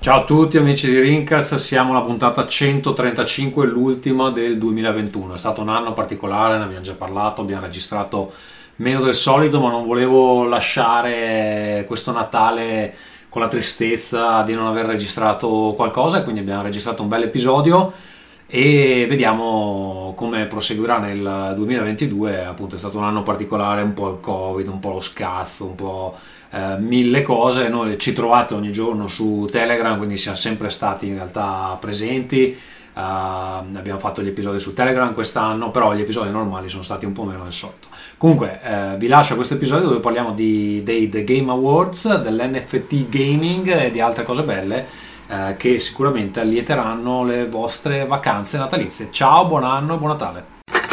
Ciao a tutti amici di Rincast, siamo alla puntata 135, l'ultima del 2021. È stato un anno particolare, ne abbiamo già parlato, abbiamo registrato meno del solito, ma non volevo lasciare questo Natale con la tristezza di non aver registrato qualcosa, quindi abbiamo registrato un bel episodio e vediamo come proseguirà nel 2022. Appunto è stato un anno particolare, un po' il Covid, un po' lo scazzo, un po' mille cose. Noi ci trovate ogni giorno su Telegram, quindi siamo sempre stati in realtà presenti. Abbiamo fatto gli episodi su Telegram quest'anno, però gli episodi normali sono stati un po' meno del solito. Comunque vi lascio questo episodio dove parliamo dei The Game Awards, dell'NFT gaming e di altre cose belle che sicuramente allieteranno le vostre vacanze natalizie. Ciao, buon anno e buon Natale.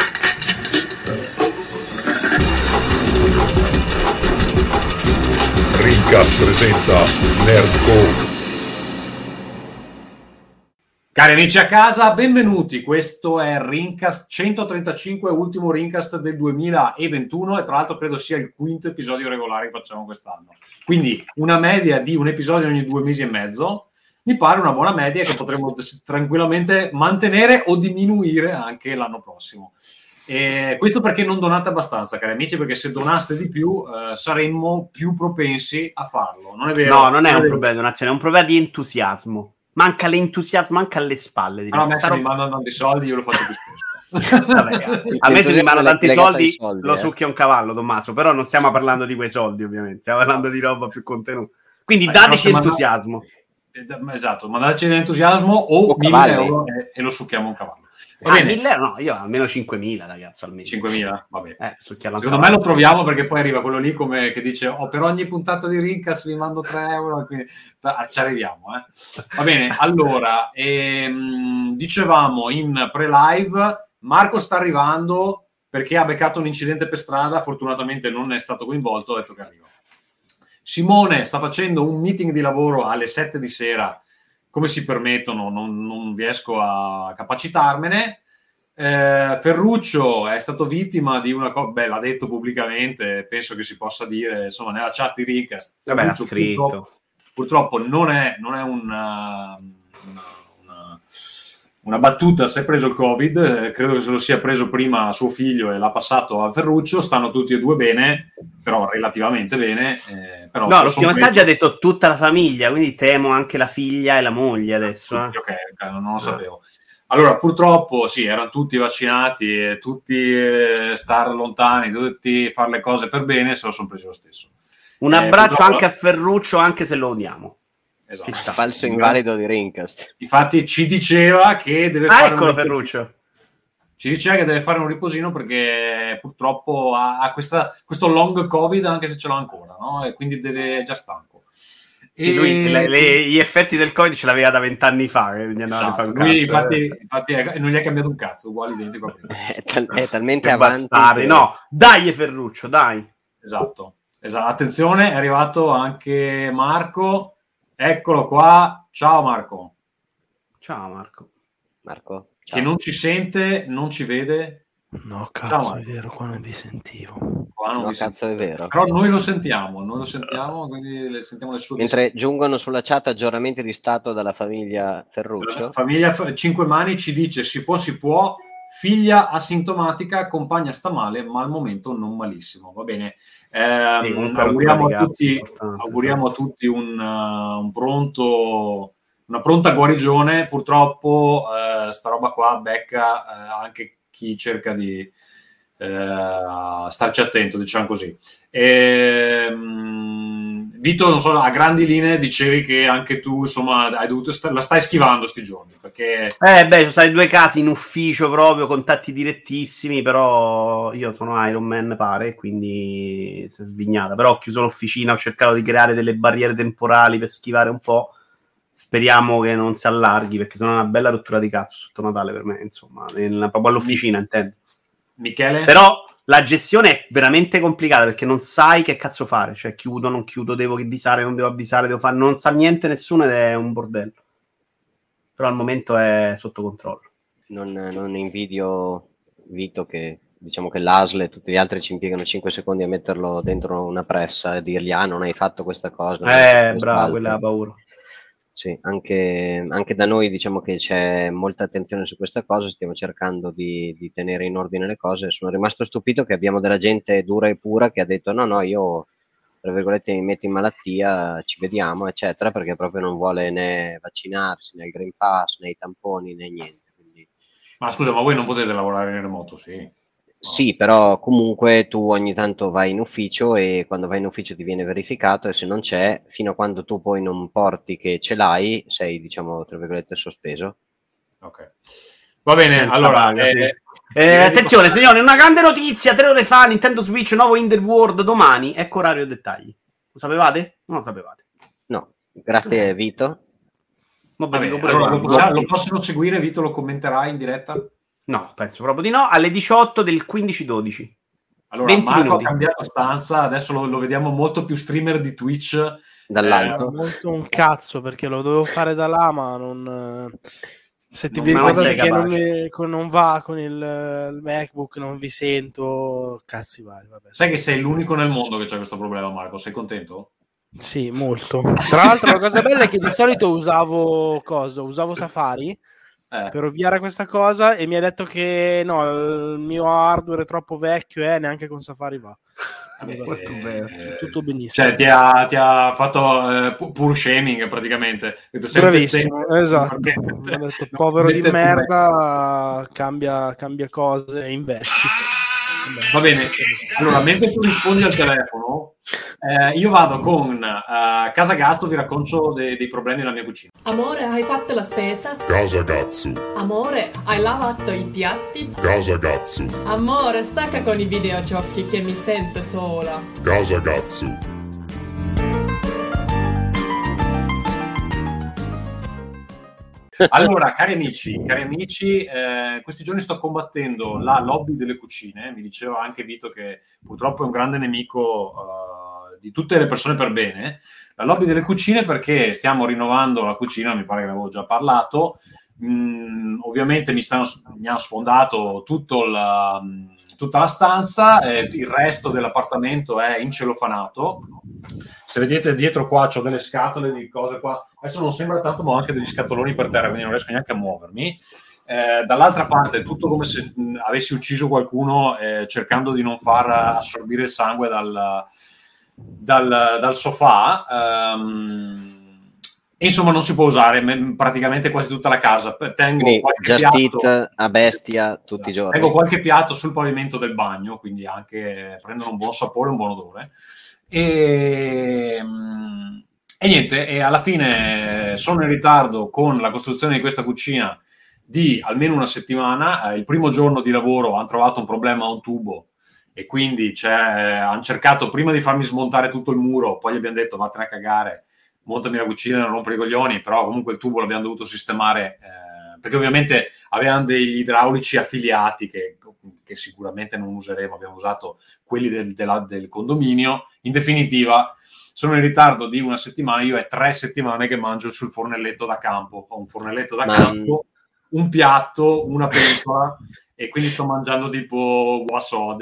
Rincast presenta Nerdcore. Cari amici a casa, benvenuti. Questo è Rincast 135, ultimo Rincast del 2021 e tra l'altro credo sia il quinto episodio regolare che facciamo quest'anno. Quindi una media di un episodio ogni 2 mesi e mezzo. Mi pare una buona media che potremo tranquillamente mantenere o diminuire anche l'anno prossimo. E questo perché non donate abbastanza, cari amici, perché se donaste di più saremmo più propensi a farlo. Non è vero? No, non è un problema di donazione, è un problema di entusiasmo. Manca l'entusiasmo anche alle spalle. No, a me se mi mandano tanti soldi io lo faccio più spesso. Vabbè, a me se mi mandano tanti soldi lo succhia un cavallo, Tommaso, però non stiamo parlando di quei soldi, ovviamente, stiamo parlando di roba più contenuta. Quindi dateci entusiasmo. Esatto, mandateci l'entusiasmo o 1.000 euro e lo succhiamo un cavallo. Va bene. 1.000 euro? No, io almeno 5.000, ragazzi, almeno. 5.000? Vabbè. Secondo me lo troviamo, perché poi arriva quello lì come che dice per ogni puntata di Rincast vi mando 3 euro, quindi ci arriviamo. Va bene, allora, dicevamo in pre-live, Marco sta arrivando perché ha beccato un incidente per strada, fortunatamente non è stato coinvolto, ha detto che arriva. Simone sta facendo un meeting di lavoro alle 7 di sera, come si permettono, non riesco a capacitarmene. Ferruccio è stato vittima di una cosa, l'ha detto pubblicamente, penso che si possa dire, insomma, nella chat di Rincast. Vabbè, l'ha scritto. Purtroppo non è una battuta, si è preso il Covid, credo che se lo sia preso prima a suo figlio e l'ha passato a Ferruccio, stanno tutti e due bene, però relativamente bene. Però no, l'ultimo messaggio ha detto tutta la famiglia, quindi temo anche la figlia e la moglie adesso. Ok, non lo sapevo. Allora, purtroppo sì, erano tutti vaccinati, tutti star lontani, tutti fare le cose per bene, se lo sono presi lo stesso. Un abbraccio anche a Ferruccio, anche se lo odiamo. Esatto. Falso invalido di Rincast. Infatti ci diceva che deve fare Ferruccio. Ci diceva che deve fare un riposino perché purtroppo ha questo long Covid, anche se ce l'ha ancora, no? E quindi è già stanco. Sì, lui gli effetti del Covid ce l'aveva da 20 anni fa. Lui infatti non gli è cambiato un cazzo, uguale identico. È talmente avanti. No, dai Ferruccio, dai. Esatto. Attenzione, è arrivato anche Marco. Eccolo qua. Ciao Marco. Ciao Marco. Ciao. Che non ci sente, non ci vede. No, cazzo, è vero, qua non vi sentivo. È vero. Però noi lo sentiamo, quindi sentiamo le sue. Mentre giungono sulla chat aggiornamenti di stato dalla famiglia Ferruccio. La famiglia Cinque Mani ci dice si può, figlia asintomatica, compagna sta male, ma al momento non malissimo. Va bene. Auguriamo a tutti una pronta guarigione. Purtroppo sta roba qua becca anche chi cerca di starci attento, diciamo così. Vito, non so, a grandi linee dicevi che anche tu, insomma, hai dovuto la stai schivando sti giorni, perché sono stati 2 casi in ufficio proprio, contatti direttissimi, però io sono Iron Man, pare, quindi svignata, però ho chiuso l'officina, ho cercato di creare delle barriere temporali per schivare un po'. Speriamo che non si allarghi, perché sono una bella rottura di cazzo sotto Natale per me, insomma, proprio all'officina, intendo. Michele? Però la gestione è veramente complicata, perché non sai che cazzo fare, cioè chiudo, non chiudo, devo avvisare, non devo avvisare, devo fare, non sa niente nessuno ed è un bordello. Però al momento è sotto controllo. Non invidio Vito, che diciamo che l'ASL e tutti gli altri ci impiegano 5 secondi a metterlo dentro una pressa e dirgli non hai fatto questa cosa. Bravo, quella ha paura. Sì, anche da noi diciamo che c'è molta attenzione su questa cosa, stiamo cercando di tenere in ordine le cose. Sono rimasto stupito che abbiamo della gente dura e pura che ha detto no, io tra virgolette mi metto in malattia, ci vediamo, eccetera, perché proprio non vuole né vaccinarsi, né il Green Pass, né i tamponi, né niente. Quindi... Ma scusa, ma voi non potete lavorare in remoto, sì? Sì, però comunque tu ogni tanto vai in ufficio e quando vai in ufficio ti viene verificato e se non c'è, fino a quando tu poi non porti che ce l'hai, sei, diciamo, tra virgolette, sospeso. Ok. Va bene, allora... attenzione, signori, una grande notizia, 3 ore fa, Nintendo Switch, nuovo Underworld, domani, ecco orario e dettagli. Lo sapevate? Non lo sapevate. No, grazie Vito. Vabbè, allora, lo possono seguire, Vito lo commenterà in diretta? No, penso proprio di no. Alle 18 del 15-12. Allora, Marco ha cambiato stanza, adesso lo vediamo molto più streamer di Twitch. Dall'alto. Molto un cazzo, perché lo dovevo fare da là, ma non... Se ti vi ricordate che non va con il MacBook, non vi sento, cazzi vari. Vabbè. Sai che sei l'unico nel mondo che c'ha questo problema, Marco? Sei contento? Sì, molto. Tra l'altro la cosa bella è che di solito usavo Safari per ovviare questa cosa e mi ha detto che no, il mio hardware è troppo vecchio e neanche con Safari va. Tutto benissimo. Cioè ti ha fatto pur shaming praticamente. Bravissimo, esatto. Ha detto povero di merda, cambia cose e investi. Va bene, allora mentre tu rispondi al telefono io vado con Casagazzo, vi racconto dei problemi nella mia cucina. Amore, hai fatto la spesa? Casagazzo. Amore, hai lavato i piatti? Casagazzo. Amore, stacca con i videogiochi che mi sento sola. Casagazzo. Allora, cari amici, questi giorni sto combattendo la lobby delle cucine. Mi diceva anche Vito che purtroppo è un grande nemico di tutte le persone per bene. La lobby delle cucine, perché stiamo rinnovando la cucina, mi pare che ne avevo già parlato. Ovviamente mi hanno sfondato tutta la stanza, il resto dell'appartamento è incellofanato. Se vedete dietro qua c'ho delle scatole di cose qua, adesso non sembra tanto ma ho anche degli scatoloni per terra, quindi non riesco neanche a muovermi. Dall'altra parte è tutto come se avessi ucciso qualcuno cercando di non far assorbire il sangue dal sofà. Insomma, non si può usare praticamente quasi tutta la casa. Tengo qualche piatto a bestia tutti i giorni. Tengo qualche piatto sul pavimento del bagno, quindi anche prendono un buon sapore, un buon odore. E niente, e alla fine sono in ritardo con la costruzione di questa cucina di almeno una settimana. Il primo giorno di lavoro hanno trovato un problema a un tubo e quindi hanno cercato prima di farmi smontare tutto il muro, poi gli abbiamo detto vattene a cagare, montami la cucina, non rompere i coglioni, però comunque il tubo l'abbiamo dovuto sistemare perché ovviamente avevano degli idraulici affiliati che sicuramente non useremo, abbiamo usato quelli del condominio. In definitiva sono in ritardo di una settimana, io è 3 settimane che mangio sul fornelletto da campo, ho un fornelletto da campo, un piatto, una pentola e quindi sto mangiando tipo uova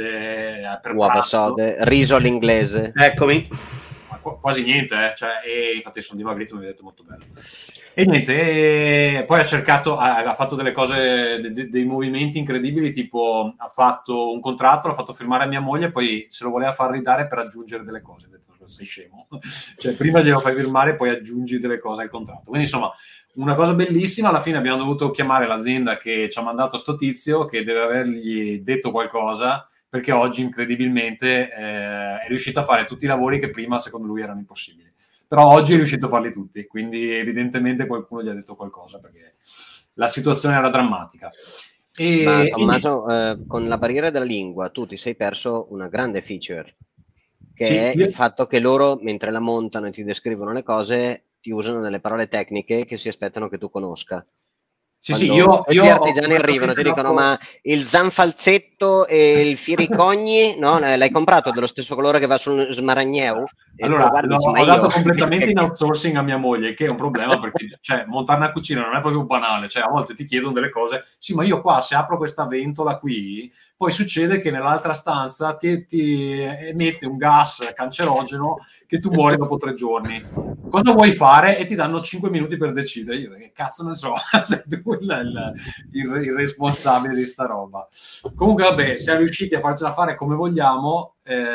sode, riso all'inglese. Eccomi. Quasi niente, e infatti sono dimagrito, mi vedete molto bello. E niente, poi ha fatto delle cose, dei movimenti incredibili, tipo ha fatto un contratto, l'ha fatto firmare a mia moglie, poi se lo voleva far ridare per aggiungere delle cose. Ho detto, sei scemo? Cioè prima glielo fai firmare, poi aggiungi delle cose al contratto. Quindi insomma, una cosa bellissima. Alla fine abbiamo dovuto chiamare l'azienda che ci ha mandato sto tizio, che deve avergli detto qualcosa, perché oggi incredibilmente è riuscito a fare tutti i lavori che prima secondo lui erano impossibili, però oggi è riuscito a farli tutti, quindi evidentemente qualcuno gli ha detto qualcosa perché la situazione era drammatica. Ma Tommaso, con la barriera della lingua tu ti sei perso una grande feature, che è il fatto che loro mentre la montano e ti descrivono le cose ti usano delle parole tecniche che si aspettano che tu conosca. Sì, gli artigiani arrivano, ti dicono ma il zanfalzetto e il firicogni, no? L'hai comprato dello stesso colore che va sul smaragneu? Allora, ho dato completamente in outsourcing a mia moglie, che è un problema perché montare una cucina non è proprio banale, a volte ti chiedono delle cose, sì ma io qua se apro questa ventola qui poi succede che nell'altra stanza ti emette un gas cancerogeno che tu muori dopo 3 giorni. Cosa vuoi fare? E ti danno 5 minuti per decidere. Io che cazzo ne so, sei tu il responsabile di sta roba. Comunque vabbè, siamo riusciti a farcela fare come vogliamo,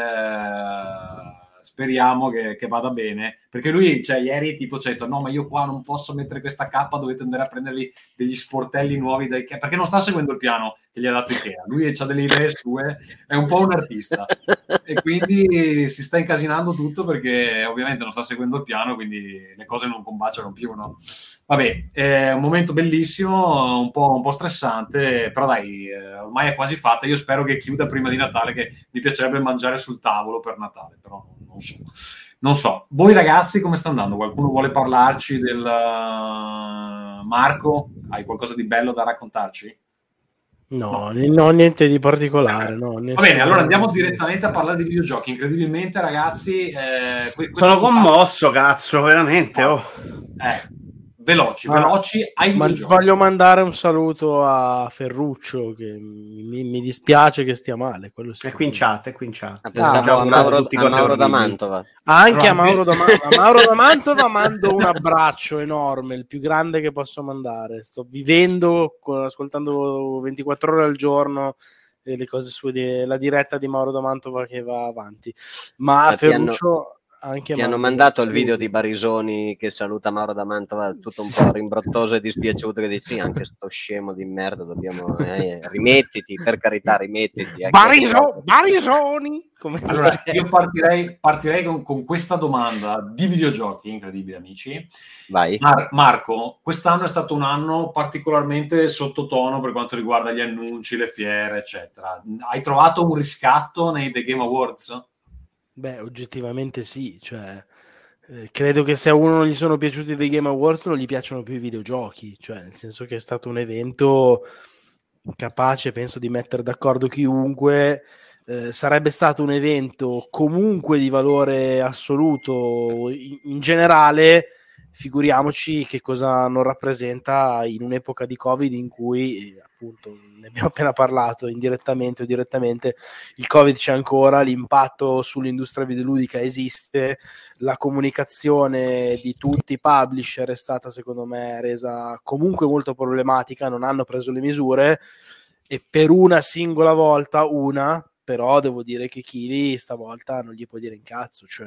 speriamo che vada bene, perché lui, cioè, ieri tipo ci ha detto no, ma io qua non posso mettere questa cappa, dovete andare a prendervi degli sportelli nuovi da Ikea, perché non sta seguendo il piano che gli ha dato Ikea, lui ha delle idee sue, è un po' un artista e quindi si sta incasinando tutto perché ovviamente non sta seguendo il piano, quindi le cose non combaciano più, no? Vabbè, è un momento bellissimo, un po' stressante, però dai, ormai è quasi fatta. Io spero che chiuda prima di Natale, che mi piacerebbe mangiare sul tavolo per Natale, però non so. Voi ragazzi come sta andando? Qualcuno vuole parlarci del Marco? Hai qualcosa di bello da raccontarci? No, niente di particolare. No, va bene, allora andiamo direttamente a parlare di videogiochi. Incredibilmente, ragazzi, sono commosso, cazzo, veramente. Veloci ai videogiochi. Voglio mandare un saluto a Ferruccio, che mi dispiace che stia male. Quello è qui in chat. Pensavo a Mauro da Mantova. Anche a Mauro da Mantova mando un abbraccio enorme, il più grande che posso mandare. Sto vivendo, ascoltando 24 ore al giorno le cose sue, la diretta di Mauro da Mantova che va avanti. Ma Ferruccio... Ti hanno mandato il video di Barisoni che saluta Mauro da Mantova, tutto un po' rimbrottoso e dispiaciuto, che dici anche sto scemo di merda, dobbiamo rimettiti, per carità, rimettiti. Barisoni! Allora, io partirei con questa domanda di videogiochi, incredibili amici. Vai. Marco, quest'anno è stato un anno particolarmente sottotono per quanto riguarda gli annunci, le fiere, eccetera. Hai trovato un riscatto nei The Game Awards? Beh, oggettivamente sì, cioè credo che se a uno non gli sono piaciuti dei Game Awards non gli piacciono più i videogiochi, cioè nel senso che è stato un evento capace, penso, di mettere d'accordo chiunque. Sarebbe stato un evento comunque di valore assoluto in generale, figuriamoci che cosa non rappresenta in un'epoca di Covid in cui, appunto, ne abbiamo appena parlato, indirettamente o direttamente, il Covid c'è ancora, l'impatto sull'industria videoludica esiste, la comunicazione di tutti i publisher è stata, secondo me, resa comunque molto problematica, non hanno preso le misure, e per una singola volta, però devo dire che Kili stavolta non gli può dire in cazzo, cioè...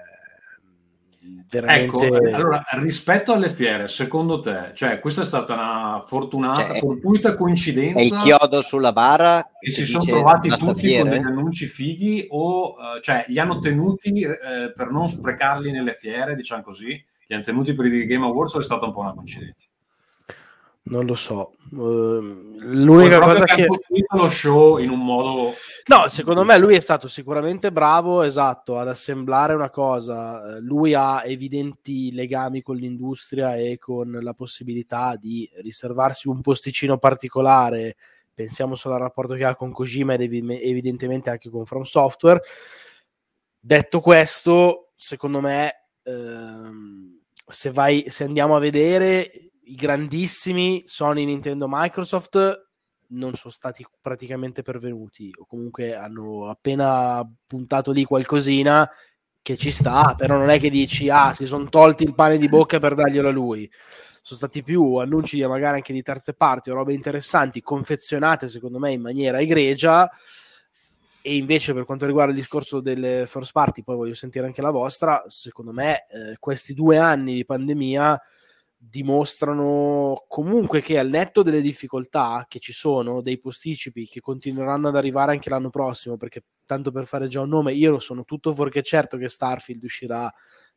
veramente... Ecco, allora rispetto alle fiere, secondo te, cioè questa è stata una fortuita coincidenza, è il chiodo sulla bara che si sono trovati tutti fiere con degli annunci fighi, o cioè li hanno tenuti per non sprecarli nelle fiere, diciamo così, li hanno tenuti per i Game Awards, o è stata un po' una coincidenza? Non lo so. L'unica cosa che ha costruito lo show in un modo... No, secondo me lui è stato sicuramente bravo, esatto, ad assemblare una cosa. Lui ha evidenti legami con l'industria e con la possibilità di riservarsi un posticino particolare. Pensiamo solo al rapporto che ha con Kojima ed evidentemente anche con From Software. Detto questo, secondo me, se andiamo a vedere... i grandissimi Sony, Nintendo, Microsoft non sono stati praticamente pervenuti, o comunque hanno appena puntato lì qualcosina che ci sta, però non è che dici si sono tolti il pane di bocca per darglielo a lui. Sono stati più annunci magari anche di terze parti o robe interessanti, confezionate secondo me in maniera egregia. E invece per quanto riguarda il discorso delle first party, poi voglio sentire anche la vostra, secondo me questi 2 anni di pandemia dimostrano comunque che, al netto delle difficoltà che ci sono, dei posticipi che continueranno ad arrivare anche l'anno prossimo, perché tanto per fare già un nome, io sono tutto fuorché certo che Starfield uscirà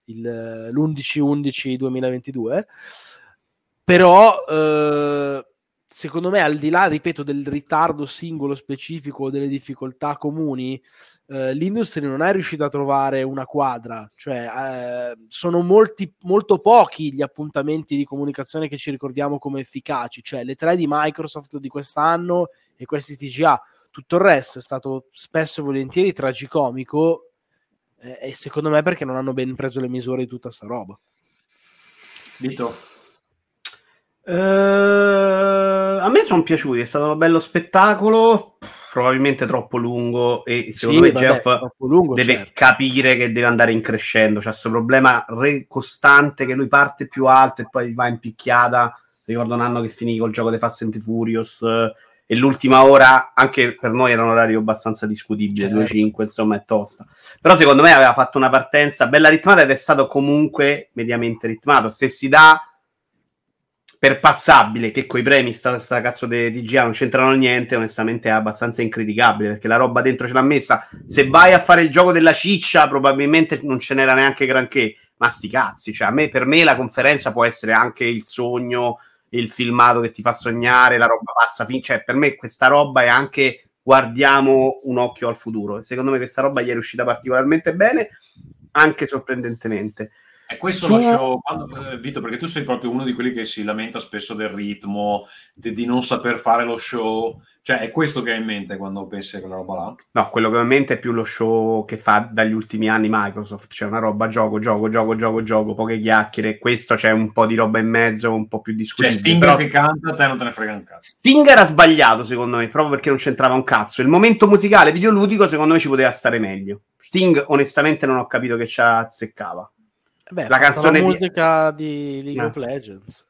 l'11/11/2022, però secondo me, al di là, ripeto, del ritardo singolo specifico o delle difficoltà comuni, l'industria non è riuscita a trovare una quadra, cioè sono molto pochi gli appuntamenti di comunicazione che ci ricordiamo come efficaci, cioè le 3 di Microsoft di quest'anno e questi TGA, tutto il resto è stato spesso e volentieri tragicomico, e secondo me perché non hanno ben preso le misure di tutta sta roba. Vito? A me sono piaciuti, è stato un bello spettacolo. probabilmente troppo lungo e secondo me Geoff deve capire che deve andare in crescendo. C'è questo problema costante che lui parte più alto e poi va in picchiata. Ricordo un anno che finì col gioco dei Fast and Furious e l'ultima ora anche per noi era un orario abbastanza discutibile, 2-5 insomma è tosta, però secondo me aveva fatto una partenza bella ritmata ed è stato comunque mediamente ritmato. Se si dà per passabile, che coi premi sta cazzo di GA non c'entrano niente, onestamente è abbastanza incriticabile, perché la roba dentro ce l'ha messa. Se vai a fare il gioco della ciccia probabilmente non ce n'era neanche granché, ma sti cazzi, cioè per me la conferenza può essere anche il sogno, il filmato che ti fa sognare, la roba pazza, cioè per me questa roba è anche guardiamo un occhio al futuro, e secondo me questa roba gli è riuscita particolarmente bene, anche sorprendentemente. E questo lo show, Vito, perché tu sei proprio uno di quelli che si lamenta spesso del ritmo, di non saper fare lo show, cioè è questo che hai in mente quando pensi a quella roba là? No, quello che ho in mente è più lo show che fa dagli ultimi anni Microsoft, cioè una roba gioco, poche chiacchiere, questo c'è un po' di roba in mezzo, un po' più discutibile. Cioè Sting che canta, a te non te ne frega un cazzo. Sting era sbagliato secondo me, proprio perché non c'entrava un cazzo. Il momento musicale videoludico secondo me ci poteva stare meglio. Sting onestamente non ho capito che ci azzeccava. Beh, la canzone la musica di League of Legends.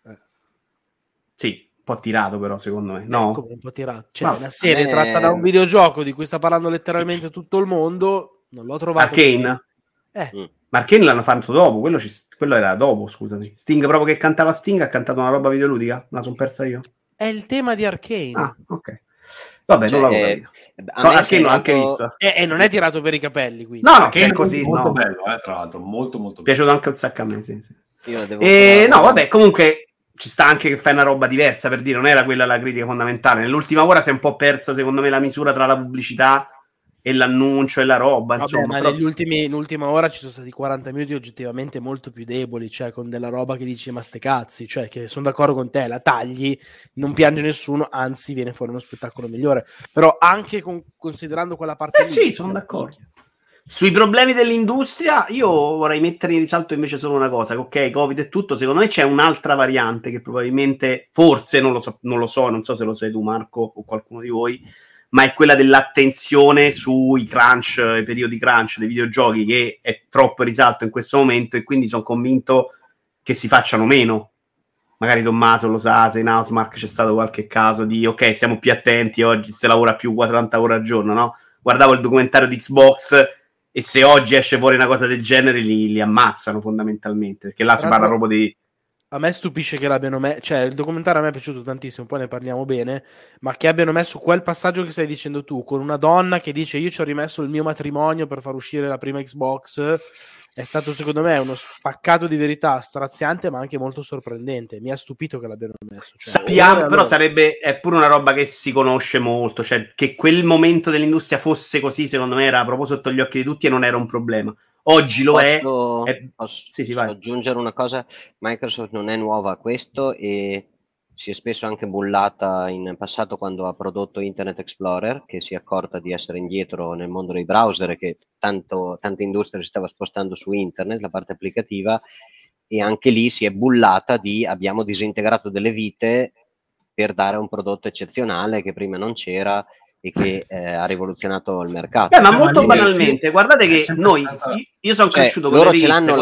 Sì, un po' tirato però secondo me. No, come un po' tirato. Cioè, una serie tratta da un videogioco di cui sta parlando letteralmente tutto il mondo. Non l'ho trovato. Arcane. Ma Arcane l'hanno fatto dopo. Quello era dopo, scusami. Sting, proprio che cantava Sting, ha cantato una roba videoludica? Me la sono persa io. È il tema di Arcane. Ah, ok. Vabbè, non l'avevo capito. No, Arcane l'ho anche visto. E non è tirato per i capelli, quindi. No, che è così. Molto bello, tra l'altro. Molto, molto bello. Piaciuto anche un sacco a me, sì. No, vabbè, comunque ci sta anche che fai una roba diversa, per dire, non era quella la critica fondamentale. Nell'ultima ora si è un po' persa, secondo me, la misura tra la pubblicità e l'annuncio e la roba. Vabbè, insomma, ma però... in ultima ora ci sono stati 40 minuti oggettivamente molto più deboli, cioè con della roba che dici ma ste cazzi, cioè che sono d'accordo con te, la tagli, non piange nessuno, anzi viene fuori uno spettacolo migliore, però anche considerando quella parte sì, sono d'accordo. Sui problemi dell'industria io vorrei mettere in risalto invece solo una cosa, ok, Covid e tutto, secondo me c'è un'altra variante che probabilmente, forse, non lo so, non so se lo sai tu Marco o qualcuno di voi, ma è quella dell'attenzione sui crunch, i periodi crunch dei videogiochi, che è troppo in risalto in questo momento, e quindi sono convinto che si facciano meno. Magari Tommaso lo sa, se in Housemark c'è stato qualche caso di ok, stiamo più attenti, oggi si lavora più 40 ore al giorno, no? Guardavo il documentario di Xbox e se oggi esce fuori una cosa del genere li ammazzano fondamentalmente, perché là si parla proprio di... A me stupisce che l'abbiano messo, cioè il documentario a me è piaciuto tantissimo, poi ne parliamo bene, ma che abbiano messo quel passaggio che stai dicendo tu, con una donna che dice io ci ho rimesso il mio matrimonio per far uscire la prima Xbox, è stato secondo me uno spaccato di verità straziante ma anche molto sorprendente. Mi ha stupito che l'abbiano messo. Cioè, sappiamo, però è pure una roba che si conosce molto, cioè che quel momento dell'industria fosse così, secondo me era proprio sotto gli occhi di tutti e non era un problema. Oggi lo posso aggiungere una cosa. Microsoft non è nuova a questo e si è spesso anche bullata in passato quando ha prodotto Internet Explorer, che si è accorta di essere indietro nel mondo dei browser e che tante industrie si stava spostando su internet, la parte applicativa, e anche lì si è bullata di abbiamo disintegrato delle vite per dare un prodotto eccezionale che prima non c'era e che ha rivoluzionato il mercato. Ma molto banalmente, guardate che io sono cresciuto con loro ce l'hanno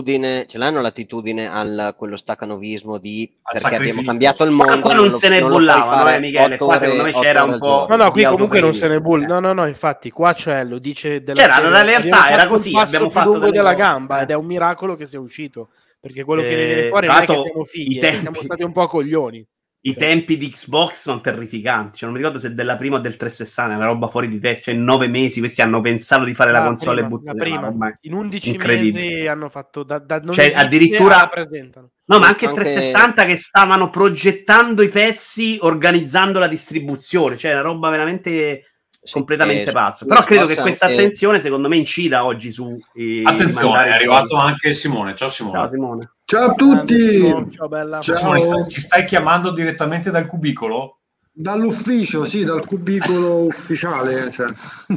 l'attitudine al quello staccanovismo di perché abbiamo cambiato il mondo. Ma qua non se ne bullavano, Michele, qua secondo me c'era un po'... No, qui comunque non se ne bulla. No, infatti qua lo dice della serie, la realtà era così, abbiamo fatto lungo della gamba ed è un miracolo che sia uscito, perché quello che ne viene fuori non è che siamo fighi, siamo stati un po' coglioni. I tempi di Xbox sono terrificanti, cioè, non mi ricordo se della prima o del 360, è una roba fuori di testa, cioè in 9 mesi questi hanno pensato di fare la console e buttare in 11 mesi hanno fatto non cioè addirittura presentano. No, ma anche 360 che stavano progettando i pezzi, organizzando la distribuzione, cioè una roba veramente completamente pazzo. Però credo che questa attenzione secondo me incida oggi su attenzione, è arrivato anche Simone. Ciao Simone. Ciao Simone. Ciao a tutti. Ciao bella. Ciao. Simone, ci stai chiamando direttamente dal cubicolo? Dall'ufficio, sì, dal cubicolo ufficiale, cioè.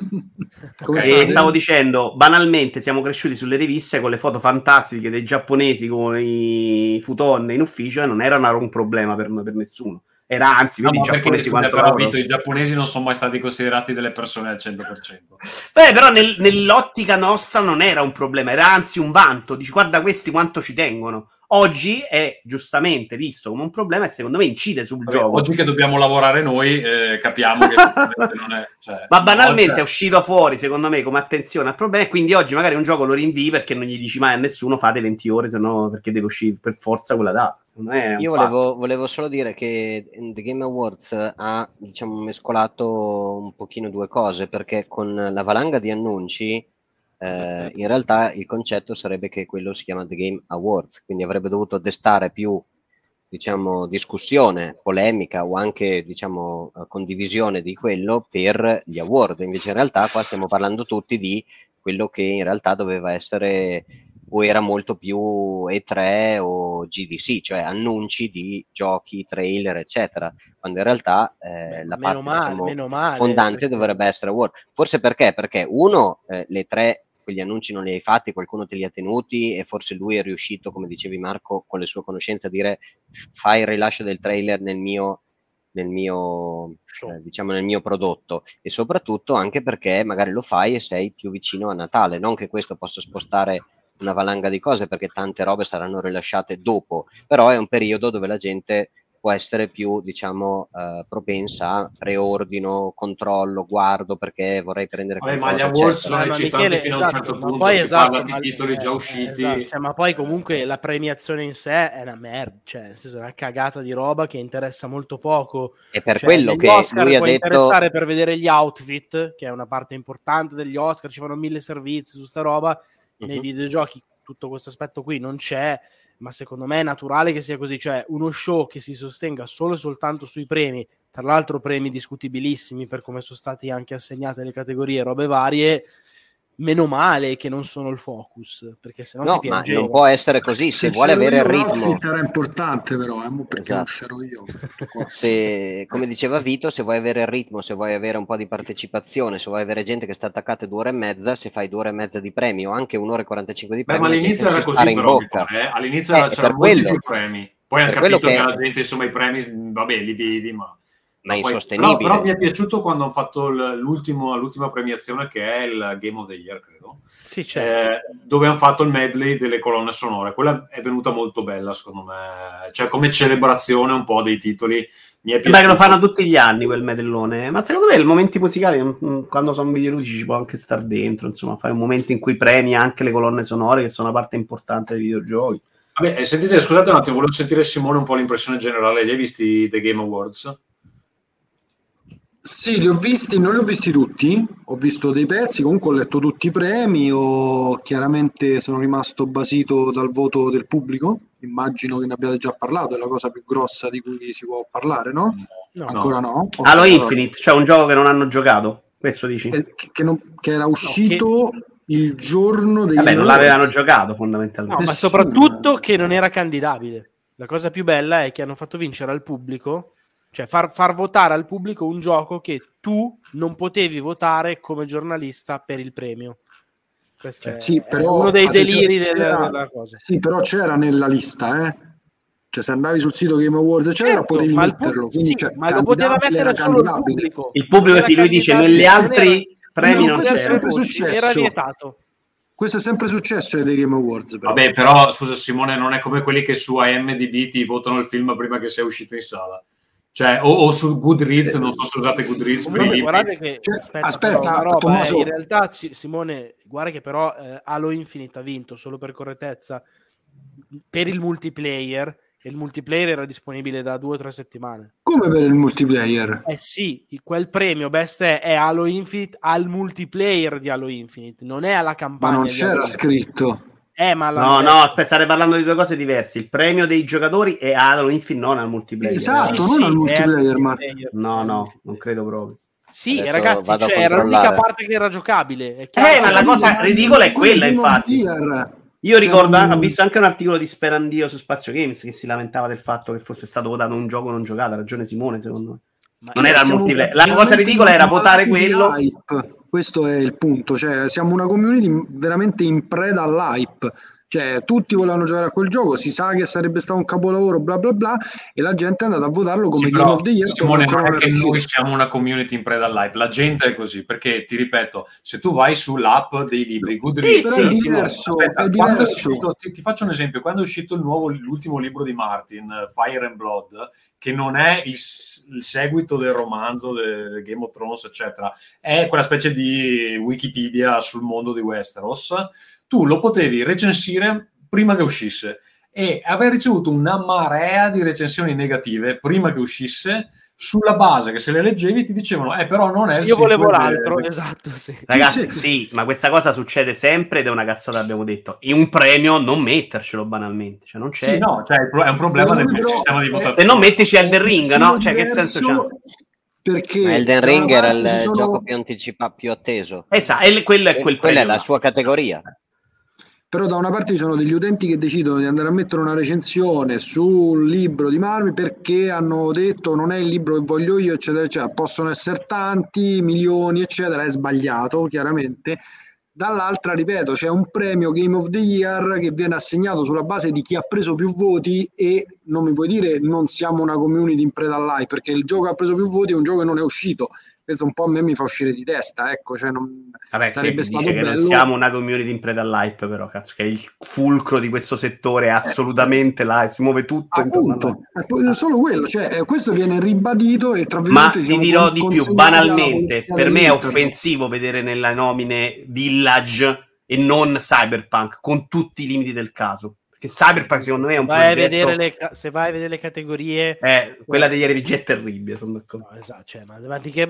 E stavo dicendo, banalmente siamo cresciuti sulle riviste con le foto fantastiche dei giapponesi con i futon in ufficio e non era un problema per nessuno. era anzi, vedi i giapponesi quanto capito, i giapponesi non sono mai stati considerati delle persone al 100%. Beh, però nell'ottica nostra non era un problema, era anzi un vanto. Dici, guarda questi quanto ci tengono. Oggi è giustamente visto come un problema e secondo me incide sul gioco. Oggi che dobbiamo lavorare noi capiamo che non è... Cioè, ma banalmente è uscito fuori secondo me come attenzione al problema e quindi oggi magari un gioco lo rinvii perché non gli dici mai a nessuno fate 20 ore, se no perché deve uscire per forza quella data. Io volevo solo dire che The Game Awards ha, diciamo, mescolato un pochino due cose, perché con la valanga di annunci in realtà il concetto sarebbe che quello si chiama The Game Awards, quindi avrebbe dovuto destare più, diciamo, discussione, polemica o anche, diciamo, condivisione di quello per gli award. Invece in realtà qua stiamo parlando tutti di quello che in realtà doveva essere o era molto più E3 o GDC, cioè annunci di giochi, trailer, eccetera, quando in realtà la parte fondante perché... dovrebbe essere award. Forse perché? Perché uno, le tre quegli annunci non li hai fatti, qualcuno te li ha tenuti e forse lui è riuscito, come dicevi Marco, con le sue conoscenze a dire fai il rilascio del trailer nel mio diciamo nel mio prodotto, e soprattutto anche perché magari lo fai e sei più vicino a Natale, non che questo possa spostare una valanga di cose perché tante robe saranno rilasciate dopo, però è un periodo dove la gente può essere più, diciamo, propensa a preordino, controllo, guardo perché vorrei prendere ma gli awards sono eccitanti fino a un certo punto, poi si parla di titoli già usciti. Cioè, ma poi comunque la premiazione in sé è una merda, cioè nel senso, è una cagata di roba che interessa molto poco. E per quello che Oscar lui ha può detto... interessare per vedere gli outfit, che è una parte importante degli Oscar, ci fanno 1000 servizi su sta roba, nei videogiochi tutto questo aspetto qui non c'è, ma secondo me è naturale che sia così, cioè uno show che si sostenga solo e soltanto sui premi, tra l'altro premi discutibilissimi per come sono stati anche assegnate le categorie, robe varie, meno male che non sono il focus, perché sennò si piangeva. Ma non può essere così, se vuole avere il ritmo. Era importante però, perché non c'ero io. Se, come diceva Vito, se vuoi avere il ritmo, se vuoi avere un po' di partecipazione, se vuoi avere gente che sta attaccata 2 ore e mezza, se fai 2 ore e mezza di premi o anche 1 ora e 45 di premi, ma all'inizio era così però, all'inizio c'erano molti più premi, poi hanno capito che la gente, insomma, i premi, vabbè, li vedi, ma è insostenibile. Però mi è piaciuto quando hanno fatto l'ultima premiazione, che è il Game of the Year, credo. Sì, certo. Dove hanno fatto il medley delle colonne sonore. Quella è venuta molto bella, secondo me. Cioè, come celebrazione un po' dei titoli. Mi è piaciuto. Beh, che lo fanno tutti gli anni quel medellone. Ma secondo me i momenti musicali, quando sono videoludici, ci può anche star dentro. Insomma, fai un momento in cui premi anche le colonne sonore, che sono una parte importante dei videogiochi. Vabbè, sentite, scusate un attimo, volevo sentire Simone un po' l'impressione generale. Li hai visti The Game Awards? Sì, li ho visti, non li ho visti tutti, ho visto dei pezzi, comunque ho letto tutti i premi, chiaramente sono rimasto basito dal voto del pubblico, immagino che ne abbiate già parlato, è la cosa più grossa di cui si può parlare, no? No. Ancora no? Halo Infinite, cioè un gioco che non hanno giocato, questo dici? Che era uscito il giorno dei... Vabbè, non l'avevano giocato fondamentalmente. No, ma soprattutto che non era candidabile. La cosa più bella è che hanno fatto vincere al pubblico, cioè far votare al pubblico un gioco che tu non potevi votare come giornalista per il premio. Questo è uno dei deliri della cosa. Sì, però c'era nella lista, Cioè, se andavi sul sito Game Awards, eccetera, potevi metterlo. Quindi, ma lo poteva mettere solo il pubblico. Il pubblico, sì, lui dice, negli altri premi non c'era. c'era. Era vietato. Questo è sempre successo ai The Game Awards. Però. Vabbè, però, scusa Simone, non è come quelli che su IMDb ti votano il film prima che sia uscito in sala. Cioè, o su Goodreads, non so se usate Goodreads. Guardate che aspetta roba, Tommaso. In realtà Simone, guarda che però Halo Infinite ha vinto, solo per correttezza, per il multiplayer, e il multiplayer era disponibile da 2 o 3 settimane. Come per il multiplayer? Sì, quel premio Best è Halo Infinite al multiplayer di Halo Infinite, non è alla campagna. Ma non c'era scritto. No, aspetta, state parlando di 2 cose diverse. Il premio dei giocatori è Halo Infinite, non al multiplayer. Esatto, non al multiplayer, ma... No, non credo proprio. Sì, adesso ragazzi, era l'unica parte che era giocabile. Ma la cosa ridicola è quella, infatti. Io ricordo, ho visto anche un articolo di Sperandio su Spazio Games che si lamentava del fatto che fosse stato votato un gioco non giocato. Ha ragione Simone, secondo me. Non era il multiplayer. La cosa ridicola era votare quello. Questo è il punto, cioè siamo una community veramente in preda all'hype, Cioè, tutti volevano giocare a quel gioco, si sa che sarebbe stato un capolavoro, bla bla bla, e la gente è andata a votarlo come Game of the Year. Simone, non è che noi siamo una community in preda all'hype, la gente è così, perché ti ripeto, se tu vai sull'app dei libri, Goodreads, è diverso, aspetta, è diverso. Ti faccio un esempio, quando è uscito l'ultimo libro di Martin, Fire and Blood, che non è il seguito del romanzo del Game of Thrones, eccetera, è quella specie di Wikipedia sul mondo di Westeros, tu lo potevi recensire prima che uscisse e aver ricevuto una marea di recensioni negative prima che uscisse, sulla base che se le leggevi ti dicevano però non è il io volevo l'altro, esatto, sì. Ragazzi, sì, ma questa cosa succede sempre ed è una cazzata, abbiamo detto. In un premio non mettercelo banalmente, cioè non c'è. Sì, no, cioè è un problema del sistema di votazione. Se non mettici Elden Ring, no? Cioè che senso c'ha? Perché ma Elden Ring era il gioco più anticipato, più atteso. Esatto, quella è la sua categoria. Però da una parte ci sono degli utenti che decidono di andare a mettere una recensione sul libro di Marvel perché hanno detto non è il libro che voglio io, eccetera, eccetera. Possono essere tanti, milioni, eccetera, è sbagliato, chiaramente. Dall'altra, ripeto, c'è un premio Game of the Year che viene assegnato sulla base di chi ha preso più voti e non mi puoi dire non siamo una community in preda all'hype, perché il gioco che ha preso più voti è un gioco che non è uscito. Questo un po' a me mi fa uscire di testa, ecco, cioè sarebbe stato bello. Che non siamo una community in preda all'hype, però cazzo, che è il fulcro di questo settore, è assolutamente là, si muove tutto appunto, solo quello, cioè questo viene ribadito e tra ma ti dirò di più, banalmente per me è offensivo vedere nella nomine Village e non Cyberpunk, con tutti i limiti del caso. Che Cyberpunk secondo me è un progetto... se vai a vedere le categorie quella degli RPG è terribile, sono d'accordo. No, esatto, cioè, ma perché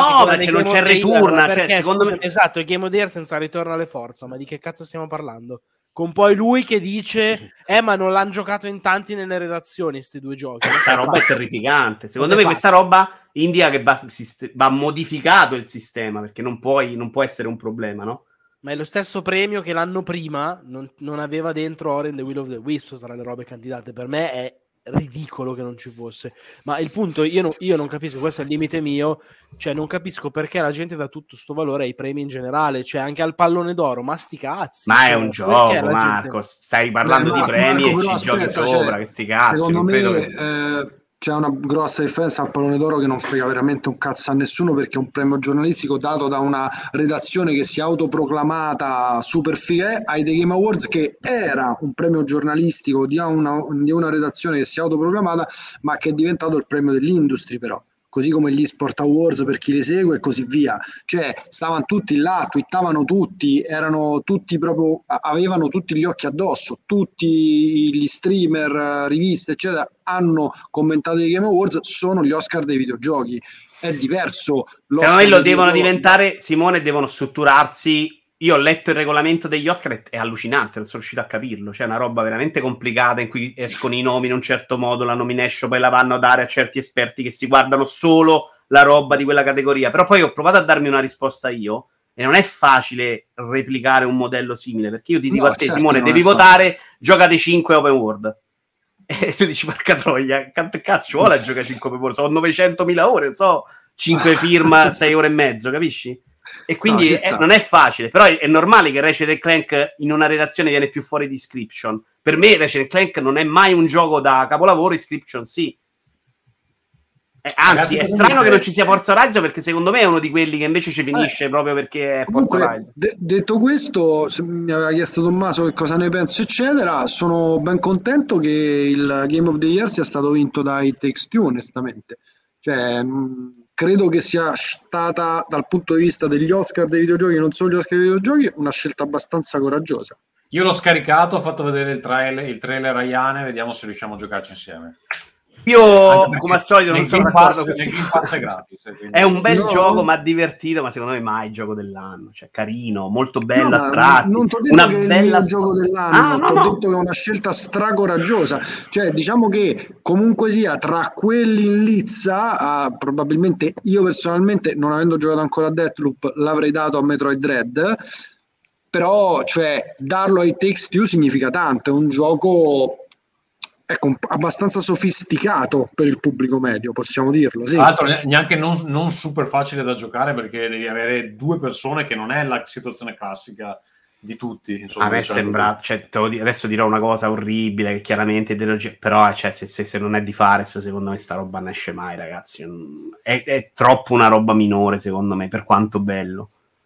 non c'è ritorno, cioè, secondo me... Esatto, il Game of the Year senza ritorno alle forze, ma di che cazzo stiamo parlando? Con poi lui che dice ma non l'hanno giocato in tanti nelle redazioni questi due giochi. Questa roba è terrificante, secondo me questa roba indica che va modificato il sistema, perché non può essere un problema, no? Ma è lo stesso premio che l'anno prima non aveva dentro Ori and the Will of the Wisps tra le robe candidate. Per me è ridicolo che non ci fosse. Ma il punto, io non capisco, questo è il limite mio, cioè non capisco perché la gente dà tutto sto valore ai premi in generale, cioè anche al pallone d'oro, ma sti cazzi. Ma cioè, è un gioco, Marco, gente... stai parlando di premi Marco, e ci giochi sopra, che sti cazzi. Secondo me c'è una grossa differenza al pallone d'oro che non frega veramente un cazzo a nessuno, perché è un premio giornalistico dato da una redazione che si è autoproclamata super figa, ai The Game Awards, che era un premio giornalistico di una redazione che si è autoproclamata, ma che è diventato il premio dell'industry, però. Così come gli Sport Awards per chi li segue e così via, cioè stavano tutti là, twittavano tutti, erano tutti proprio, avevano tutti gli occhi addosso, tutti gli streamer, riviste eccetera hanno commentato i Game Awards, sono gli Oscar dei videogiochi, è diverso. Secondo me lo devono diventare, Simone, devono strutturarsi. Io ho letto il regolamento degli Oscar, è allucinante, non sono riuscito a capirlo. C'è una roba veramente complicata in cui escono i nomi in un certo modo, la nomination poi la vanno a dare a certi esperti che si guardano solo la roba di quella categoria. Però poi ho provato a darmi una risposta io e non è facile replicare un modello simile, perché io ti dico a te, certo, Simone, devi votare, gioca dei 5 open world. E tu dici, porca troia, quanto cazzo ci vuole a giocare 5 open world? Sono 900.000 ore, non so, 5 firma, 6 ore e mezzo, capisci? E quindi non è facile, però è normale che Ratchet & Clank in una redazione viene più fuori di Inscription. Per me Ratchet & Clank non è mai un gioco da capolavoro, Inscription sì. Anzi, è strano che non ci sia Forza Horizon, perché secondo me è uno di quelli che invece ci finisce proprio perché è Forza Horizon. Detto questo, mi aveva chiesto Tommaso che cosa ne penso eccetera, sono ben contento che il Game of the Year sia stato vinto da It Takes Two, onestamente. Cioè credo che sia stata, dal punto di vista degli Oscar dei videogiochi, non solo gli Oscar dei videogiochi, una scelta abbastanza coraggiosa. Io l'ho scaricato, ho fatto vedere il trailer a Iane, vediamo se riusciamo a giocarci insieme. Io, come al solito, non sono d'accordo con è un bel gioco, ma divertito, ma secondo me mai il gioco dell'anno. Cioè, carino, molto bello, a tratti. Non ti ho detto una che bella è il gioco dell'anno, ti ho detto che è una scelta stracoraggiosa. Cioè, diciamo che comunque sia tra quelli in lizza, probabilmente io personalmente, non avendo giocato ancora a Deathloop, l'avrei dato a Metroid Dread. Però, cioè, darlo ai Takes Two significa tanto, è un gioco abbastanza sofisticato per il pubblico medio, possiamo dirlo. Sì. Tra l'altro neanche non super facile da giocare, perché devi avere 2 persone, che non è la situazione classica di tutti. Insomma, a me sembra, cioè, adesso dirò una cosa orribile, che chiaramente però cioè, se non è di Fares, secondo me sta roba non esce mai, ragazzi. È troppo una roba minore, secondo me, per quanto bello.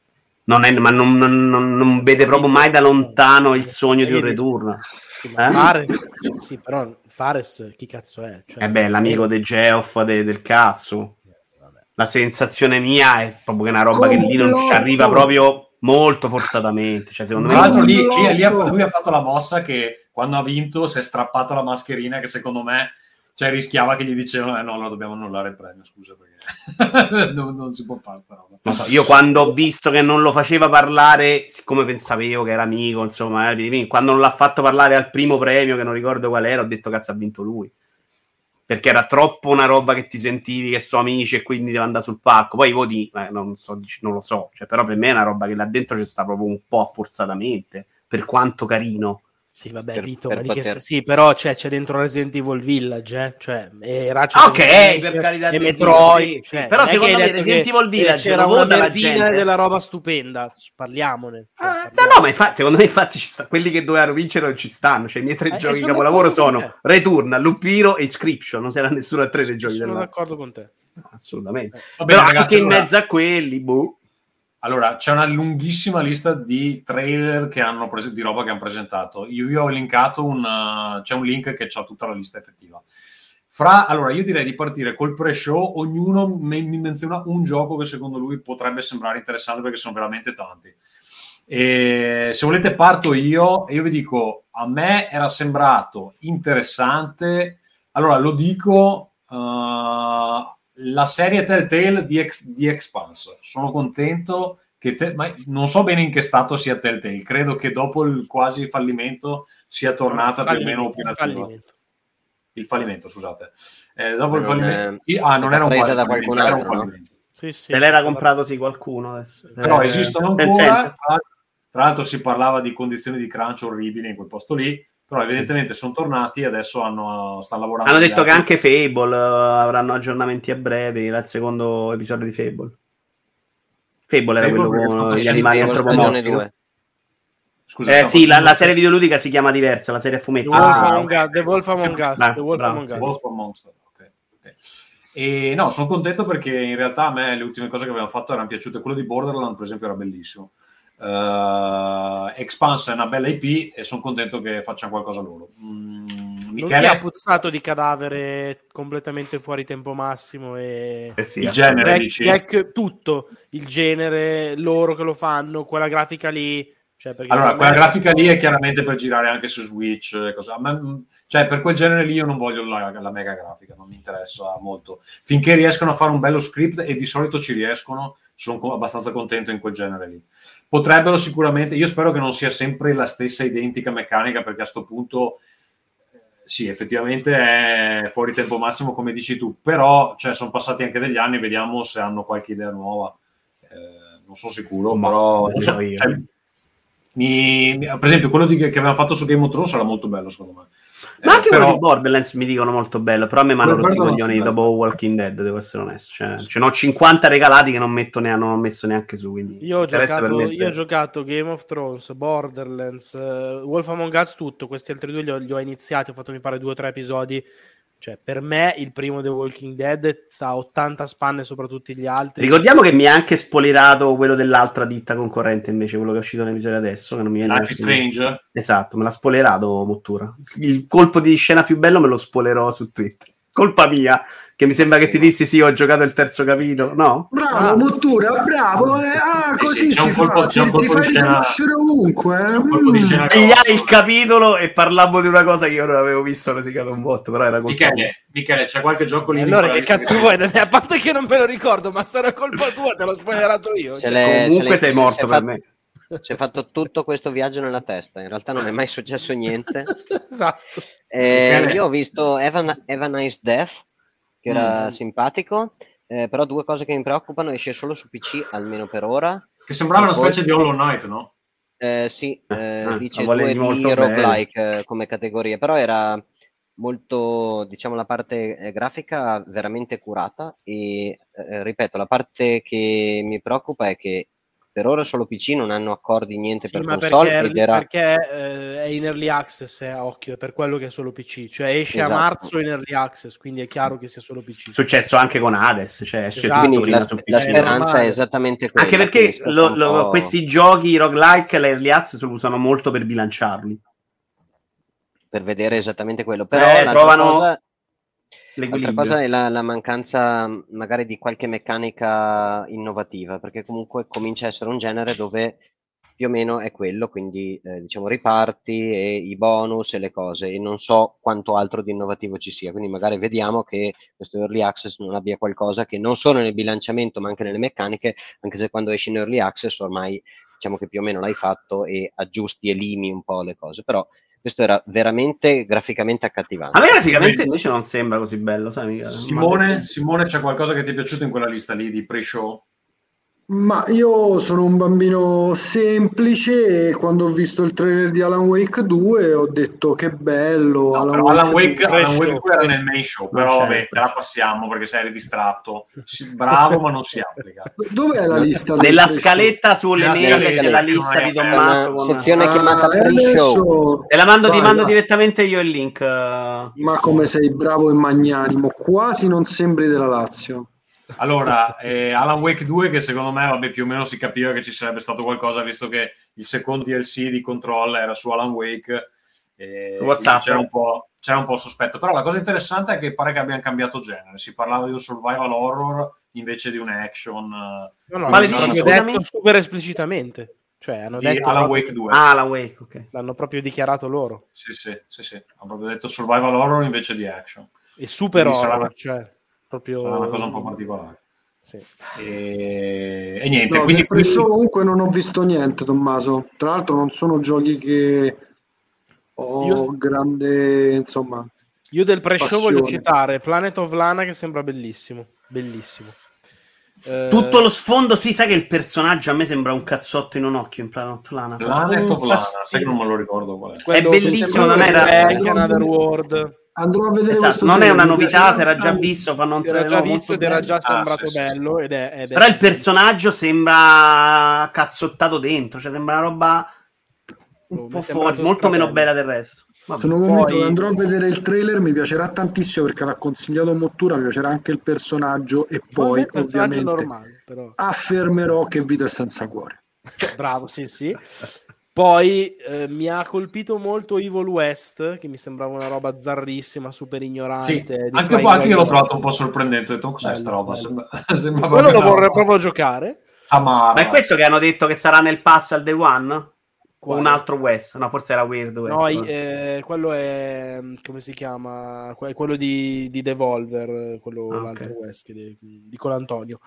Non vede proprio mai da lontano il sogno di un return. Fares, sì, però Fares chi cazzo è? Cioè, l'amico di Geoff del cazzo. La sensazione mia è proprio che è una roba che lì non ci arriva proprio molto forzatamente. Cioè, secondo Tra me l'altro lì lui ha fatto la mossa che quando ha vinto si è strappato la mascherina, che secondo me rischiava che gli dicevano no, dobbiamo annullare il premio, scusa, perché non si può fare sta roba. Io quando ho visto che non lo faceva parlare, siccome pensavo che era amico, insomma, quando non l'ha fatto parlare al primo premio, che non ricordo qual era, ho detto cazzo, ha vinto lui. Perché era troppo una roba che ti sentivi che sono amici e quindi deve andare sul palco. Poi i voti non lo so, cioè, però per me è una roba che là dentro c'è sta proprio un po' forzatamente, per quanto carino. Sì, vabbè, Vito, sì, però c'è dentro Resident Evil Village, cioè, e Ratchet per carità e Metroid, sì. Però secondo me Resident Evil Village c'era una verdina della roba stupenda, parliamone. No, ma secondo me infatti ci sta. Quelli che dovevano vincere non ci stanno, cioè i miei 3 giochi capolavoro sono Return, Lupiro e Inscription, non c'era nessuno a 3 dei giochi. Sono d'accordo con te. Assolutamente. Va bene, però ragazzi, anche in mezzo a quelli, Allora, c'è una lunghissima lista di trailer di roba che hanno presentato. Io vi ho linkato c'è un link che c'ha tutta la lista effettiva. Allora, io direi di partire col pre-show. Ognuno mi menziona un gioco che secondo lui potrebbe sembrare interessante, perché sono veramente tanti. E se volete parto io, e io vi dico, a me era sembrato interessante. Allora, lo dico... la serie Telltale di Expanse. Sono contento che ma non so bene in che stato sia Telltale. Credo che dopo il quasi fallimento sia tornata più o meno operativa. Il fallimento, scusate. Dopo il fallimento, non era un presa quasi da qualcun altro, era un fallimento. Sì, se l'era comprato qualcuno adesso. Però esistono ancora. Tra l'altro si parlava di condizioni di crunch orribili in quel posto lì. Però evidentemente sono tornati e adesso stanno lavorando. Hanno detto che anche Fable avranno aggiornamenti a breve, il secondo episodio di Fable. Fable era quello con gli animali antropomorfi. Scusa, sì, la serie videoludica si chiama diversa, la serie a fumetti. The Wolf Among Us. Okay. E no, sono contento perché in realtà a me le ultime cose che avevamo fatto erano piaciute. Quello di Borderlands, per esempio, era bellissimo. Expanse è una bella IP e sono contento che facciano qualcosa loro. Non ti ha puzzato di cadavere completamente fuori tempo massimo e sì, il genere tutto il genere, loro che lo fanno, quella grafica lì, cioè, allora quella grafica lì è chiaramente per girare anche su Switch, cioè per quel genere lì io non voglio la mega grafica, non mi interessa molto, finché riescono a fare un bello script, e di solito ci riescono. Sono abbastanza contento in quel genere lì. Potrebbero sicuramente, io spero che non sia sempre la stessa identica meccanica, perché a sto punto sì, effettivamente è fuori tempo massimo come dici tu, però sono passati anche degli anni, vediamo se hanno qualche idea nuova. Non sono sicuro, però non so, per esempio quello che avevamo fatto su Game of Thrones era molto bello secondo me. Ma anche quello di Borderlands mi dicono molto bello, però a me mi hanno rotto i coglioni dopo Walking Dead, devo essere onesto. Ce n'ho 50 regalati che non ho messo neanche su. Quindi io ho giocato Game of Thrones, Borderlands, Wolf Among Us, tutto. Questi altri due li ho iniziati, ho fatto mi pare 2 o 3 episodi. Cioè, per me il primo The Walking Dead sta a 80 spanne sopra tutti gli altri. Ricordiamo che mi ha anche spoilerato quello dell'altra ditta concorrente, invece, quello che è uscito nell'episodio adesso, che non mi viene. Life is Strange. Esatto, me l'ha spoilerato Mottura. Il colpo di scena più bello me lo spoilerò su Twitter. Colpa mia, che mi sembra che ti dissi sì, ho giocato il terzo capitolo, no? Bravo, Mottura, bravo. Così si fa, ti fai riconoscere ovunque. Tagliai il capitolo e parlavo di una cosa che io non avevo visto, ho rosicato un botto, però era colpa mia. Michele, c'è qualche gioco lì? Allora che cazzo vuoi? A parte che non me lo ricordo, ma sarà colpa tua, te l'ho spoilerato io. Comunque sei morto per me. Si è fatto tutto questo viaggio nella testa, in realtà non è mai successo niente. Esatto. Io ho visto Have a Nice Death, che era simpatico, però 2 cose che mi preoccupano: esce solo su PC almeno per ora, che sembrava una specie di Hollow Knight, no? Sì, dice 2D roguelike come categoria, però era molto, diciamo, la parte grafica veramente curata, e ripeto, la parte che mi preoccupa è che per ora solo PC, non hanno accordi niente per ma console. perché è in early access, a occhio, è per quello che è solo PC, cioè esce a marzo in early access, quindi è chiaro che sia solo PC. È successo anche con Hades, cioè quindi la speranza è esattamente quella. Anche perché questi giochi roguelike l'early access lo usano molto per bilanciarli, per vedere esattamente quello, però trovano l'altra cosa è la mancanza magari di qualche meccanica innovativa, perché comunque comincia a essere un genere dove più o meno è quello, quindi diciamo riparti e i bonus e le cose, e non so quanto altro di innovativo ci sia, quindi magari vediamo che questo early access non abbia qualcosa che non solo nel bilanciamento ma anche nelle meccaniche, anche se quando esci in early access ormai diciamo che più o meno l'hai fatto e aggiusti e limi un po' le cose, però questo era veramente graficamente accattivante. A me graficamente invece non sembra così bello, sai? Simone, c'è qualcosa che ti è piaciuto in quella lista lì di pre-show? Ma io sono un bambino semplice e quando ho visto il trailer di Alan Wake 2 ho detto che bello. No, Alan Wake 2 era nel main show, però vabbè, te la passiamo perché sei distratto. Bravo, ma non si applica. Dov'è la lista? Nella scaletta sulle mail c'è la lista di Tommaso. Una sezione chiamata pre-show. Te la mando, ti mando direttamente io il link. Ma come sei bravo e magnanimo, quasi non sembri della Lazio. Allora, Alan Wake 2, che secondo me vabbè, più o meno si capiva che ci sarebbe stato qualcosa, visto che il secondo DLC di Control era su Alan Wake, c'era un po' sospetto, però la cosa interessante è che pare che abbiano cambiato genere, si parlava di un survival horror invece di un action. Ma le dici detto super esplicitamente, cioè hanno detto Alan Wake 2. Alan Wake, ok. L'hanno proprio dichiarato loro. Sì, hanno proprio detto survival horror invece di action. E super horror, cioè proprio una cosa un po' particolare. Sì. E niente, no, quindi comunque non ho visto niente, Tommaso. Tra l'altro non sono giochi che ho grande, insomma. Io del pre-show voglio citare Planet of Lana, che sembra bellissimo. Tutto lo sfondo, sì, sai che il personaggio a me sembra un cazzotto in un occhio in Planet of Lana. Planet of Lana, sai che non me lo ricordo qual è. È bellissimo, non era Another World. Andrò a vedere questo non è una novità, si era già visto, si era già visto ed era già sembrato bello. Ed è però il personaggio sembra cazzottato dentro, cioè sembra una roba un po' fuori, molto meno bella del resto. Sono convinto che andrò a vedere il trailer, mi piacerà tantissimo perché l'ha consigliato Mottura, mi piacerà anche il personaggio e poi il personaggio normale, però. Affermerò che Vito è senza cuore. Bravo, sì. Poi mi ha colpito molto Evil West, che mi sembrava una roba azzarrissima, super ignorante. Sì, anche io l'ho trovato un po' sorprendente. Ho detto, cos'è sta roba? Sembra quello lo vorrei proprio giocare. Ma è questo che hanno detto che sarà nel pass al Day One? O un altro West? No, forse era Weird West. No, quello è... come si chiama? Quello di Devolver, quello l'altro West di Colantonio.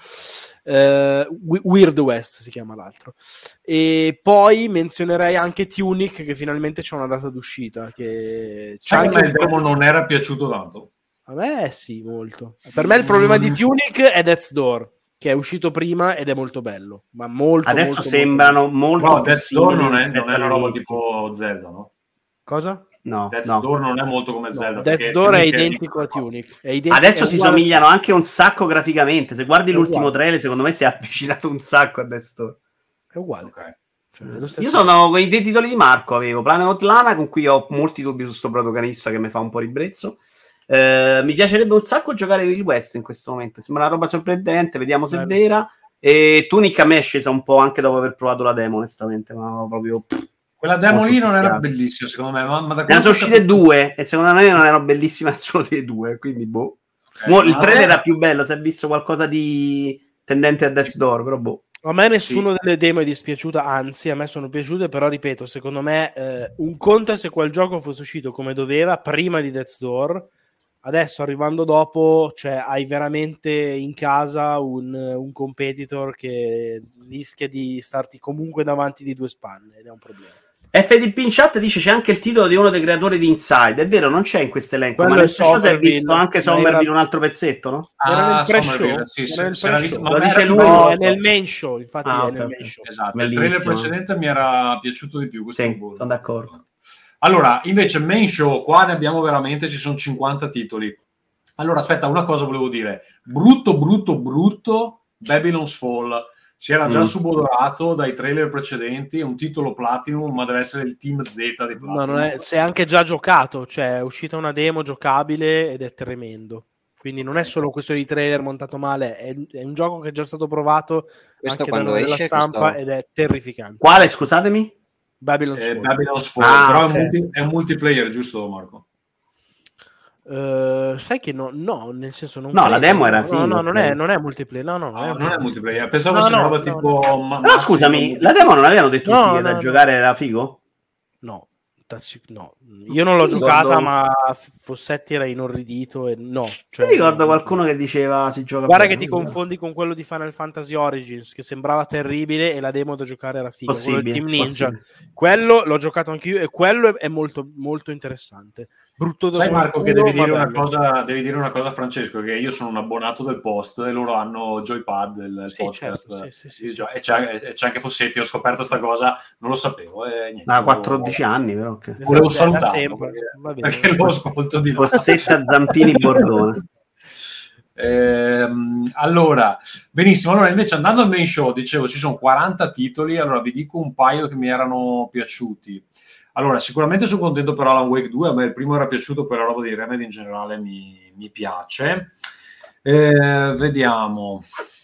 Weird West si chiama l'altro. E poi menzionerei anche Tunic, che finalmente c'è una data d'uscita. Che c'è anche il demo non era piaciuto tanto. A me sì, molto. Per me il problema di Tunic è Death's Door, che è uscito prima ed è molto bello, ma molto adesso molto, sembrano molto no, Death's Door non è una roba tipo Zelda, no? Cosa? No, Death's Door non è molto come Zelda. Death's Door è identico a Tunic. Adesso si somigliano anche un sacco graficamente. Se guardi l'ultimo trailer, secondo me si è avvicinato un sacco a Death's Door. È uguale. Okay. Cioè, io sono con i due titoli di Marco, avevo Planet of Lana, con cui ho molti dubbi su sto protagonista che mi fa un po' ribrezzo. Mi piacerebbe un sacco giocare il West in questo momento, sembra una roba sorprendente, vediamo se è vera. E Tunic a me è scesa un po' anche dopo aver provato la demo, onestamente, ma proprio quella demo lì non era bellissima secondo me, ma da ne sono uscite due e secondo me non erano bellissime nessuno dei due, quindi boh. Il trailer era più bello, si è visto qualcosa di tendente a Death's Door, però boh. A me nessuno delle demo è dispiaciuta, anzi a me sono piaciute, però ripeto, secondo me un conto è se quel gioco fosse uscito come doveva prima di Death's Door. Adesso arrivando dopo, cioè hai veramente in casa un competitor che rischia di starti comunque davanti di due spanne ed è un problema. FDP in chat dice c'è anche il titolo di uno dei creatori di Inside, è vero, non c'è in questo elenco, quello ma nel show si è visto anche Somerville un altro pezzetto, no? Era nel pre-show, lo dice lui, no, è nel main show, infatti è nel main show. Esatto, bellissimo. Il trailer precedente mi era piaciuto di più, questo sono d'accordo. Allora, invece, main show, qua ne abbiamo veramente, ci sono 50 titoli. Allora, aspetta, una cosa volevo dire. Brutto, Babylon's Fall. si era già subodorato dai trailer precedenti, un titolo Platinum, ma deve essere il Team Z di Platinum. Ma non è, si è anche già giocato, cioè è uscita una demo giocabile ed è tremendo. Quindi non è solo questione di trailer montato male, è un gioco che è già stato provato Questo anche quando dalla esce, stampa ed è terrificante. Quale, scusatemi? Babylon's Fall. Babylon's Fall, però okay. è un multiplayer, giusto Marco? Sai che no, nel senso non no, credo. la demo era no, non player. Non è multiplayer, non è multiplayer, pensavo fosse una roba tipo però scusami, la demo non avevano detto tutti che da giocare era figo? No, io non l'ho giocata, ma Fossetti era inorridito e cioè, mi ricordo qualcuno che diceva si gioca guarda bene, che ti confondi con quello di Final Fantasy Origins che sembrava terribile e la demo da giocare era figa, quello del Team Ninja. Quello l'ho giocato anch'io e quello è molto molto interessante. Brutto. Sai Marco che devi dire una cosa a Francesco, che io sono un abbonato del Post e loro hanno Joypad, il podcast, certo, e c'è anche Fossetti, ho scoperto sta cosa, non lo sapevo, niente, 14 anni però okay. Volevo salutarlo perché lo ascolto di Fossetta Zampini Bordone. Allora, benissimo. Allora, invece, andando al main show, dicevo, ci sono 40 titoli. Allora, vi dico un paio che mi erano piaciuti. Allora, sicuramente sono contento per Alan Wake 2. A me il primo era piaciuto, poi la roba di Remedy in generale mi piace. Vediamo.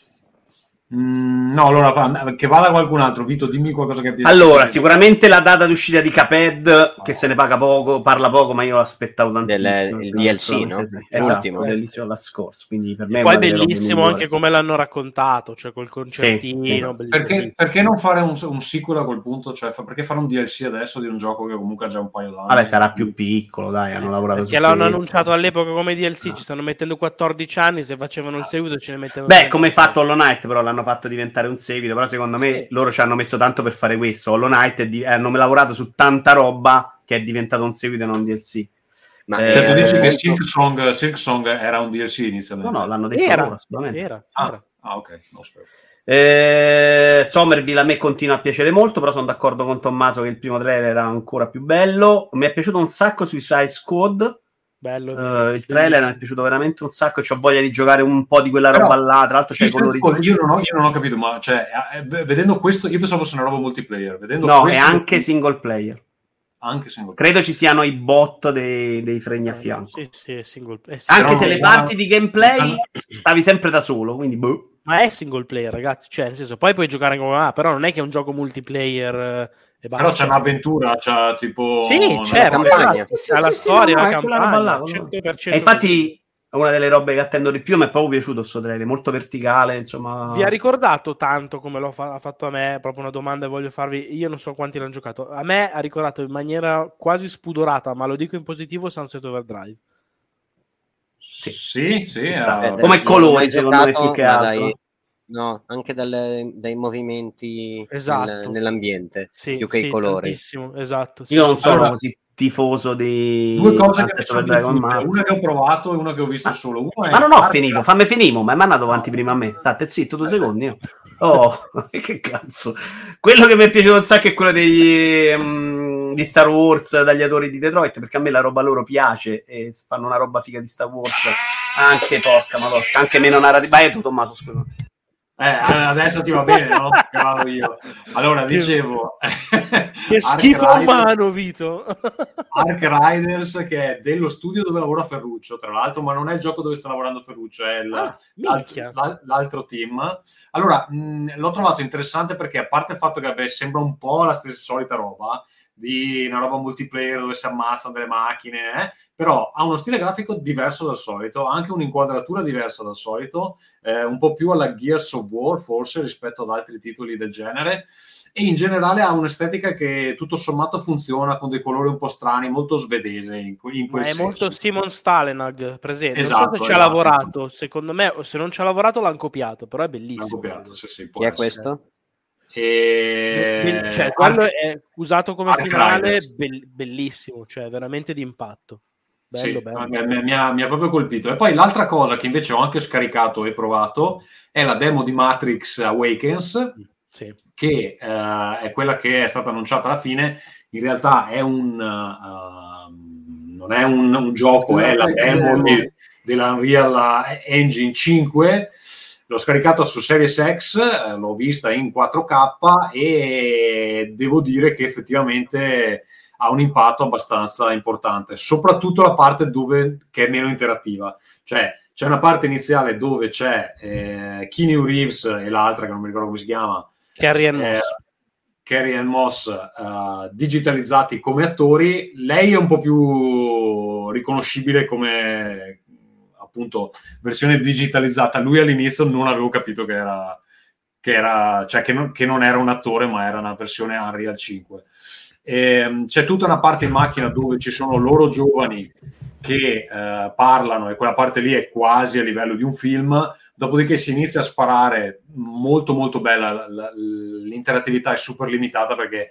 No, allora che vada qualcun altro. Vito, dimmi qualcosa che piace. Allora, sicuramente la data d'uscita di Cuphead, che se ne parla poco, ma io l'aspettavo tantissimo. Il DLC, no? Esatto, dell'inizio della scorsa. Quindi per me poi è bellissimo anche come l'hanno raccontato, cioè col concertino. Perché non fare un sequel a quel punto? Cioè, perché fare un DLC adesso di un gioco che comunque ha già un paio d'anni? Vabbè, sarà più piccolo, dai, hanno lavorato perché l'hanno annunciato all'epoca come DLC, ci stanno mettendo 14 anni, se facevano il seguito ce ne mettevano. Beh, come fatto Hollow Knight, però l'hanno fatto diventare un seguito, però secondo me loro ci hanno messo tanto per fare questo. Hollow Knight hanno lavorato su tanta roba che è diventato un seguito e non un DLC. Ma tu dici che Silk Song era un DLC inizialmente? No, l'hanno detto loro, assolutamente. Era. Ok, non spero. Somerville a me continua a piacere molto, però sono d'accordo con Tommaso che il primo trailer era ancora più bello. Mi è piaciuto un sacco Suicide Squad. Bello, il trailer mi è piaciuto veramente un sacco e ho voglia di giocare un po' di quella roba là. Tra l'altro c'è i colori. Io non ho capito, ma cioè, vedendo questo, io pensavo fosse una roba multiplayer. È anche single player. Credo ci siano i bot dei fregni a fianco. Sì, single player. Anche se le parti di gameplay stavi sempre da solo, quindi Ma è single player, ragazzi, cioè nel senso, poi puoi giocare come però non è che è un gioco multiplayer. Però c'è un'avventura, c'è tipo... Sì, certo, c'è la storia, la campagna, 100%. E infatti è una delle robe che attendo di più, mi è proprio piaciuto sto trailer, molto verticale, insomma. Vi ha ricordato tanto come ha fatto a me? Proprio una domanda voglio farvi, io non so quanti l'hanno giocato, a me ha ricordato in maniera quasi spudorata, ma lo dico in positivo, Sunset Overdrive. Sì. Come colori, secondo me, più che altro. No, anche dai movimenti esatto. nell'ambiente, più che i colori. Esatto. Io non sono così tifoso di... Due cose che mi sono piaciute, una che ho provato e una che ho visto solo. Ma non ho finito, fammi finire, ma è mandato avanti prima a me. State zitto 2 secondi. Io. Che cazzo. Quello che mi è piaciuto un sacco è quello di Star Wars, dagli autori di Detroit, perché a me la roba loro piace e fanno una roba figa di Star Wars. Anche porca madonna, anche meno narrativa. Vai tu Tommaso, scusa. Adesso ti va bene, no? Che vado io. Allora, dicevo... Che schifo umano, Vito! Ark Riders, che è dello studio dove lavora Ferruccio, tra l'altro, ma non è il gioco dove sta lavorando Ferruccio, è l'altro team. Allora, l'ho trovato interessante perché, a parte il fatto che sembra un po' la stessa solita roba, di una roba multiplayer dove si ammazzano delle macchine, però ha uno stile grafico diverso dal solito, ha anche un'inquadratura diversa dal solito, un po' più alla Gears of War forse rispetto ad altri titoli del genere, e in generale ha un'estetica che tutto sommato funziona con dei colori un po' strani, molto svedese in quel senso. È molto Simon Stalenhag presente, esatto, non so se ci ha lavorato, secondo me se non ci ha lavorato l'hanno copiato, però è bellissimo. Sì, chi è questo? Cioè, quello è usato come finale bellissimo, cioè veramente d'impatto. Bello. Mi ha proprio colpito. E poi l'altra cosa che invece ho anche scaricato e provato è la demo di Matrix Awakens, che è quella che è stata annunciata alla fine. In realtà è non è un gioco, è la demo della Unreal Engine 5. l'ho scaricata su Series X, l'ho vista in 4K e devo dire che effettivamente ha un impatto abbastanza importante, soprattutto la parte che è meno interattiva. Cioè c'è una parte iniziale dove c'è Keanu Reeves e l'altra che non mi ricordo come si chiama, Carrie Ann Moss, digitalizzati come attori. Lei è un po' più riconoscibile come appunto versione digitalizzata. Lui all'inizio non avevo capito che non era un attore, ma era una versione Unreal 5. C'è tutta una parte in macchina dove ci sono loro giovani che parlano, e quella parte lì è quasi a livello di un film. Dopodiché si inizia a sparare, molto molto bella, l'interattività è super limitata perché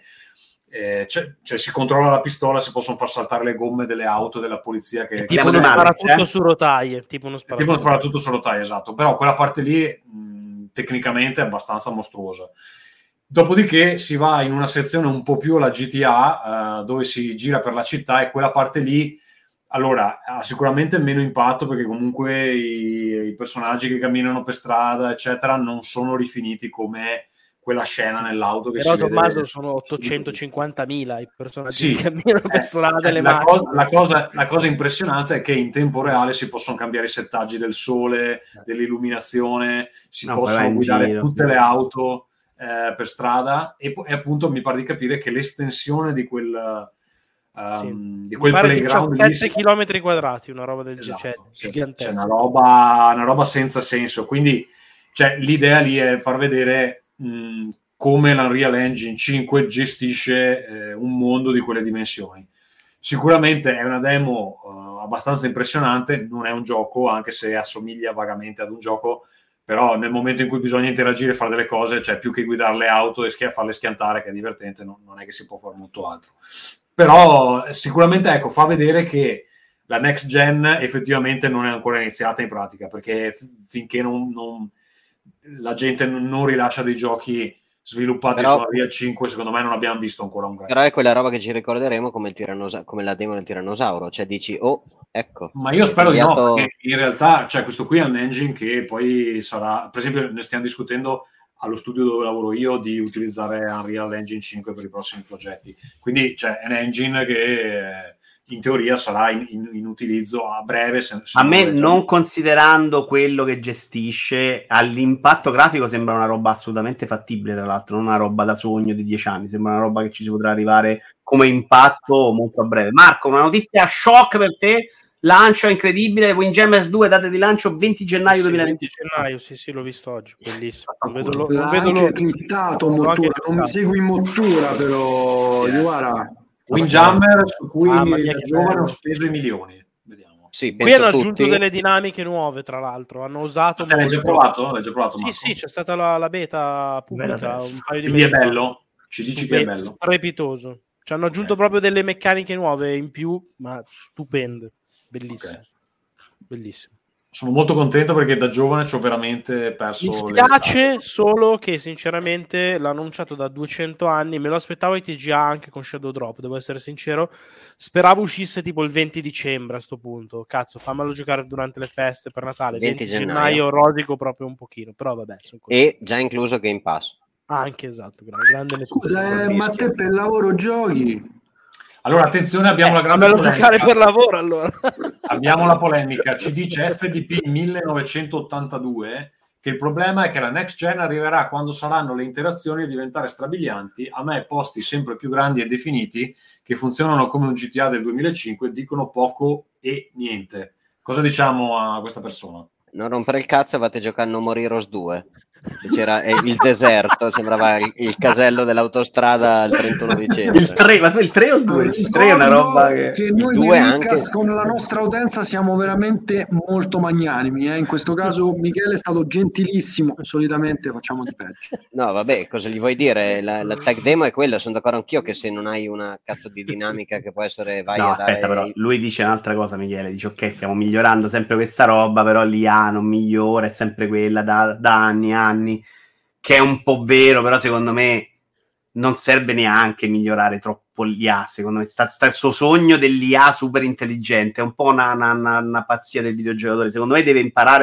si controlla la pistola, si possono far saltare le gomme delle auto della polizia che tipo uno sparatutto su rotaie, tipo uno sparatutto su rotaie, esatto. Però quella parte lì tecnicamente è abbastanza mostruosa. Dopodiché si va in una sezione un po' più alla GTA, dove si gira per la città, e quella parte lì allora ha sicuramente meno impatto perché comunque i personaggi che camminano per strada eccetera non sono rifiniti come quella scena nell'auto che però si Tommaso vede... sono 850.000 i personaggi che camminano per strada, le la cosa impressionante è che in tempo reale si possono cambiare i settaggi del sole, dell'illuminazione, si possono guidare tutte le auto per strada, e appunto mi pare di capire che l'estensione di quel playground 17 km quadrati, una roba del genere, c'è una roba senza senso. Quindi l'idea lì è far vedere come l'Unreal Engine 5 gestisce un mondo di quelle dimensioni. Sicuramente è una demo abbastanza impressionante, non è un gioco, anche se assomiglia vagamente ad un gioco, però nel momento in cui bisogna interagire e fare delle cose, più che guidare le auto e farle schiantare, che è divertente, non è che si può fare molto altro. Però sicuramente fa vedere che la next gen effettivamente non è ancora iniziata in pratica, perché finché la gente non rilascia dei giochi sviluppati su Unreal 5, secondo me non abbiamo visto ancora un grande. Però è quella roba che ci ricorderemo come la demo del tirannosauro, dici ecco. Ma io spero di no, perché in realtà questo qui è un engine che poi sarà, per esempio ne stiamo discutendo allo studio dove lavoro io di utilizzare Unreal Engine 5 per i prossimi progetti, quindi è un engine che in teoria sarà in utilizzo a breve. A me, non considerando quello che gestisce, all'impatto grafico sembra una roba assolutamente fattibile, tra l'altro non una roba da sogno di 10 anni, sembra una roba che ci si potrà arrivare come impatto molto a breve. Marco, una notizia shock per te: lancio incredibile, Windjammers 2, data di lancio 20 gennaio 2020. 20 gennaio, sì, l'ho visto oggi, bellissimo. Non vedo twittato Mottura, non mi segui in Mottura, però guarda, Windjammer su cui da giovane ho speso i milioni. Vediamo. Sì, qui hanno aggiunto delle dinamiche nuove, tra l'altro hanno usato l'hai già provato? Sì, c'è stata la beta pubblica un paio di mesi. Quindi è bello? Ci dici che è bello? Strepitoso. Ci hanno aggiunto proprio delle meccaniche nuove in più, ma stupende. Bellissimo. Bellissimo. Sono molto contento perché da giovane ci ho veramente perso. Mi spiace solo che sinceramente l'ha annunciato da 200 anni, me lo aspettavo ai TGA anche con Shadow Drop, devo essere sincero, speravo uscisse tipo il 20 dicembre a sto punto, cazzo, fammelo giocare durante le feste per Natale, 20 gennaio rosico proprio un pochino, però vabbè. E già incluso Game Pass. Anche, esatto, grande. Scusa, ma te per lavoro giochi? Allora, attenzione, abbiamo la grande polemica. Giocare per lavoro, allora. Abbiamo la polemica. Ci dice FDP 1982 che il problema è che la next gen arriverà quando saranno le interazioni a diventare strabilianti. A me posti sempre più grandi e definiti che funzionano come un GTA del 2005 dicono poco e niente. Cosa diciamo a questa persona? Non rompere il cazzo, vate giocando No More Heroes 2. C'era il deserto, sembrava il casello dell'autostrada il 31 dicembre. Il 3, ma tu il 3 o il 2? Il 3 è una roba che noi di Lucas con la nostra utenza siamo veramente molto magnanimi. In questo caso Michele è stato gentilissimo, solitamente facciamo di peggio. No, vabbè, cosa gli vuoi dire? La tech demo è quella, sono d'accordo anch'io che se non hai una cazzo di dinamica che può essere aspetta, però lui dice un'altra cosa, Michele, dice ok, stiamo migliorando sempre questa roba, però l'IA non migliora, è sempre quella da anni, che è un po' vero, però secondo me non serve neanche migliorare troppo l'IA. Secondo me sta il suo sogno dell'IA super intelligente, è un po' una pazzia del videogiocatore. Secondo me deve imparare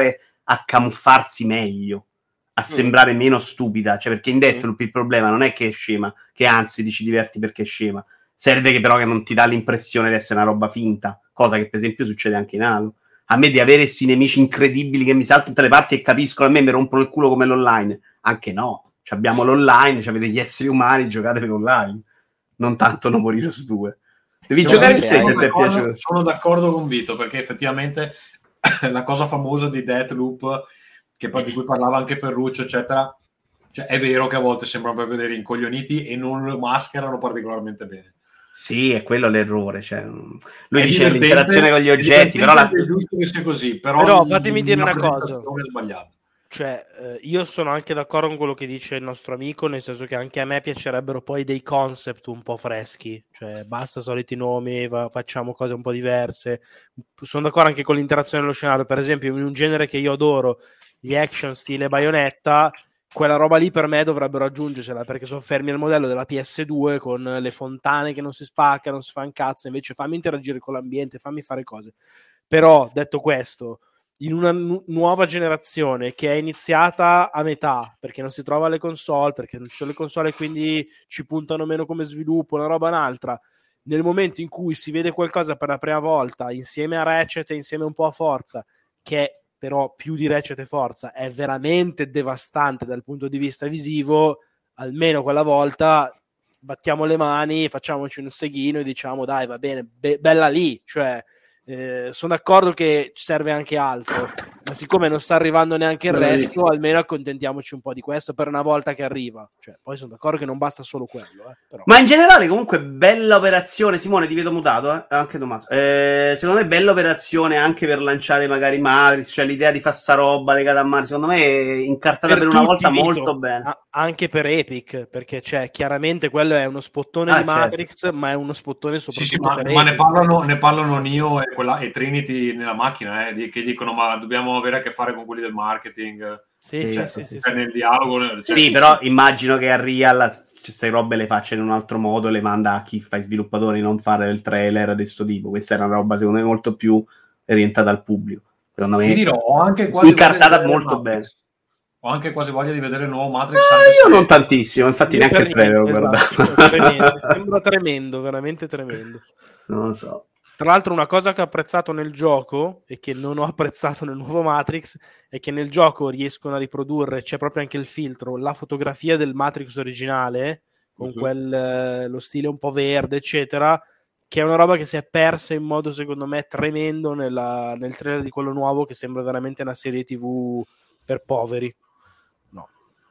a camuffarsi meglio, a sembrare meno stupida, cioè perché in Deathloop il problema non è che è scema, che anzi ti ci diverti perché è scema, serve che però che non ti dà l'impressione di essere una roba finta, cosa che per esempio succede anche in Halo. A me di avere questi nemici incredibili che mi saltano tutte le parti e capiscono, a me mi rompono il culo come l'online, anche no, abbiamo l'online, avete gli esseri umani, giocate per online, non tanto No More Heroes 2. Devi giocare il 3 se ti è piaciuto. Sono d'accordo con Vito, perché effettivamente la cosa famosa di Deathloop, che poi di cui parlava anche Ferruccio, eccetera, cioè è vero che a volte sembrano proprio dei rincoglioniti e non lo mascherano particolarmente bene. Sì, è quello l'errore. Cioè, lui dice l'interazione con gli oggetti, però è giusto che sia così. Però fatemi dire una cosa. È sbagliata. Cioè, io sono anche d'accordo con quello che dice il nostro amico, nel senso che anche a me piacerebbero poi dei concept un po' freschi, cioè basta soliti nomi, facciamo cose un po' diverse. Sono d'accordo anche con l'interazione nello scenario, per esempio in un genere che io adoro, gli action stile Bayonetta, quella roba lì per me dovrebbero aggiungersela, perché sono fermi al modello della PS2 con le fontane che non si spaccano, non si fa un cazzo, invece fammi interagire con l'ambiente, fammi fare cose. Però, detto questo, in una nuova generazione che è iniziata a metà, perché non si trova le console, perché non ci sono le console e quindi ci puntano meno come sviluppo, una roba un'altra, nel momento in cui si vede qualcosa per la prima volta, insieme a Ratchet e insieme un po' a Forza, che però più di Ratchet e Forza è veramente devastante dal punto di vista visivo, almeno quella volta battiamo le mani, facciamoci un seghino e diciamo dai va bene, bella lì, cioè sono d'accordo che serve anche altro, ma siccome non sta arrivando neanche il resto, almeno accontentiamoci un po' di questo per una volta che arriva, cioè, poi sono d'accordo che non basta solo quello, però. Ma in generale comunque bella operazione. Simone, ti vedo mutato, anche Tommaso. Secondo me bella operazione anche per lanciare magari Matrix, cioè l'idea di fare sta roba legata a Matrix, secondo me è incartata per una volta molto bene. Anche per Epic, perché cioè, chiaramente quello è uno spottone di Matrix, certo. Ma è uno spottone soprattutto per ma ne parlano Neo e Trinity nella macchina, che dicono ma dobbiamo avere a che fare con quelli del marketing. Sì, nel dialogo. Sì, però immagino che a Real queste robe le faccia in un altro modo, le manda a chi fa i sviluppatori, non fare il trailer di questo tipo. Questa era una roba secondo me molto più orientata al pubblico. Secondo me ho anche quasi incartata molto bene. Ho anche quasi voglia di vedere il nuovo Matrix. Io non tantissimo, infatti neanche il trailer l'ho guardato. Sembra tremendo, veramente tremendo. Non lo so. Tra l'altro una cosa che ho apprezzato nel gioco e che non ho apprezzato nel nuovo Matrix è che nel gioco riescono a riprodurre, c'è proprio anche il filtro, la fotografia del Matrix originale con lo stile un po' verde eccetera, che è una roba che si è persa in modo secondo me tremendo nel trailer di quello nuovo, che sembra veramente una serie TV per poveri. No.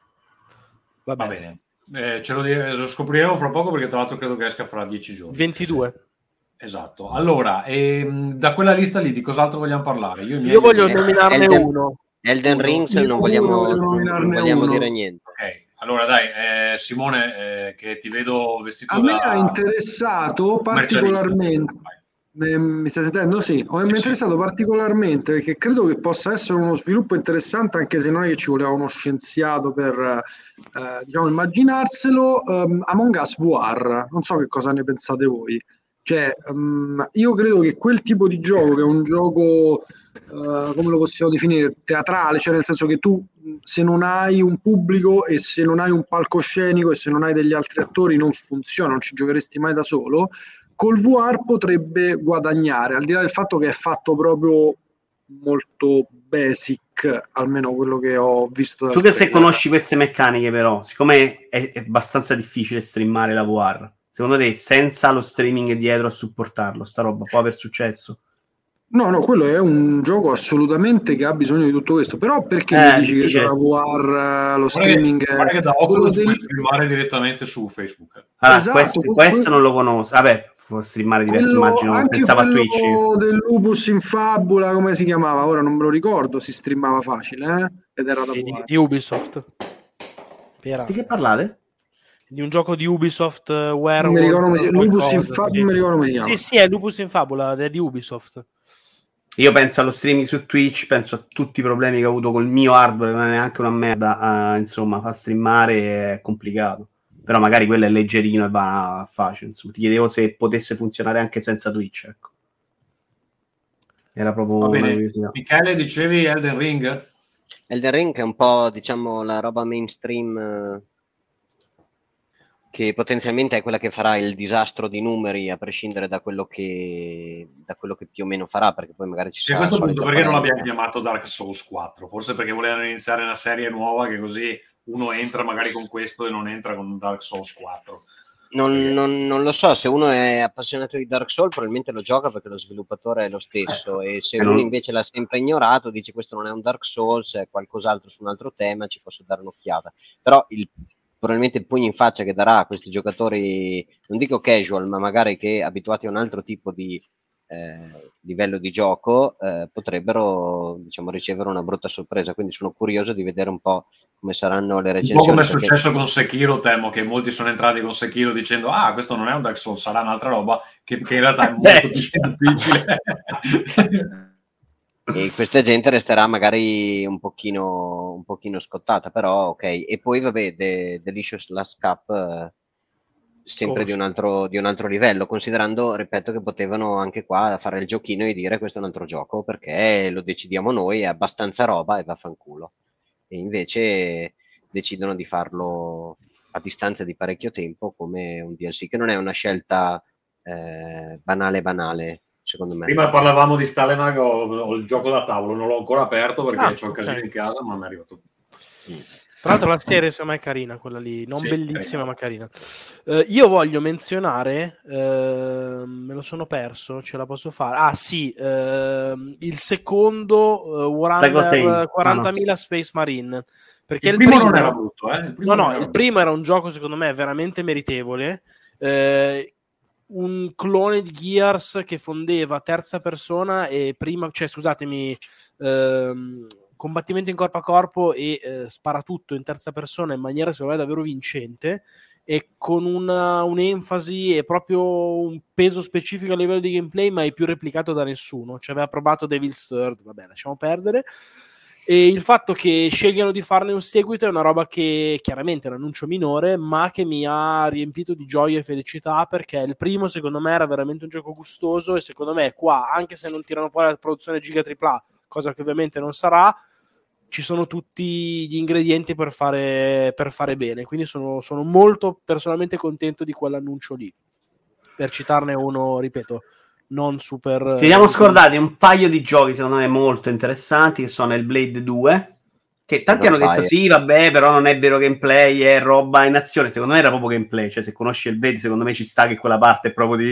Va bene. Ce lo scopriremo fra poco, perché tra l'altro credo che esca fra 10 giorni. 22. Esatto. Allora, da quella lista lì di cos'altro vogliamo parlare? Io voglio nominarne uno. Elden Ring, non vogliamo dire niente. Ok, allora dai, Simone, che ti vedo vestito me ha interessato particolarmente. Mi stai sentendo? Sì, mi è interessato particolarmente perché credo che possa essere uno sviluppo interessante, anche se non è che ci voleva uno scienziato per diciamo immaginarselo. Among Us VR, non so che cosa ne pensate voi. Cioè, io credo che quel tipo di gioco, che è un gioco, come lo possiamo definire, teatrale, cioè nel senso che tu, se non hai un pubblico e se non hai un palcoscenico e se non hai degli altri attori, non funziona, non ci giocheresti mai da solo. Col VR potrebbe guadagnare, al di là del fatto che è fatto proprio molto basic, almeno quello che ho visto. Tu che se conosci queste meccaniche, però, siccome è abbastanza difficile streamare la VR, secondo te, senza lo streaming dietro a supportarlo, sta roba può aver successo? No, quello è un gioco assolutamente che ha bisogno di tutto questo. Però perché mi dici che la VR, lo streaming guarda che da Oculus puoi streamare direttamente su Facebook. Allora, esatto, questo non lo conosco. Vabbè, può streamare diverso, immagino. Anche pensavo a quello Twitch. del Lupus in Fabula, come si chiamava? Ora non me lo ricordo, si streamava facile, ed era da di Ubisoft. Di che parlate? Di un gioco di Ubisoft Lupus in Fabula, mi ricordo come si chiama. Sì, è Lupus in Fabula, è di Ubisoft. Io penso allo streaming su Twitch, penso a tutti i problemi che ho avuto col mio hardware, non è neanche una merda, insomma, far streamare è complicato. Però magari quello è leggerino e va facile, insomma. Ti chiedevo se potesse funzionare anche senza Twitch, ecco. Era proprio una curiosità. Michele, dicevi Elden Ring? Elden Ring è un po', diciamo, la roba mainstream che potenzialmente è quella che farà il disastro di numeri, a prescindere da quello che più o meno farà, perché poi magari ci sarà. A questo punto, perché non l'abbiamo chiamato Dark Souls 4? Forse perché volevano iniziare una serie nuova, che così uno entra magari con questo e non entra con Dark Souls 4. Non lo so, se uno è appassionato di Dark Souls probabilmente lo gioca perché lo sviluppatore è lo stesso, e se uno invece l'ha sempre ignorato, dice questo non è un Dark Souls, è qualcos'altro su un altro tema, ci posso dare un'occhiata. Però probabilmente il pugno in faccia che darà a questi giocatori, non dico casual, ma magari che abituati a un altro tipo di livello di gioco, potrebbero, diciamo, ricevere una brutta sorpresa. Quindi sono curioso di vedere un po' come saranno le recensioni. Un po' come è successo con Sekiro, temo che molti sono entrati con Sekiro dicendo questo non è un Dark Souls, sarà un'altra roba, che in realtà è molto più difficile. E questa gente resterà magari un pochino scottata, però ok. E poi vabbè, Delicious Last Cup, sempre di un altro livello, considerando, ripeto, che potevano anche qua fare il giochino e dire questo è un altro gioco perché lo decidiamo noi, è abbastanza roba e vaffanculo. E invece decidono di farlo a distanza di parecchio tempo come un DLC, che non è una scelta banale, secondo me. Prima parlavamo di Stalenag, ho il gioco da tavolo, non l'ho ancora aperto perché ho il casino in casa, ma mi è arrivato. Tra l'altro la serie secondo me è carina, quella lì, non bellissima ma carina. Io voglio menzionare, me lo sono perso, ce la posso fare? Il secondo Warhammer 40.000 Space Marine. Perché il primo non era brutto, il primo era un gioco secondo me veramente meritevole, un clone di Gears che fondeva terza persona e combattimento in corpo a corpo e sparatutto in terza persona in maniera secondo me davvero vincente, e con un'enfasi e proprio un peso specifico a livello di gameplay mai più replicato da nessuno. Ci aveva provato Devil's Third, vabbè, lasciamo perdere. E il fatto che scegliano di farne un seguito è una roba che chiaramente è un annuncio minore, ma che mi ha riempito di gioia e felicità, perché il primo secondo me era veramente un gioco gustoso, e secondo me qua, anche se non tirano fuori la produzione giga AAA, cosa che ovviamente non sarà, ci sono tutti gli ingredienti per fare bene. Quindi sono molto personalmente contento di quell'annuncio lì, per citarne uno, ripeto, non super. Ci siamo scordati un paio di giochi secondo me molto interessanti, che sono il Blade 2, che tanti hanno detto sì, vabbè, però non è vero gameplay, è roba in azione. Secondo me era proprio gameplay, cioè se conosci il Blade secondo me ci sta che quella parte è proprio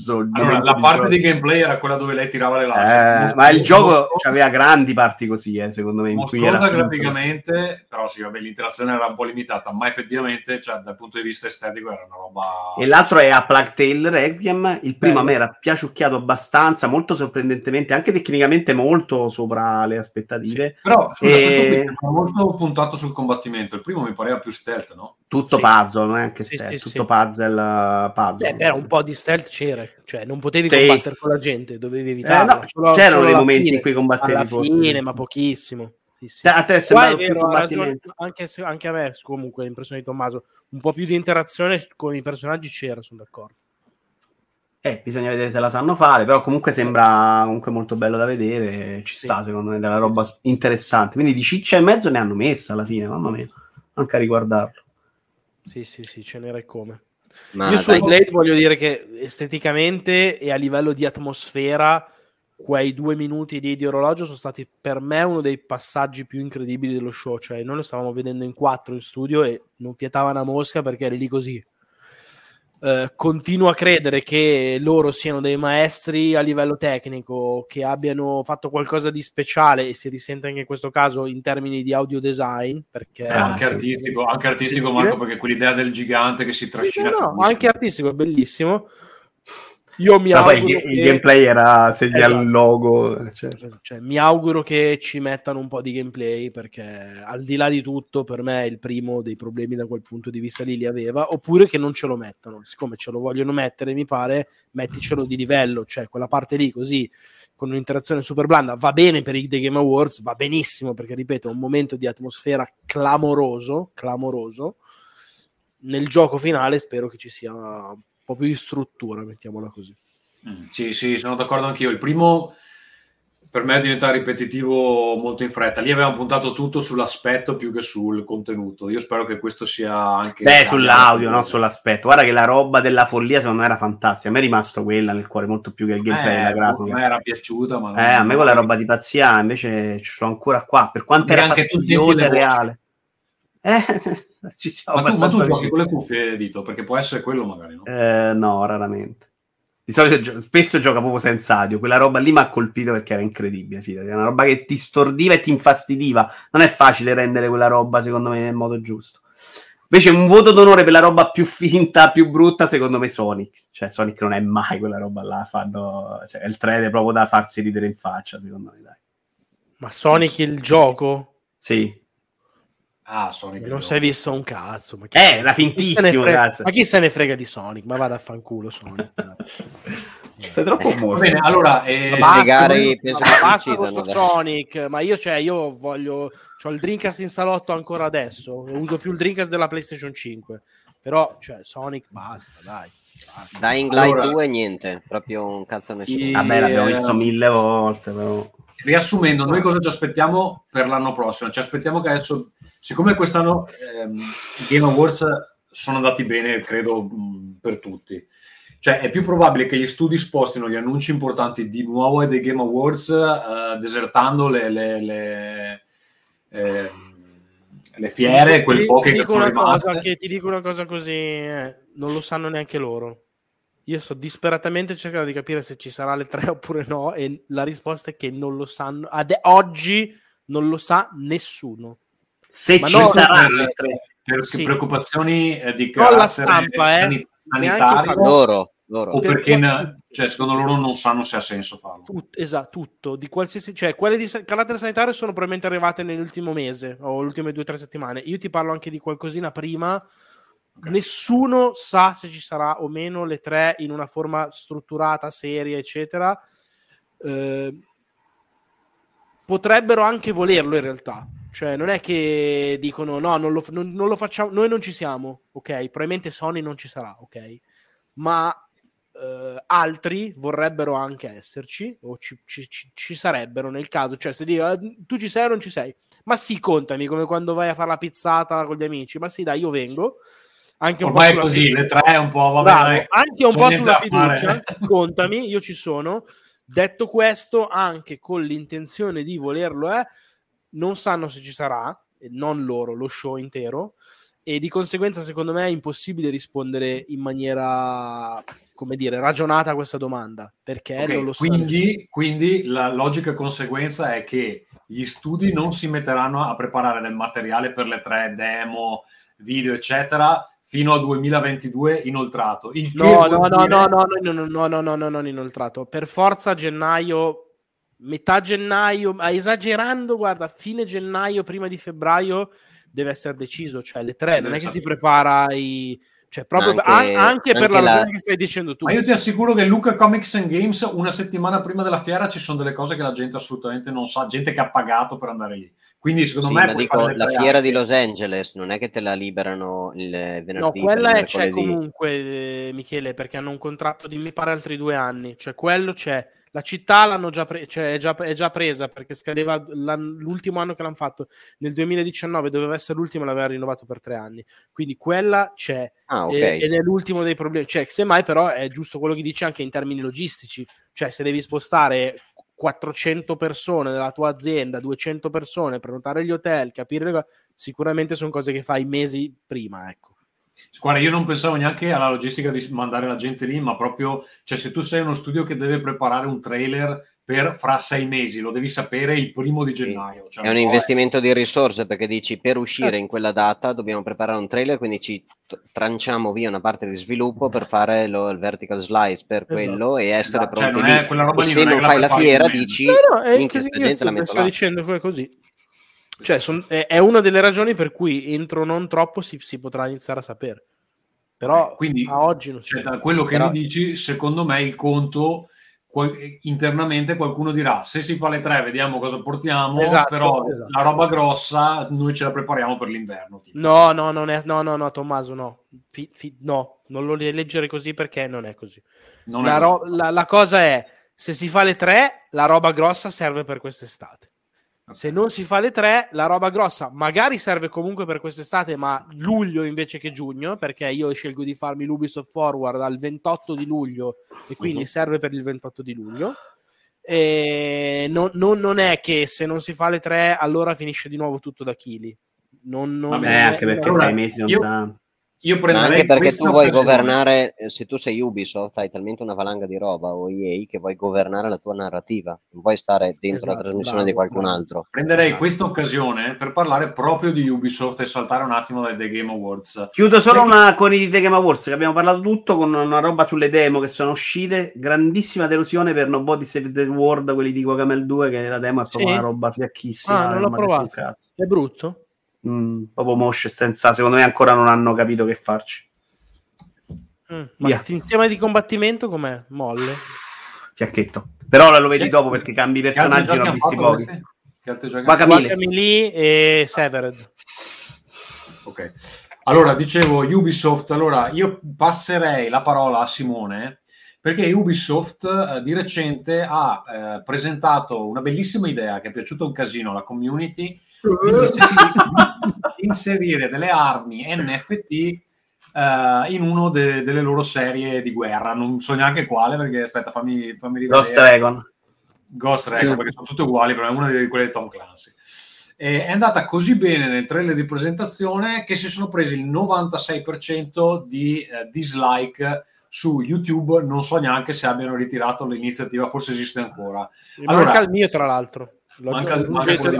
la parte di gameplay era quella dove lei tirava le lance, ma il gioco aveva grandi parti così, secondo me, mostruosa graficamente, però sì, vabbè, l'interazione era un po' limitata, ma effettivamente, cioè, dal punto di vista estetico era una roba. E l'altro è A Plague Tale Requiem. Il primo a me era piaciucchiato abbastanza, molto sorprendentemente, anche tecnicamente molto sopra le aspettative. Sì. Però scusa, questo qui è molto puntato sul combattimento. Il primo mi pareva più stealth, no? Tutto puzzle, non è anche stealth, tutto puzzle. Però un po' di stealth c'era, cioè non potevi combattere con la gente, dovevi evitarlo. C'erano dei momenti in cui combattevi alla fine, ma pochissimo. A te è vero, anche a me comunque l'impressione di Tommaso, un po' più di interazione con i personaggi c'era, sono d'accordo. Bisogna vedere se la sanno fare, però comunque sembra comunque molto bello da vedere, ci sta secondo me della roba interessante, quindi di ciccia e mezzo ne hanno messa alla fine, mamma mia, anche a riguardarlo. Sì, ce n'era e come. Io sul Blade voglio dire che esteticamente e a livello di atmosfera quei 2 minuti di orologio sono stati per me uno dei passaggi più incredibili dello show. Cioè noi lo stavamo vedendo in 4 in studio e non fiatava una mosca perché eri lì così. Continuo a credere che loro siano dei maestri a livello tecnico, che abbiano fatto qualcosa di speciale, e si risente anche in questo caso in termini di audio design, perché anche artistico Marco, perché quell'idea del gigante che si trascina anche artistico è bellissimo. Io mi auguro il gameplay era segna il logo, cioè, mi auguro che ci mettano un po' di gameplay, perché al di là di tutto per me il primo dei problemi da quel punto di vista li aveva, oppure che non ce lo mettano. Siccome ce lo vogliono mettere, mi pare, metticelo di livello, cioè quella parte lì così con un'interazione super blanda va bene per i The Game Awards, va benissimo, perché ripeto è un momento di atmosfera clamoroso. Nel gioco finale spero che ci sia un po' più di struttura, mettiamola così. Sì, sono d'accordo anch'io. Il primo per me diventa ripetitivo molto in fretta. Lì avevamo puntato tutto sull'aspetto più che sul contenuto. Io spero che questo sia anche... sull'audio, non sull'aspetto. Guarda che la roba della follia secondo me era fantastica. A me è rimasto quella nel cuore molto più che il gameplay della grafica. A me era piaciuta, ma a me quella roba di pazzia invece ce l'ho ancora qua. Per quanto era fastidiosa e reale. Ci siamo ma tu giochi con le cuffie, Vito? Perché può essere quello magari, no? No, raramente. Di solito spesso gioca proprio senza audio. Quella roba lì mi ha colpito perché era incredibile, fidati. È una roba che ti stordiva e ti infastidiva. Non è facile rendere quella roba, secondo me, nel modo giusto. Invece un voto d'onore per la roba più finta, più brutta, secondo me Sonic. Cioè Sonic non è mai quella roba là. Cioè, è il trailer proprio da farsi ridere in faccia, secondo me, dai. Ma Sonic il gioco? Sì. Sonic non si è visto un cazzo. Era fintissimo, cazzo. Ma chi se ne frega di Sonic? Ma vada a fanculo Sonic. Sei troppo mostro. Va bene, allora basta questo Sonic. Ma io voglio... C'ho il Dreamcast in salotto ancora adesso. Uso più il Dreamcast della PlayStation 5. Però, Sonic basta, dai. Basta. Dying Light 2 niente. Proprio un cazzo nessuno. Vabbè, l'abbiamo visto 1000 volte, però... Riassumendo, noi cosa ci aspettiamo per l'anno prossimo? Ci aspettiamo che adesso, siccome quest'anno i Game Awards sono andati bene, credo, per tutti, cioè è più probabile che gli studi spostino gli annunci importanti di nuovo dei Game Awards, desertando le fiere, quel poche che sono rimaste. Ti dico una cosa così, non lo sanno neanche loro. Io sto disperatamente cercando di capire se ci sarà le 3 oppure no, e la risposta è che non lo sanno. Oggi non lo sa nessuno. Se ci saranno le 3. Per preoccupazioni di carattere la stampa, sanitario, loro. O perché secondo loro non sanno se ha senso farlo. Tutto. Di qualsiasi, quelle di carattere sanitario sono probabilmente arrivate nell'ultimo mese o le ultime 2 o 3 settimane. Io ti parlo anche di qualcosina prima. Okay. Nessuno sa se ci sarà o meno le 3 in una forma strutturata, seria, eccetera. Potrebbero anche volerlo in realtà. Cioè, non è che dicono no, non lo facciamo, noi non ci siamo, ok? Probabilmente Sony non ci sarà, ok? Ma altri vorrebbero anche esserci, o ci sarebbero nel caso. Cioè, se dico tu ci sei o non ci sei? Ma sì, contami, come quando vai a fare la pizzata con gli amici. Ma sì, dai, io vengo. Anche un ormai po' è così, fiducia. le 3 è un po', vabbè, anche un po' sulla fiducia, contami, io ci sono. Detto questo, anche con l'intenzione di volerlo, non sanno se ci sarà, e non loro, lo show intero, e di conseguenza secondo me è impossibile rispondere in maniera, come dire, ragionata a questa domanda, perché non lo sanno. Quindi la logica conseguenza è che gli studi non si metteranno a preparare del materiale per le 3 demo, video, eccetera, fino al 2022 inoltrato. Non inoltrato. Per forza gennaio, metà gennaio, esagerando, guarda, fine gennaio, prima di febbraio deve essere deciso, cioè le 3, non è che si prepara proprio anche per la ragione che stai dicendo tu. Ma io ti assicuro che Luca Comics and Games una settimana prima della fiera ci sono delle cose che la gente assolutamente non sa, gente che ha pagato per andare lì. Quindi secondo me la fiera di Los Angeles non è che te la liberano il venerdì. No, quella c'è comunque, Michele, perché hanno un contratto di mi pare altri 2 anni, cioè quello c'è. La città l'hanno già è già presa perché scadeva l'ultimo anno che l'hanno fatto nel 2019, doveva essere l'ultimo, l'aveva rinnovato per 3 anni, quindi quella c'è. Okay. Ed è l'ultimo dei problemi, semmai però è giusto quello che dici anche in termini logistici, cioè se devi spostare 400 persone della tua azienda, 200 persone, prenotare gli hotel, capire le cose, sicuramente sono cose che fai mesi prima, ecco. Guarda, io non pensavo neanche alla logistica di mandare la gente lì, ma proprio, se tu sei uno studio che deve preparare un trailer per fra 6 mesi, lo devi sapere il 1 gennaio. È un investimento di risorse, perché dici per uscire in quella data dobbiamo preparare un trailer, quindi ci tranciamo via una parte di sviluppo per fare il vertical slice per quello e essere pronti lì. E se non fai la fiera dici minchia, sta gente la metto là. Dicendo che è così. Cioè, è una delle ragioni per cui entro non troppo si potrà iniziare a sapere. Però quindi, a oggi non si da quello che mi dici, secondo me il conto internamente qualcuno dirà se si fa le 3 vediamo cosa portiamo, però la roba grossa noi ce la prepariamo per l'inverno. Tipo. No, Tommaso, no. No, non lo leggere così perché non è così. La cosa è, Se si fa le 3, la roba grossa serve per quest'estate. Se non si fa le 3, la roba grossa magari serve comunque per quest'estate, ma luglio invece che giugno, perché io scelgo di farmi l'Ubisoft Forward al 28 di luglio e quindi serve per il 28 di luglio. E non è che se non si fa le 3 allora finisce di nuovo tutto da chili. Anche perché 6 mesi non tanto. Io prenderei anche perché tu vuoi governare, se tu sei Ubisoft hai talmente una valanga di roba, o EA, che vuoi governare la tua narrativa, non vuoi stare dentro la trasmissione di qualcun altro. Prenderei questa occasione per parlare proprio di Ubisoft e saltare un attimo dai The Game Awards. Chiudo solo con i The Game Awards, che abbiamo parlato tutto, con una roba sulle demo che sono uscite. Grandissima delusione per Nobody Save the World, quelli di Guacamele 2, che la demo è proprio una roba fiacchissima. Non l'ho provato. È brutto? Proprio mosce, senza, secondo me ancora non hanno capito che farci. Ma il tema di combattimento com'è? Molle? Fiacchetto. Però lo vedi dopo perché cambi i personaggi, non ho visti pochi. Guacamole e Severed. Ok. Allora, dicevo Ubisoft, allora io passerei la parola a Simone perché Ubisoft di recente ha presentato una bellissima idea che è piaciuta un casino alla community, inserire delle armi NFT in uno delle loro serie di guerra, non so neanche quale, perché aspetta, fammi rivedere. Ghost Recon, perché sono tutte uguali, però è una di quelle di Tom Clancy. È andata così bene nel trailer di presentazione che si sono presi il 96% di dislike su YouTube. Non so neanche se abbiano ritirato l'iniziativa, forse esiste ancora. Manca il mio, tra l'altro. Aggiungete.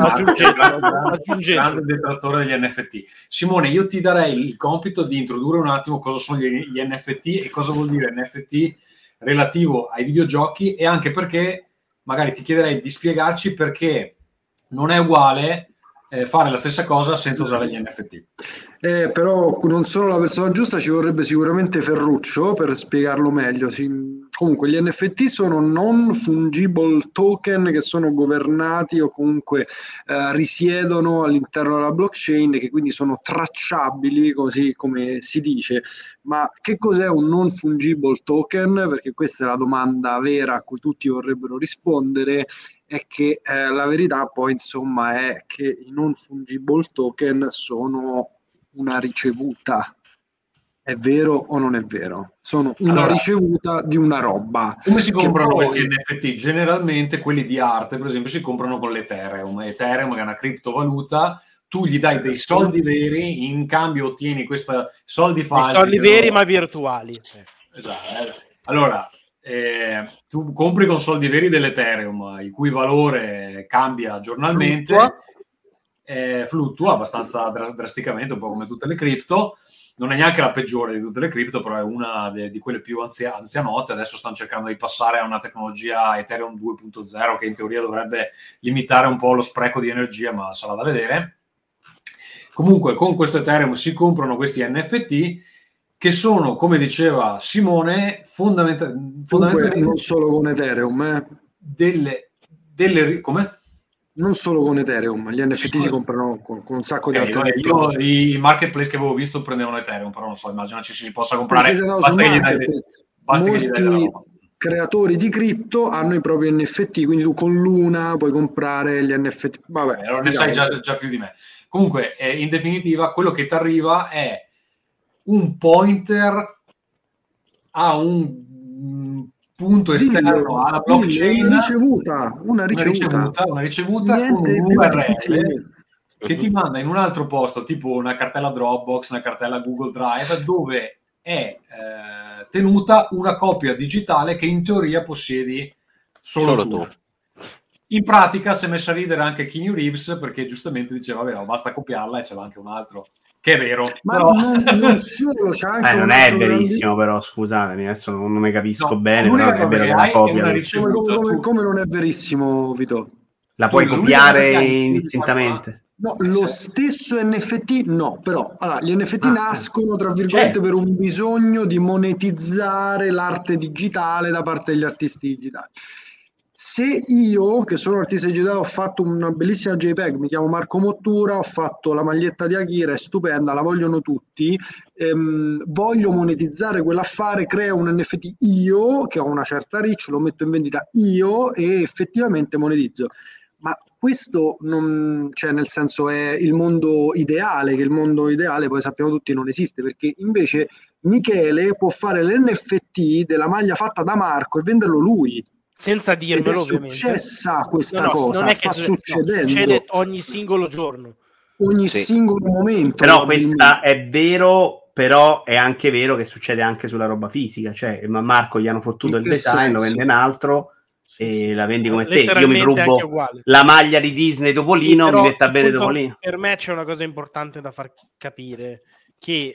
Grande detrattore degli NFT. Simone, io ti darei il compito di introdurre un attimo cosa sono gli NFT e cosa vuol dire NFT relativo ai videogiochi, e anche perché magari ti chiederei di spiegarci perché non è uguale fare la stessa cosa senza usare gli NFT. Però non sono la persona giusta, ci vorrebbe sicuramente Ferruccio per spiegarlo meglio. Comunque gli NFT sono non fungible token che sono governati o comunque risiedono all'interno della blockchain, che quindi sono tracciabili, così come si dice. Ma che cos'è un non fungible token? Perché questa è la domanda vera a cui tutti vorrebbero rispondere. È che la verità poi insomma è che i non fungible token sono una ricevuta. È vero o non è vero? Sono una ricevuta di una roba. Come si comprano questi NFT? Generalmente quelli di arte, per esempio, si comprano con l'Ethereum. Ethereum è una criptovaluta, tu gli dai dei soldi veri, in cambio ottieni questi soldi falsi. Soldi veri ma virtuali. Esatto. Allora, tu compri con soldi veri dell'Ethereum, il cui valore cambia giornalmente, fluttua abbastanza drasticamente, un po' come tutte le cripto. Non è neanche la peggiore di tutte le cripto, però è una di quelle più anzianote. Adesso stanno cercando di passare a una tecnologia Ethereum 2.0 che in teoria dovrebbe limitare un po' lo spreco di energia, ma sarà da vedere. Comunque con questo Ethereum si comprano questi NFT che sono, come diceva Simone, fondamentalmente non solo con Ethereum, come? Non solo con Ethereum, gli NFT si comprano con un sacco di altre cripto. I marketplace che avevo visto prendevano Ethereum, però non so, immagino ci si possa comprare. Molti creatori di cripto hanno i propri NFT, quindi tu con Luna puoi comprare gli NFT. Vabbè, allora ne sai già più di me. Comunque, in definitiva, quello che ti arriva è un pointer a un punto esterno alla blockchain, una ricevuta con un URL che ti manda in un altro posto, tipo una cartella Dropbox, una cartella Google Drive, dove è tenuta una copia digitale che in teoria possiedi solo tu. In pratica si è messa a ridere anche Keanu Reeves, perché giustamente diceva basta copiarla, e ce l'ha anche un altro. Che è vero, ma però... non solo, c'è anche non è verissimo, però scusatemi, adesso non ne capisco bene, però è vero che la copia come non è verissimo, Vito? La puoi copiare indistintamente? No, lo stesso NFT no, però allora, gli NFT nascono tra virgolette per un bisogno di monetizzare l'arte digitale da parte degli artisti digitali. Se io, che sono artista digitale, ho fatto una bellissima JPEG, mi chiamo Marco Mottura, ho fatto la maglietta di Akira, è stupenda, la vogliono tutti, voglio monetizzare quell'affare, creo un NFT io, che ho una certa reach, lo metto in vendita io e effettivamente monetizzo. Ma questo non, cioè nel senso è il mondo ideale, che il mondo ideale poi sappiamo tutti non esiste, perché invece Michele può fare l'NFT della maglia fatta da Marco e venderlo lui. Senza dirmelo, ovviamente. È successa questa cosa, non è sta che succedendo. Succede ogni singolo giorno. Ogni singolo momento. Però questa è vero, però è anche vero che succede anche sulla roba fisica. Cioè, Marco gli hanno fottuto il design, lo vende un altro e la vendi come te. Io mi rubo la maglia di Disney Topolino, mi metto a bere Topolino. Per me c'è una cosa importante da far capire, che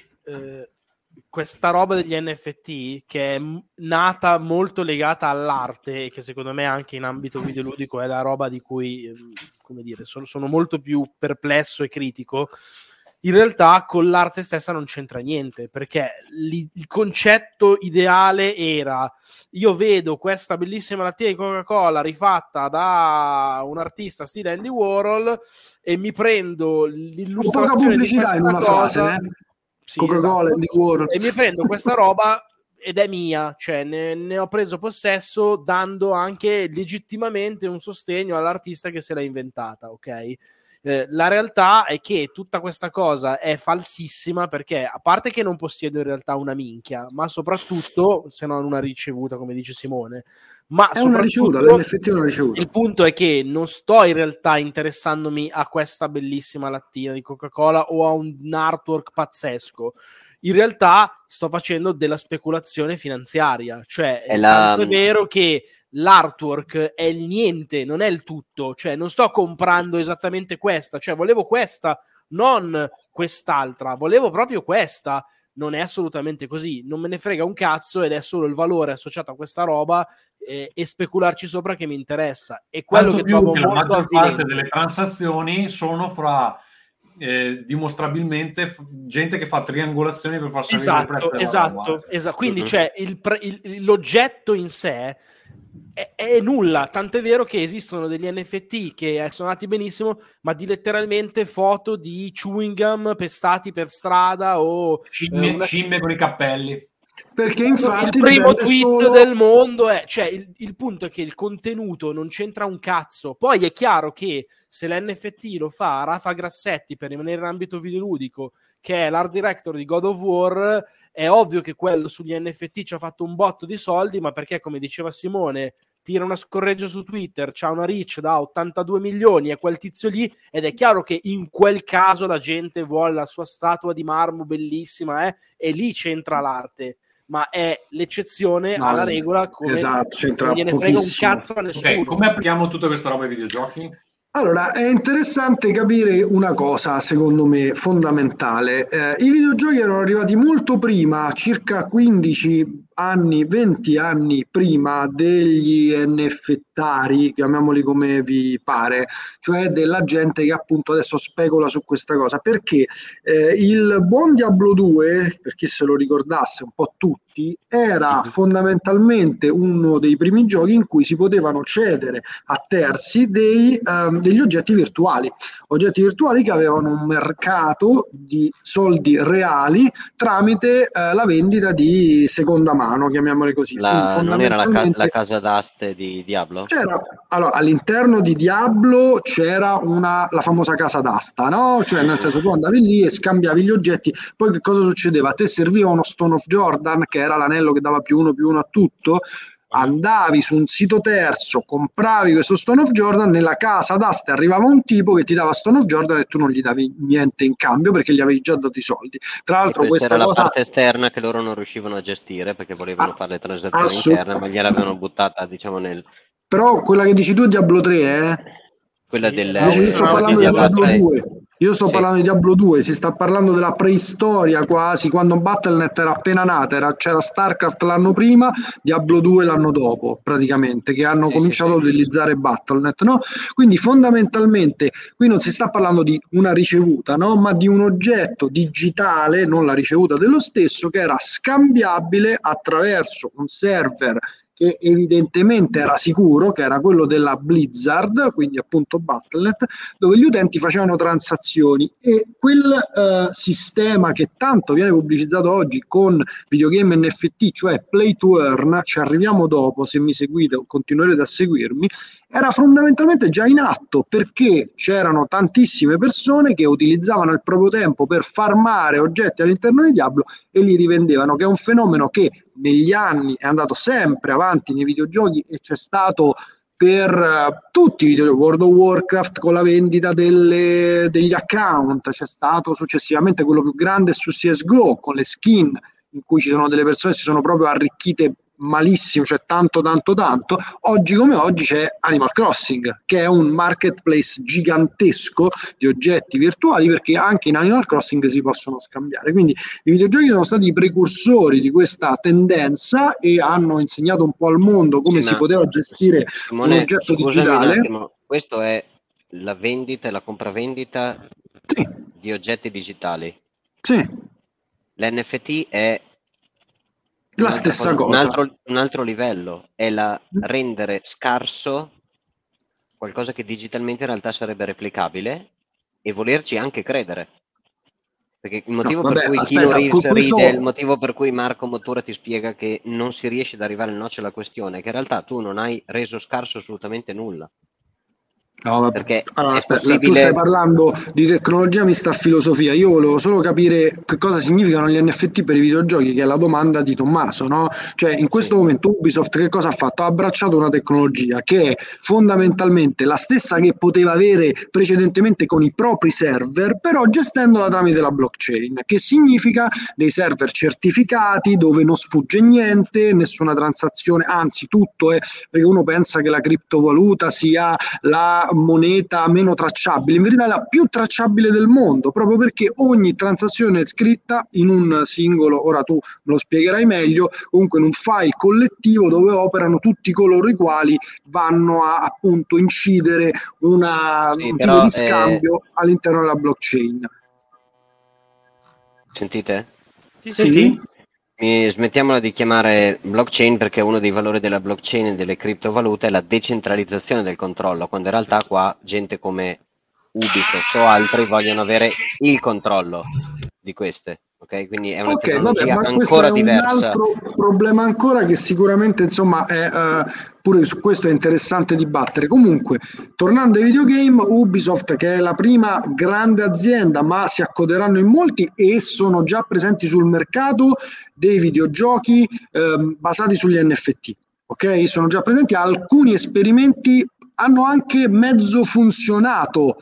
questa roba degli NFT, che è nata molto legata all'arte e che secondo me anche in ambito videoludico è la roba di cui, come dire, sono molto più perplesso e critico, in realtà con l'arte stessa non c'entra niente, perché il concetto ideale era: io vedo questa bellissima lattina di Coca-Cola rifatta da un artista stile Andy Warhol e mi prendo l'illustrazione di questa in una cosa frase, sì, Coca-Cola, esatto. Andy Warhol, e mi prendo questa roba ed è mia, cioè ne ho preso possesso dando anche legittimamente un sostegno all'artista che se l'ha inventata, ok? La realtà è che tutta questa cosa è falsissima, perché a parte che non possiedo in realtà una minchia, ma soprattutto, se non una ricevuta, come dice Simone, ma è una ricevuta, l'NFT è una ricevuta. Il punto è che non sto in realtà interessandomi a questa bellissima lattina di Coca-Cola o a un artwork pazzesco. In realtà sto facendo della speculazione finanziaria, cioè è vero che l'artwork è il niente, non è il tutto, cioè non sto comprando esattamente questa, cioè volevo questa, non quest'altra, volevo proprio questa. Non è assolutamente così, non me ne frega un cazzo ed è solo il valore associato a questa roba e specularci sopra che mi interessa. E quello tanto che più trovo che la molto maggior parte delle transazioni sono fra dimostrabilmente gente che fa triangolazioni per far salire il prezzo della roba. Esatto. Quindi c'è l'oggetto in sé è nulla, tant'è vero che esistono degli NFT che sono nati benissimo, ma di letteralmente foto di chewing gum pestati per strada o scimmie con i cappelli. Perché infatti il primo tweet del mondo è, cioè il punto è che il contenuto non c'entra un cazzo. Poi è chiaro che se l'NFT lo fa Rafa Grassetti, per rimanere in ambito videoludico, che è l'art director di God of War, è ovvio che quello sugli NFT ci ha fatto un botto di soldi, ma perché, come diceva Simone, tira una scorreggia su Twitter, c'ha una reach da 82 milioni e quel tizio lì, ed è chiaro che in quel caso la gente vuole la sua statua di marmo bellissima, e lì c'entra l'arte. Ma è l'eccezione alla regola, come c'entra non gliene frega un cazzo a nessuno. Okay, come applichiamo tutta questa roba ai videogiochi? Allora, è interessante capire una cosa, secondo me, fondamentale. I videogiochi erano arrivati molto prima, circa 15 anni, 20 anni prima degli NFTari, chiamiamoli come vi pare, cioè della gente che appunto adesso specula su questa cosa, perché il buon Diablo 2, per chi se lo ricordasse, un po' tutti, era fondamentalmente uno dei primi giochi in cui si potevano cedere a terzi degli oggetti virtuali che avevano un mercato di soldi reali tramite la vendita di seconda mano, chiamiamole così. Non era la casa d'aste di Diablo? Allora, all'interno di Diablo c'era la famosa casa d'asta, no? Cioè nel senso, tu andavi lì e scambiavi gli oggetti, poi che cosa succedeva? A te serviva uno Stone of Jordan, che era l'anello che dava +1 a tutto, andavi su un sito terzo, compravi questo Stone of Jordan, nella casa d'aste arrivava un tipo che ti dava Stone of Jordan e tu non gli davi niente in cambio perché gli avevi già dato i soldi. Tra l'altro questa era la parte esterna che loro non riuscivano a gestire perché volevano fare le transazioni interne, ma gliel'avevano buttata, diciamo, Però quella che dici tu è Diablo 3, quella sì, io sto parlando di Diablo 2. Io sto parlando di Diablo 2, si sta parlando della preistoria quasi, quando Battle.net era appena nata, c'era StarCraft l'anno prima, Diablo 2 l'anno dopo, praticamente, che hanno cominciato a utilizzare Battle.net, no? Quindi fondamentalmente qui non si sta parlando di una ricevuta, no? Ma di un oggetto digitale, non la ricevuta dello stesso, che era scambiabile attraverso un server che evidentemente era sicuro, che era quello della Blizzard, quindi appunto Battle.net, dove gli utenti facevano transazioni, e quel sistema che tanto viene pubblicizzato oggi con videogame NFT, cioè play to earn, ci arriviamo dopo, se mi seguite o continuerete a seguirmi, era fondamentalmente già in atto, perché c'erano tantissime persone che utilizzavano il proprio tempo per farmare oggetti all'interno di Diablo e li rivendevano, che è un fenomeno che negli anni è andato sempre avanti nei videogiochi, e c'è stato per tutti i videogiochi, World of Warcraft con la vendita degli account, c'è stato successivamente quello più grande su CSGO con le skin, in cui ci sono delle persone che si sono proprio arricchite malissimo, cioè tanto. Oggi come oggi c'è Animal Crossing, che è un marketplace gigantesco di oggetti virtuali, perché anche in Animal Crossing si possono scambiare. Quindi i videogiochi sono stati i precursori di questa tendenza e hanno insegnato un po' al mondo come si poteva gestire un oggetto digitale. Un attimo, questo è la vendita e la compravendita di oggetti digitali. Sì. L'NFT è la stessa cosa. Un altro livello è rendere scarso qualcosa che digitalmente in realtà sarebbe replicabile e volerci anche credere. Perché il motivo per cui Keanu Reeves ride, il motivo per cui Marco Mottura ti spiega che non si riesce ad arrivare al nocciolo della questione è che in realtà tu non hai reso scarso assolutamente nulla. No, perché allora, aspetta, tu stai parlando di tecnologia mista a filosofia. Io volevo solo capire che cosa significano gli NFT per i videogiochi, che è la domanda di Tommaso, no? Cioè, in questo momento Ubisoft che cosa ha fatto? Ha abbracciato una tecnologia che è fondamentalmente la stessa che poteva avere precedentemente con i propri server, però gestendola tramite la blockchain, che significa dei server certificati dove non sfugge niente, nessuna transazione, anzi tutto è, perché uno pensa che la criptovaluta sia la moneta meno tracciabile, in verità è la più tracciabile del mondo, proprio perché ogni transazione è scritta in un singolo, ora tu me lo spiegherai meglio, comunque in un file collettivo dove operano tutti coloro i quali vanno a appunto incidere un tipo di scambio all'interno della blockchain. Sentite? Sì. Smettiamola di chiamare blockchain, perché uno dei valori della blockchain e delle criptovalute è la decentralizzazione del controllo, quando in realtà qua gente come Ubisoft o altri vogliono avere il controllo di queste, ok? Quindi è una tecnologia ancora diversa. Un altro problema ancora che sicuramente insomma è pure su questo è interessante dibattere. Comunque, tornando ai videogame, Ubisoft, che è la prima grande azienda, ma si accoderanno in molti e sono già presenti sul mercato dei videogiochi basati sugli NFT, ok? Sono già presenti, alcuni esperimenti hanno anche mezzo funzionato,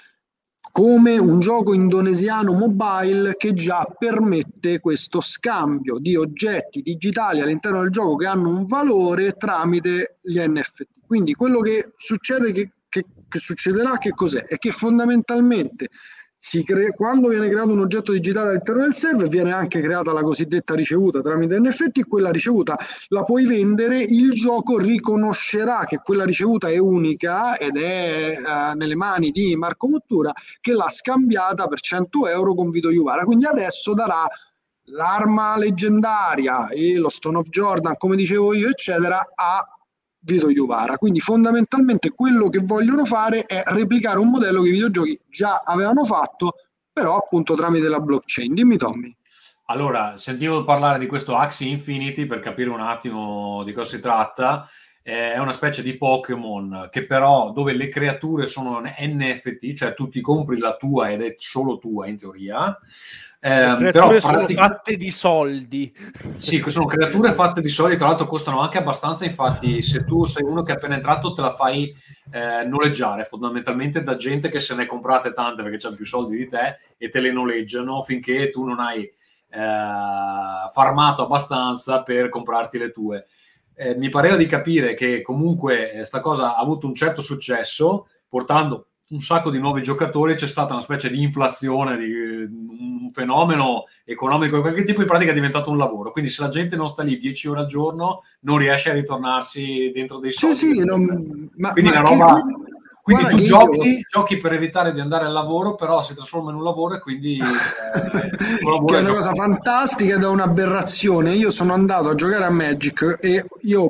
come un gioco indonesiano mobile che già permette questo scambio di oggetti digitali all'interno del gioco che hanno un valore tramite gli NFT. Quindi quello che succede, che succederà, che cos'è? È che fondamentalmente quando viene creato un oggetto digitale all'interno del server, viene anche creata la cosiddetta ricevuta tramite NFT, e quella ricevuta la puoi vendere, il gioco riconoscerà che quella ricevuta è unica ed è nelle mani di Marco Mottura, che l'ha scambiata per 100 euro con Vito Iuvara. Quindi adesso darà l'arma leggendaria e lo Stone of Jordan, come dicevo io, eccetera, a Vito Iuvara. Quindi fondamentalmente quello che vogliono fare è replicare un modello che i videogiochi già avevano fatto, però appunto tramite la blockchain. Dimmi Tommy. Allora, sentivo parlare di questo Axie Infinity per capire un attimo di cosa si tratta. È una specie di Pokémon che però dove le creature sono NFT, cioè tu ti compri la tua ed è solo tua in teoria. Le creature sono fatte di soldi. Sì, sono creature fatte di soldi, tra l'altro costano anche abbastanza, infatti se tu sei uno che è appena entrato te la fai noleggiare fondamentalmente da gente che se ne è comprate tante perché c'ha più soldi di te e te le noleggiano finché tu non hai farmato abbastanza per comprarti le tue. Mi pareva di capire che comunque sta cosa ha avuto un certo successo portando un sacco di nuovi giocatori, c'è stata una specie di inflazione, di un fenomeno economico di qualche tipo, in pratica è diventato un lavoro, quindi se la gente non sta lì 10 ore al giorno non riesce a ritornarsi dentro dei soldi. Sì, quindi una roba... Quindi tu giochi per evitare di andare al lavoro, però si trasforma in un lavoro e quindi che è una cosa fantastica ed è un'aberrazione. Io sono andato a giocare a Magic e io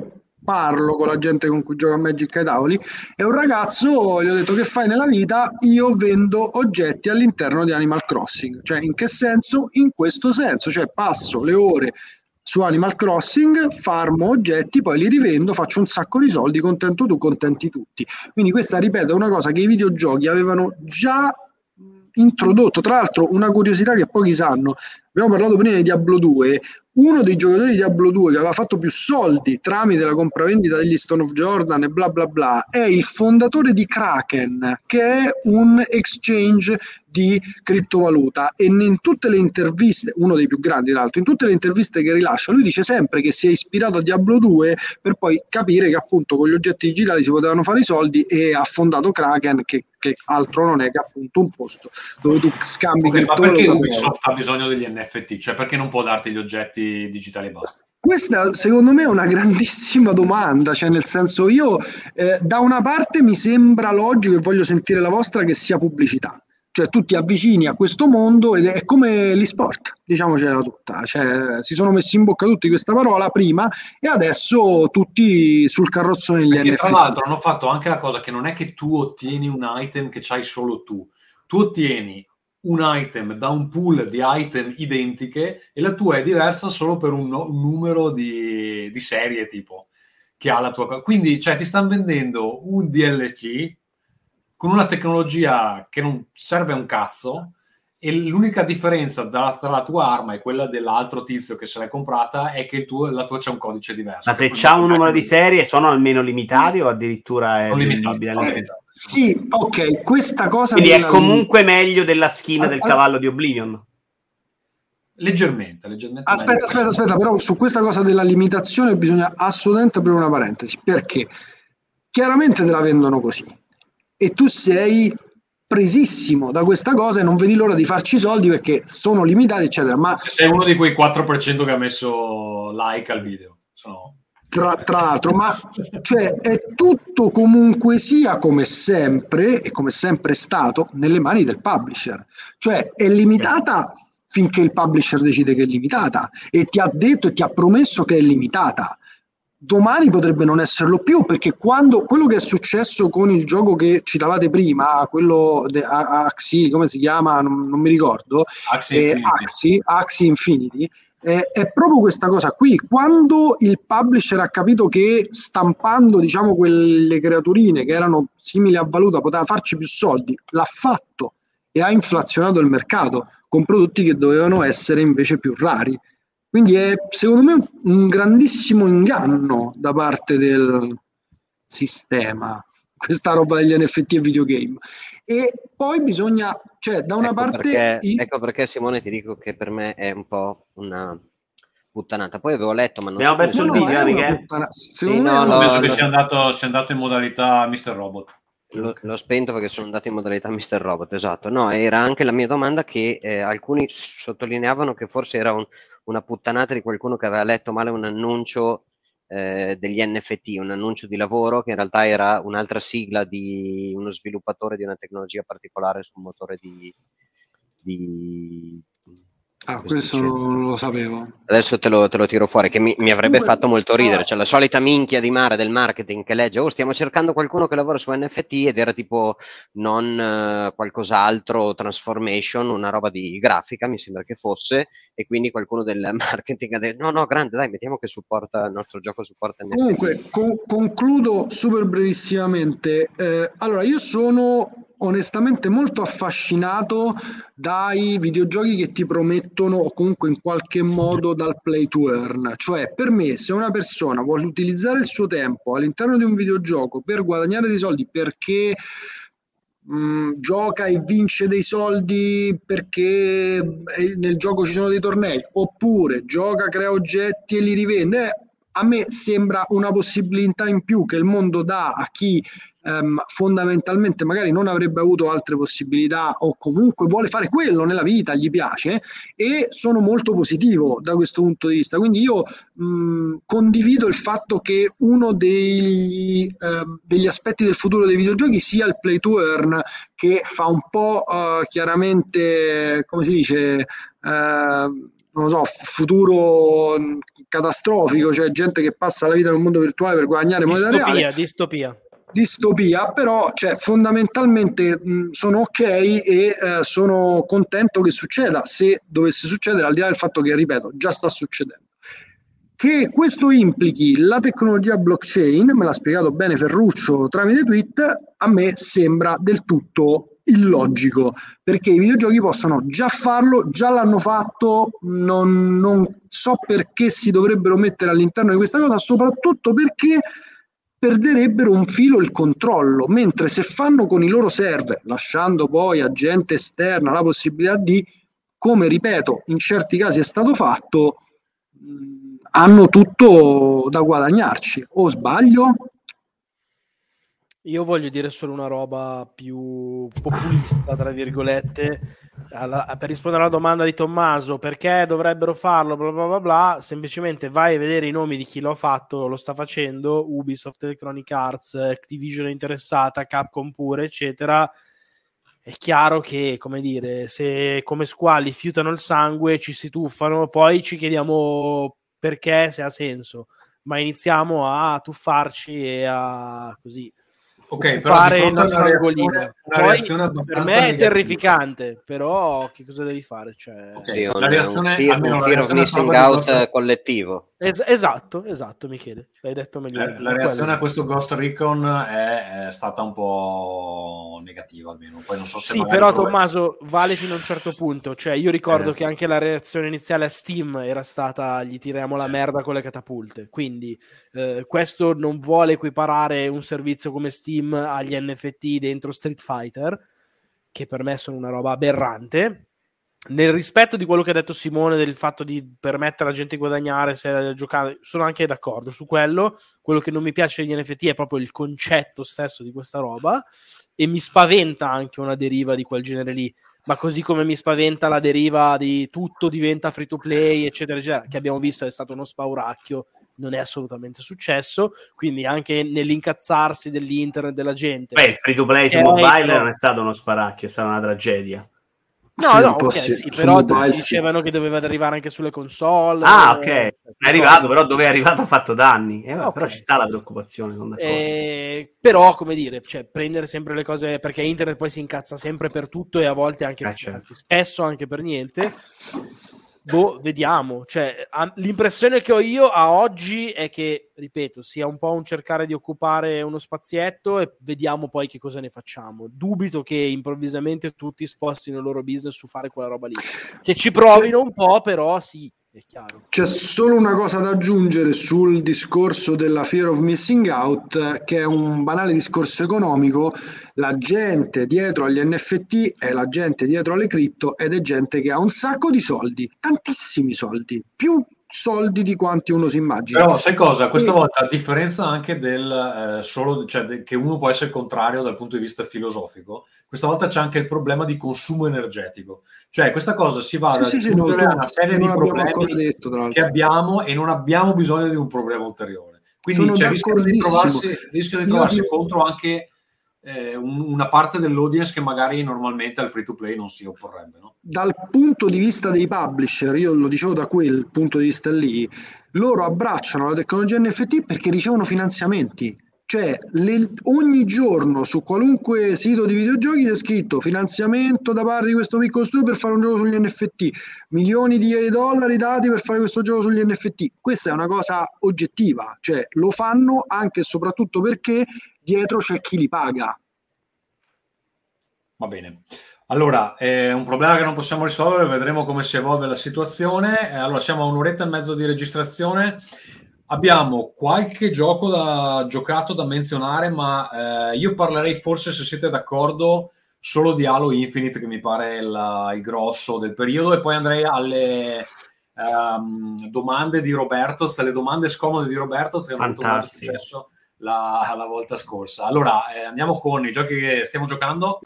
parlo con la gente con cui gioco a Magic ai tavoli, è un ragazzo, gli ho detto: che fai nella vita? Io vendo oggetti all'interno di Animal Crossing. Cioè, in che senso? In questo senso, cioè passo le ore su Animal Crossing, farmo oggetti, poi li rivendo, faccio un sacco di soldi, contento tu, contenti tutti. Quindi questa, ripeto, è una cosa che i videogiochi avevano già introdotto. Tra l'altro, una curiosità che pochi sanno: abbiamo parlato prima di Diablo 2. Uno dei giocatori di Diablo 2 che aveva fatto più soldi tramite la compravendita degli Stone of Jordan e bla bla bla è il fondatore di Kraken, che è un exchange di criptovaluta, e in tutte le interviste, uno dei più grandi tra l'altro, in tutte le interviste che rilascia, lui dice sempre che si è ispirato a Diablo 2 per poi capire che appunto con gli oggetti digitali si potevano fare i soldi, e ha fondato Kraken, che altro non è che appunto un posto dove tu scambi criptovaluta. Ma perché Ubisoft ha bisogno degli NFT? Cioè, perché non può darti gli oggetti digitali e basta? Questa secondo me è una grandissima domanda, cioè nel senso, io da una parte mi sembra logico, e voglio sentire la vostra, che sia pubblicità, cioè tu ti avvicini a questo mondo ed è come l'e-sport, diciamocela tutta, cioè si sono messi in bocca tutti questa parola prima e adesso tutti sul carrozzone degli NFT. Tra l'altro hanno fatto anche la cosa che non è che tu ottieni un item che c'hai solo tu ottieni un item da un pool di item identiche e la tua è diversa solo per un numero di serie tipo che ha la tua, quindi cioè ti stanno vendendo un DLC con una tecnologia che non serve a un cazzo, e l'unica differenza tra la tua arma e quella dell'altro tizio che se l'hai comprata è che la tua c'è un codice diverso. Ma se c'ha un numero di serie sono almeno limitati o addirittura è limitati? Sì, ok, questa cosa quindi è comunque meglio della skin del cavallo di Oblivion. Leggermente. Aspetta, però su questa cosa della limitazione bisogna assolutamente aprire una parentesi, perché chiaramente te la vendono così e tu sei presissimo da questa cosa e non vedi l'ora di farci soldi perché sono limitati, eccetera. Ma se sei uno di quei 4% che ha messo like al video, tra l'altro, ma cioè è tutto comunque sia, come sempre e come sempre è stato, nelle mani del publisher, cioè è limitata finché il publisher decide che è limitata e ti ha detto e ti ha promesso che è limitata. Domani potrebbe non esserlo più, perché quello che è successo con il gioco che citavate prima, quello Axie, come si chiama? Non mi ricordo, Axie Infinity, è proprio questa cosa qui. Quando il publisher ha capito che stampando, diciamo, quelle creaturine che erano simili a valuta poteva farci più soldi, l'ha fatto e ha inflazionato il mercato con prodotti che dovevano essere invece più rari. Quindi è secondo me un grandissimo inganno da parte del sistema, questa roba degli NFT e videogame. E poi bisogna, cioè da una parte... Ecco perché Simone ti dico che per me è un po' una puttanata. Poi avevo letto, ma non abbiamo perso il video, penso che sia andato in modalità Mr. Robot. L'ho spento perché sono andato in modalità Mr. Robot, esatto. No, era anche la mia domanda, che alcuni sottolineavano che forse era una puttanata di qualcuno che aveva letto male un annuncio degli NFT, un annuncio di lavoro che in realtà era un'altra sigla di uno sviluppatore di una tecnologia particolare sul motore di questo non lo sapevo. Adesso te lo tiro fuori, che mi avrebbe fatto molto ridere. Cioè la solita minchia di mare del marketing che legge: stiamo cercando qualcuno che lavora su NFT, ed era tipo non qualcos'altro, transformation, una roba di grafica mi sembra che fosse, e quindi qualcuno del marketing ha detto no grande, dai, mettiamo che supporta il nostro gioco, supporta NFT. Comunque concludo super brevissimamente. Allora, io sono onestamente molto affascinato dai videogiochi che ti promettono, o comunque in qualche modo dal play to earn. Cioè, per me, se una persona vuole utilizzare il suo tempo all'interno di un videogioco per guadagnare dei soldi, perché gioca e vince dei soldi perché nel gioco ci sono dei tornei, oppure gioca, crea oggetti e li rivende, a me sembra una possibilità in più che il mondo dà a chi fondamentalmente magari non avrebbe avuto altre possibilità, o comunque vuole fare quello nella vita, gli piace, e sono molto positivo da questo punto di vista. Quindi io condivido il fatto che uno degli aspetti del futuro dei videogiochi sia il play to earn, che fa un po' chiaramente, come si dice, non lo so, futuro catastrofico, cioè gente che passa la vita in un mondo virtuale per guadagnare moneta reale. Distopia, però cioè, fondamentalmente sono ok e sono contento che succeda, se dovesse succedere, al di là del fatto che, ripeto, già sta succedendo. Che questo implichi la tecnologia blockchain, me l'ha spiegato bene Ferruccio tramite tweet, a me sembra del tutto illogico, perché i videogiochi possono già farlo, già l'hanno fatto, non so perché si dovrebbero mettere all'interno di questa cosa, soprattutto perché perderebbero un filo il controllo, mentre se fanno con i loro server, lasciando poi a gente esterna la possibilità di, come ripeto, in certi casi è stato fatto, hanno tutto da guadagnarci. O sbaglio? Io voglio dire solo una roba più populista, tra virgolette, per rispondere alla domanda di Tommaso, perché dovrebbero farlo, bla bla bla bla, semplicemente vai a vedere i nomi di chi lo ha fatto, lo sta facendo, Ubisoft, Electronic Arts, Activision è interessata, Capcom pure, eccetera. È chiaro che, come dire, se come squali fiutano il sangue, ci si tuffano, poi ci chiediamo perché, se ha senso, ma iniziamo a tuffarci e a così... Ok, però di fronte a una reazione per me è terrificante, però che cosa devi fare? Cioè... Okay, la reazione, un fear of missing out collettivo. Esatto, Michele, l'hai detto meglio. La reazione a questo Ghost Recon è stata un po' negativa, almeno. Poi non so se sì, però Tommaso vale fino a un certo punto. Cioè, io ricordo che anche la reazione iniziale a Steam era stata gli tiriamo la merda con le catapulte. Quindi questo non vuole equiparare un servizio come Steam agli NFT dentro Street Fighter, che per me sono una roba aberrante. Nel rispetto di quello che ha detto Simone del fatto di permettere alla gente di guadagnare se giocare, sono anche d'accordo su quello. Quello che non mi piace degli NFT è proprio il concetto stesso di questa roba, e mi spaventa anche una deriva di quel genere lì, ma così come mi spaventa la deriva di tutto diventa free to play eccetera eccetera, che abbiamo visto è stato uno spauracchio, non è assolutamente successo, quindi anche nell'incazzarsi dell'internet della gente. Il free to play su mobile non è stato uno sparacchio, è stata una tragedia. No, sì, però dicevano che doveva arrivare anche sulle console. Ok, è arrivato, però dove è arrivato ha fatto danni. Però ci sta la preoccupazione. Però, come dire, cioè, prendere sempre le cose, perché internet poi si incazza sempre per tutto e a volte anche spesso anche per niente. Vediamo. Cioè, l'impressione che ho io a oggi è che, ripeto, sia un po' un cercare di occupare uno spazietto e vediamo poi che cosa ne facciamo. Dubito che improvvisamente tutti spostino il loro business su fare quella roba lì. Che ci provino un po', però sì, è chiaro. C'è solo una cosa da aggiungere sul discorso della fear of missing out, che è un banale discorso economico. La gente dietro agli NFT è la gente dietro alle cripto ed è gente che ha un sacco di soldi, tantissimi soldi, più soldi di quanti uno si immagina. Però sai cosa? Questa volta, a differenza anche del che uno può essere contrario dal punto di vista filosofico, questa volta c'è anche il problema di consumo energetico. Cioè questa cosa si va a aggiungere a una serie di problemi che abbiamo e non abbiamo bisogno di un problema ulteriore. Quindi rischiano di trovarsi contro anche una parte dell'audience che magari normalmente al free to play non si opporrebbe, no? Dal punto di vista dei publisher, io lo dicevo da quel punto di vista lì, loro abbracciano la tecnologia NFT perché ricevono finanziamenti. Cioè ogni giorno su qualunque sito di videogiochi c'è scritto finanziamento da parte di questo piccolo studio per fare un gioco sugli NFT, milioni di dollari dati per fare questo gioco sugli NFT. Questa è una cosa oggettiva, cioè lo fanno anche e soprattutto perché dietro c'è chi li paga. Va bene. Allora, è un problema che non possiamo risolvere, vedremo come si evolve la situazione. Allora, siamo a un'oretta e mezzo di registrazione. Abbiamo qualche gioco giocato da menzionare, ma io parlerei forse, se siete d'accordo, solo di Halo Infinite, che mi pare il grosso del periodo, e poi andrei alle domande di Roberto, le domande scomode di Roberto, che hanno avuto molto successo la volta scorsa. Allora, andiamo con i giochi che stiamo giocando.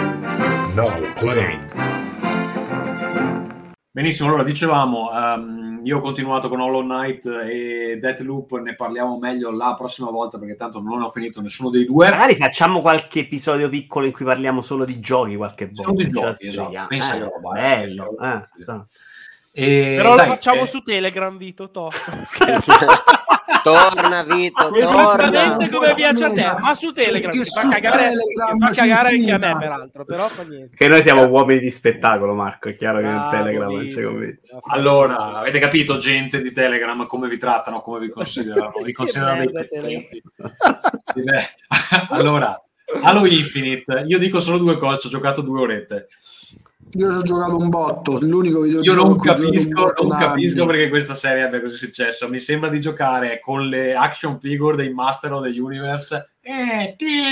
Now playing. Benissimo, allora dicevamo io ho continuato con Hollow Knight e Deathloop, ne parliamo meglio la prossima volta perché tanto non ho finito nessuno dei due. Magari facciamo qualche episodio piccolo in cui parliamo solo di giochi qualche volta. Solo di giochi, esatto. Pensa che roba. Bello. Però lo facciamo su Telegram, Vito. Torna Vito, esattamente come piace a te, ma su Telegram ti fa cagare anche a me, peraltro, però fa niente. Che noi siamo uomini di spettacolo, Marco, è chiaro che il Telegram non ci convince. Allora, avete capito, gente di Telegram, come vi trattano, come vi considerano? Vi considerano dei pezzenti. Allora, Halo Infinite, io dico solo due cose, ci ho giocato 2 orette. Io ho giocato un botto, l'unico videogioco. Io non capisco perché questa serie abbia così successo. Mi sembra di giocare con le action figure dei Master of the Universe. È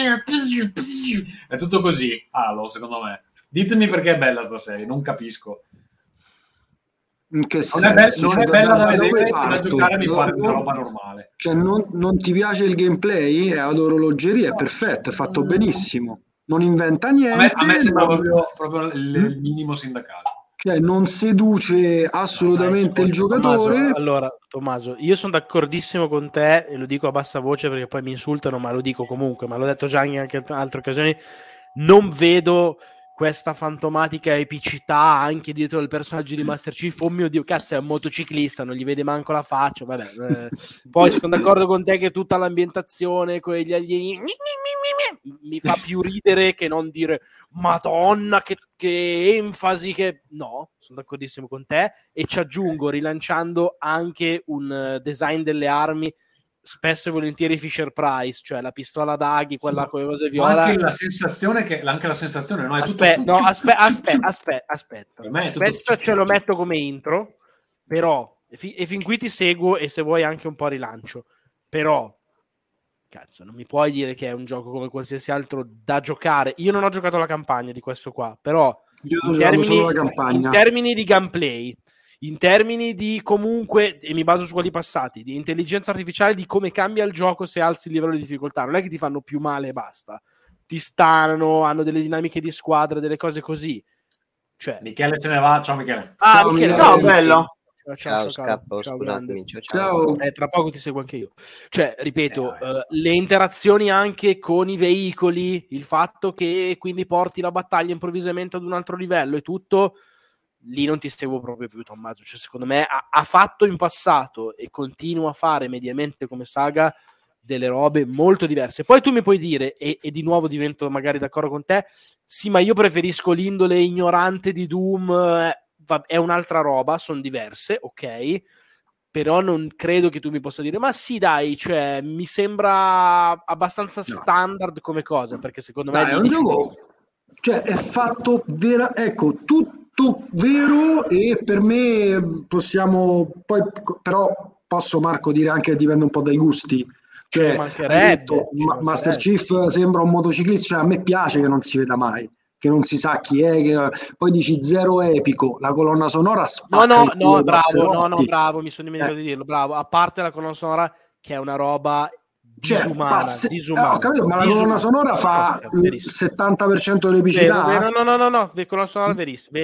tutto così, Halo, secondo me. Ditemi perché è bella sta serie, non capisco. In che non è bella da vedere, da giocare mi pare una roba normale. Cioè, non ti piace il gameplay? È ad orologeria, è perfetto, è fatto benissimo. Non inventa niente. A me sembra proprio il minimo sindacale. Cioè, non seduce assolutamente il giocatore. Allora, Tommaso, io sono d'accordissimo con te e lo dico a bassa voce perché poi mi insultano, ma lo dico comunque, ma l'ho detto già in anche altre occasioni. Non vedo questa fantomatica epicità anche dietro il personaggio di Master Chief. Oh mio Dio, cazzo, è un motociclista, non gli vede manco la faccia. Vabbè, poi sono d'accordo con te che tutta l'ambientazione con gli alieni mi fa più ridere che non dire Madonna che enfasi, che no, sono d'accordissimo con te. E ci aggiungo, rilanciando anche un design delle armi spesso e volentieri Fisher Price, cioè la pistola d'aghi, quella con le cose viola. Anche la sensazione no? È aspetta. Questo ce lo metto come intro, però e fin qui ti seguo e se vuoi anche un po' rilancio. Però cazzo, non mi puoi dire che è un gioco come qualsiasi altro da giocare. Io non ho giocato la campagna di questo qua, però in termini di gameplay, in termini di comunque, e mi baso su quelli passati, di intelligenza artificiale, di come cambia il gioco se alzi il livello di difficoltà, non è che ti fanno più male e basta, ti stanano, hanno delle dinamiche di squadra, delle cose così. Cioè, Michele se ne va, ciao Michele. Ciao Michele, no, bello. Ciao. Tra poco ti seguo anche io. Cioè, ripeto, le interazioni anche con i veicoli, il fatto che quindi porti la battaglia improvvisamente ad un altro livello e tutto, lì non ti seguo proprio più, Tommaso. Cioè, secondo me ha fatto in passato e continua a fare mediamente come saga delle robe molto diverse. Poi tu mi puoi dire, e di nuovo divento magari d'accordo con te, sì, ma io preferisco l'indole ignorante di Doom, è un'altra roba, sono diverse, ok, però non credo che tu mi possa dire ma sì dai, cioè mi sembra abbastanza standard come cosa, perché secondo me è un gioco, cioè è fatto tutto vero, e per me possiamo poi, però posso, Marco, dire anche che dipende un po' dai gusti. Cioè, Master Chief sembra un motociclista, cioè a me piace che non si veda mai, che non si sa chi è, poi dici zero epico, la colonna sonora bravo, mi sono dimenticato di dirlo, bravo, a parte la colonna sonora che è una roba disumana. Ho capito, ma la colonna sonora fa il 70% dell'epicità. No, la colonna sonora verissima.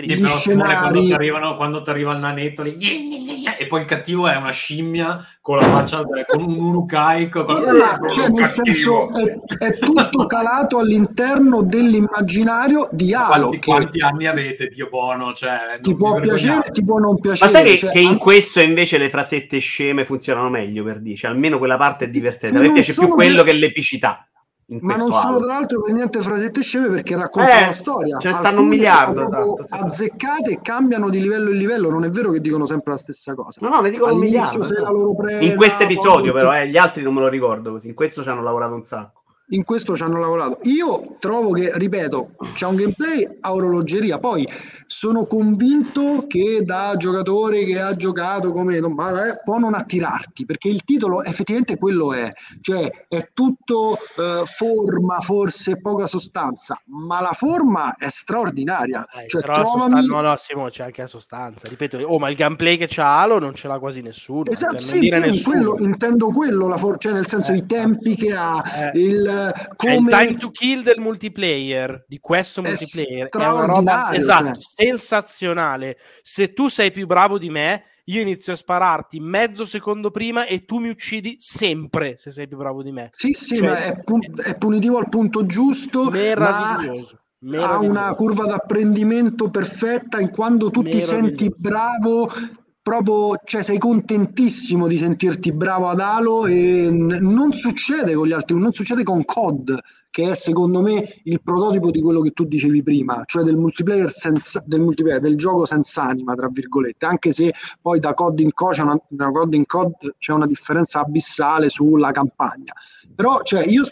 Quando ti arriva il nanetto lì, e poi il cattivo è una scimmia con la faccia con un urukai, cioè nel senso è tutto calato all'interno dell'immaginario di Halo. Quanti anni avete, Dio buono? Cioè, ti può piacere, ti può non piacere. Ma sai che in questo invece le frasette sceme funzionano meglio, per dire, cioè, almeno quella parte è divertente. A me piace più quello che l'epicità. Ma non sono tra l'altro per niente frasette sceme, perché raccontano la storia. Ce ne stanno un miliardo, esatto, azzeccate, cambiano di livello in livello. Non è vero che dicono sempre la stessa cosa. No, ne dicono un miliardo. La loro preda, in questo episodio, però, gli altri non me lo ricordo così. In questo ci hanno lavorato un sacco. In questo ci hanno lavorato. Io trovo che, ripeto, c'è un gameplay a orologeria. Poi sono convinto che da giocatore che ha giocato come può non attirarti, perché il titolo effettivamente quello è, cioè è tutto forma, forse poca sostanza, ma la forma è straordinaria. Cioè, no, Simo, c'è anche la sostanza, ripeto, ma il gameplay che c'ha Halo non ce l'ha quasi nessuno. Esatto, sì, intendo quello, cioè nel senso i tempi che ha, il time to kill del multiplayer, di questo multiplayer, è una roba, esatto, sensazionale. Se tu sei più bravo di me io inizio a spararti mezzo secondo prima e tu mi uccidi sempre se sei più bravo di me. Sì, cioè, ma è punitivo al punto giusto, meraviglioso. Ha una curva d'apprendimento perfetta in quando tu ti senti bravo, proprio, cioè sei contentissimo di sentirti bravo ad Halo, e non succede con gli altri, non succede con COD, che è secondo me il prototipo di quello che tu dicevi prima, cioè del multiplayer, del gioco senza anima, tra virgolette, anche se poi da COD in COD c'è una differenza abissale sulla campagna. Però cioè, io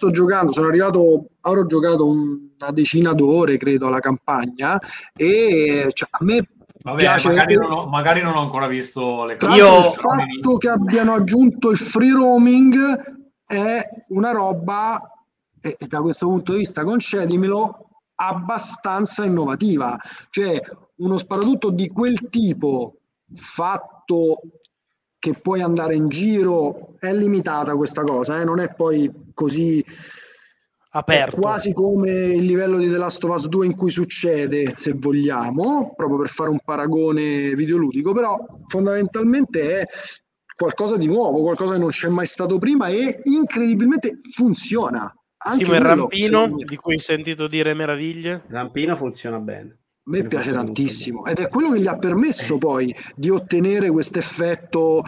avrò giocato una decina d'ore, credo, alla campagna, e cioè, a me piace. Magari non ho ancora visto le cose. Il fatto che abbiano aggiunto il free roaming è una roba, e da questo punto di vista, concedimelo, abbastanza innovativa. Cioè, uno sparatutto di quel tipo fatto che puoi andare in giro, è limitata questa cosa, non è poi così aperto. È quasi come il livello di The Last of Us 2 in cui succede, se vogliamo, proprio per fare un paragone videoludico, però fondamentalmente è qualcosa di nuovo, qualcosa che non c'è mai stato prima e incredibilmente funziona. Anche il rampino, di cui hai sentito dire meraviglie. Il rampino funziona bene. A me piace tantissimo ed è quello che gli ha permesso poi di ottenere questo effetto.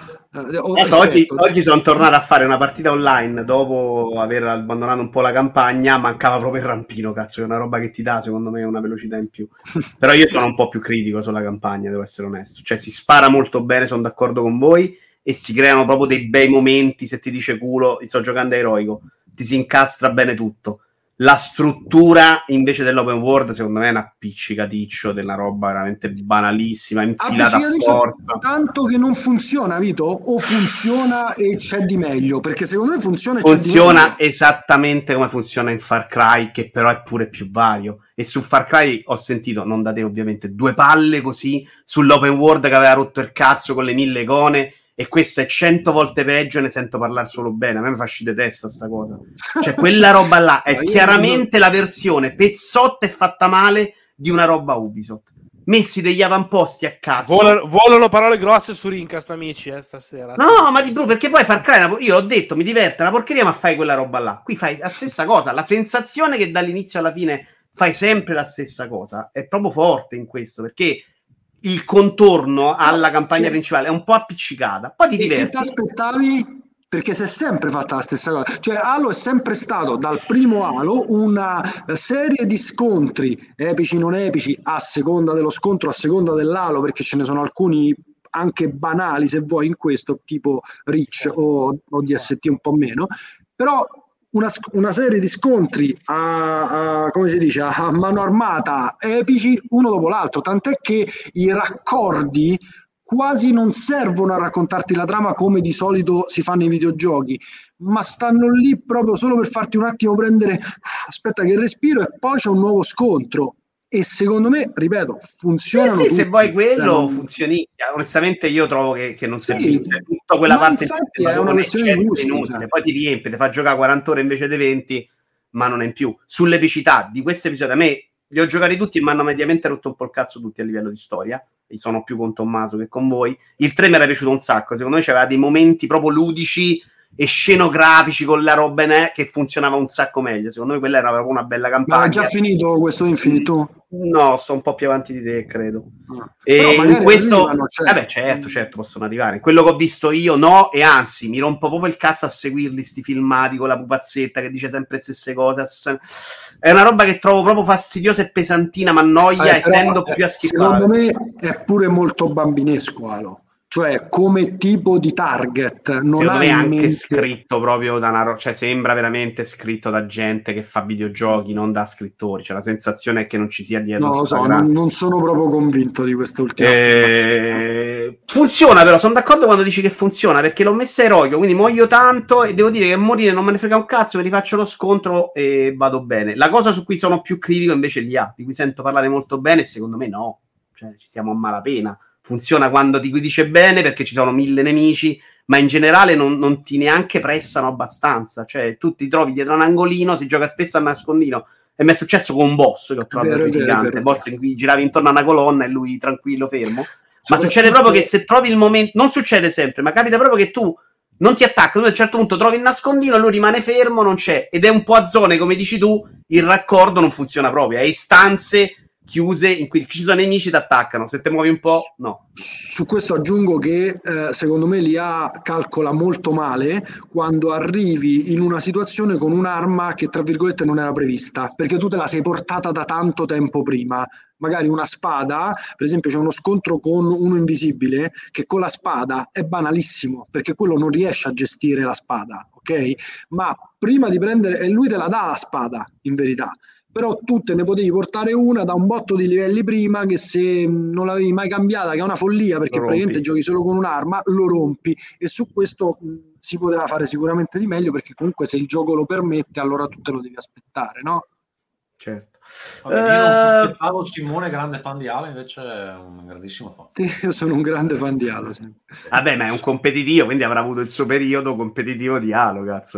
Oggi sono tornato a fare una partita online dopo aver abbandonato un po' la campagna. Mancava proprio il rampino, cazzo, è una roba che ti dà secondo me una velocità in più. Però io sono un po' più critico sulla campagna, devo essere onesto, cioè si spara molto bene, sono d'accordo con voi, e si creano proprio dei bei momenti. Se ti dice culo, sto giocando a eroico, ti si incastra bene tutto. La struttura invece dell'open world secondo me è un appiccicaticcio della roba veramente banalissima, infilata a forza, tanto che non funziona, Vito, o funziona e c'è di meglio? Perché secondo me funziona esattamente come funziona in Far Cry, che però è pure più vario. E su Far Cry ho sentito, non da te ovviamente, due palle così sull'open world che aveva rotto il cazzo con le 1000 icone, e questo è 100 volte peggio e ne sento parlare solo bene. A me mi fa sci di testa sta cosa, cioè quella roba là è chiaramente la versione pezzotta e fatta male di una roba Ubisoft, messi degli avamposti a cazzo. Volano parole grosse su Rincast, amici, stasera. No, ma di blu, perché poi Far Cry, io ho detto, mi diverte una porcheria, ma fai quella roba là. Qui fai la stessa cosa, la sensazione che dall'inizio alla fine fai sempre la stessa cosa è proprio forte in questo, perché il contorno alla campagna principale è un po' appiccicata, poi ti diverti. Che ti aspettavi? Perché si è sempre fatta la stessa cosa, cioè Halo è sempre stato dal primo Halo una serie di scontri epici, non epici, a seconda dello scontro, a seconda dell'Halo, perché ce ne sono alcuni anche banali se vuoi in questo, tipo Reach o DST un po' meno, però una serie di scontri come si dice, a mano armata, epici, uno dopo l'altro, tant'è che i raccordi quasi non servono a raccontarti la trama come di solito si fa nei videogiochi, ma stanno lì proprio solo per farti un attimo prendere, aspetta che respiro, e poi c'è un nuovo scontro. E secondo me, ripeto, funzionano tutti. Se vuoi quello funzioni. Onestamente io trovo che non servisse tutta quella parte, infatti è una questione di gusto, inutile. Poi ti riempie, ti fa giocare 40 ore invece di 20, ma non è in più. Sull'epicità di questo episodio, a me li ho giocati tutti e mi hanno mediamente rotto un po' il cazzo tutti a livello di storia. Io sono più con Tommaso che con voi. Il 3 mi era piaciuto un sacco, secondo me c'aveva dei momenti proprio ludici e scenografici con la roba che funzionava un sacco meglio. Secondo me quella era proprio una bella campagna. Ma hai già finito questo Infinite? No, sto un po' più avanti di te, credo. E in questo vabbè, certo, possono arrivare. Quello che ho visto io no, e anzi mi rompo proprio il cazzo a seguirli sti filmati con la pupazzetta che dice sempre le stesse cose. È una roba che trovo proprio fastidiosa e pesantina, ma noia, e tendo più a schifare. Secondo me è pure molto bambinesco, Halo. Cioè, come tipo di target, non è anche scritto proprio da una cioè sembra veramente scritto da gente che fa videogiochi, non da scrittori. Cioè la sensazione è che non ci sia dietro. No, lo so, non sono proprio convinto di questa ultima funziona, però sono d'accordo quando dici che funziona, perché l'ho messa eroico, quindi muoio tanto e devo dire che morire non me ne frega un cazzo, mi rifaccio lo scontro e vado bene. La cosa su cui sono più critico invece è gli A, di cui sento parlare molto bene, e secondo me no, cioè ci siamo a malapena. Funziona quando ti dice bene perché ci sono 1000 nemici, ma in generale non ti neanche pressano abbastanza. Cioè tu ti trovi dietro un angolino, si gioca spesso a nascondino, e mi è successo con un boss che ho trovato terrificante, boss in cui giravi intorno a una colonna e lui tranquillo, fermo. Ma succede proprio che se trovi il momento, non succede sempre, ma capita proprio che tu non ti attacca, tu a un certo punto trovi il nascondino, lui rimane fermo, non c'è, ed è un po' a zone, come dici tu, il raccordo non funziona proprio, è istanze chiuse in cui ci sono nemici ti attaccano, se te muovi un po', no. Su questo aggiungo che secondo me l'IA calcola molto male quando arrivi in una situazione con un'arma che tra virgolette non era prevista, perché tu te la sei portata da tanto tempo prima. Magari una spada, per esempio c'è uno scontro con uno invisibile che con la spada è banalissimo, perché quello non riesce a gestire la spada, ok? Ma prima di prendere, e lui te la dà la spada, in verità, però tu te ne potevi portare una da un botto di livelli prima che se non l'avevi mai cambiata, che è una follia perché praticamente giochi solo con un'arma, lo rompi, e su questo si poteva fare sicuramente di meglio, perché comunque se il gioco lo permette allora tu te lo devi aspettare, no? Certo. Vabbè, io non sospettavo Simone grande fan di Halo, invece è un grandissimo fan. Sì, io sono un grande fan di Halo, sì. Vabbè, ma è un competitivo, quindi avrà avuto il suo periodo competitivo di Halo, cazzo.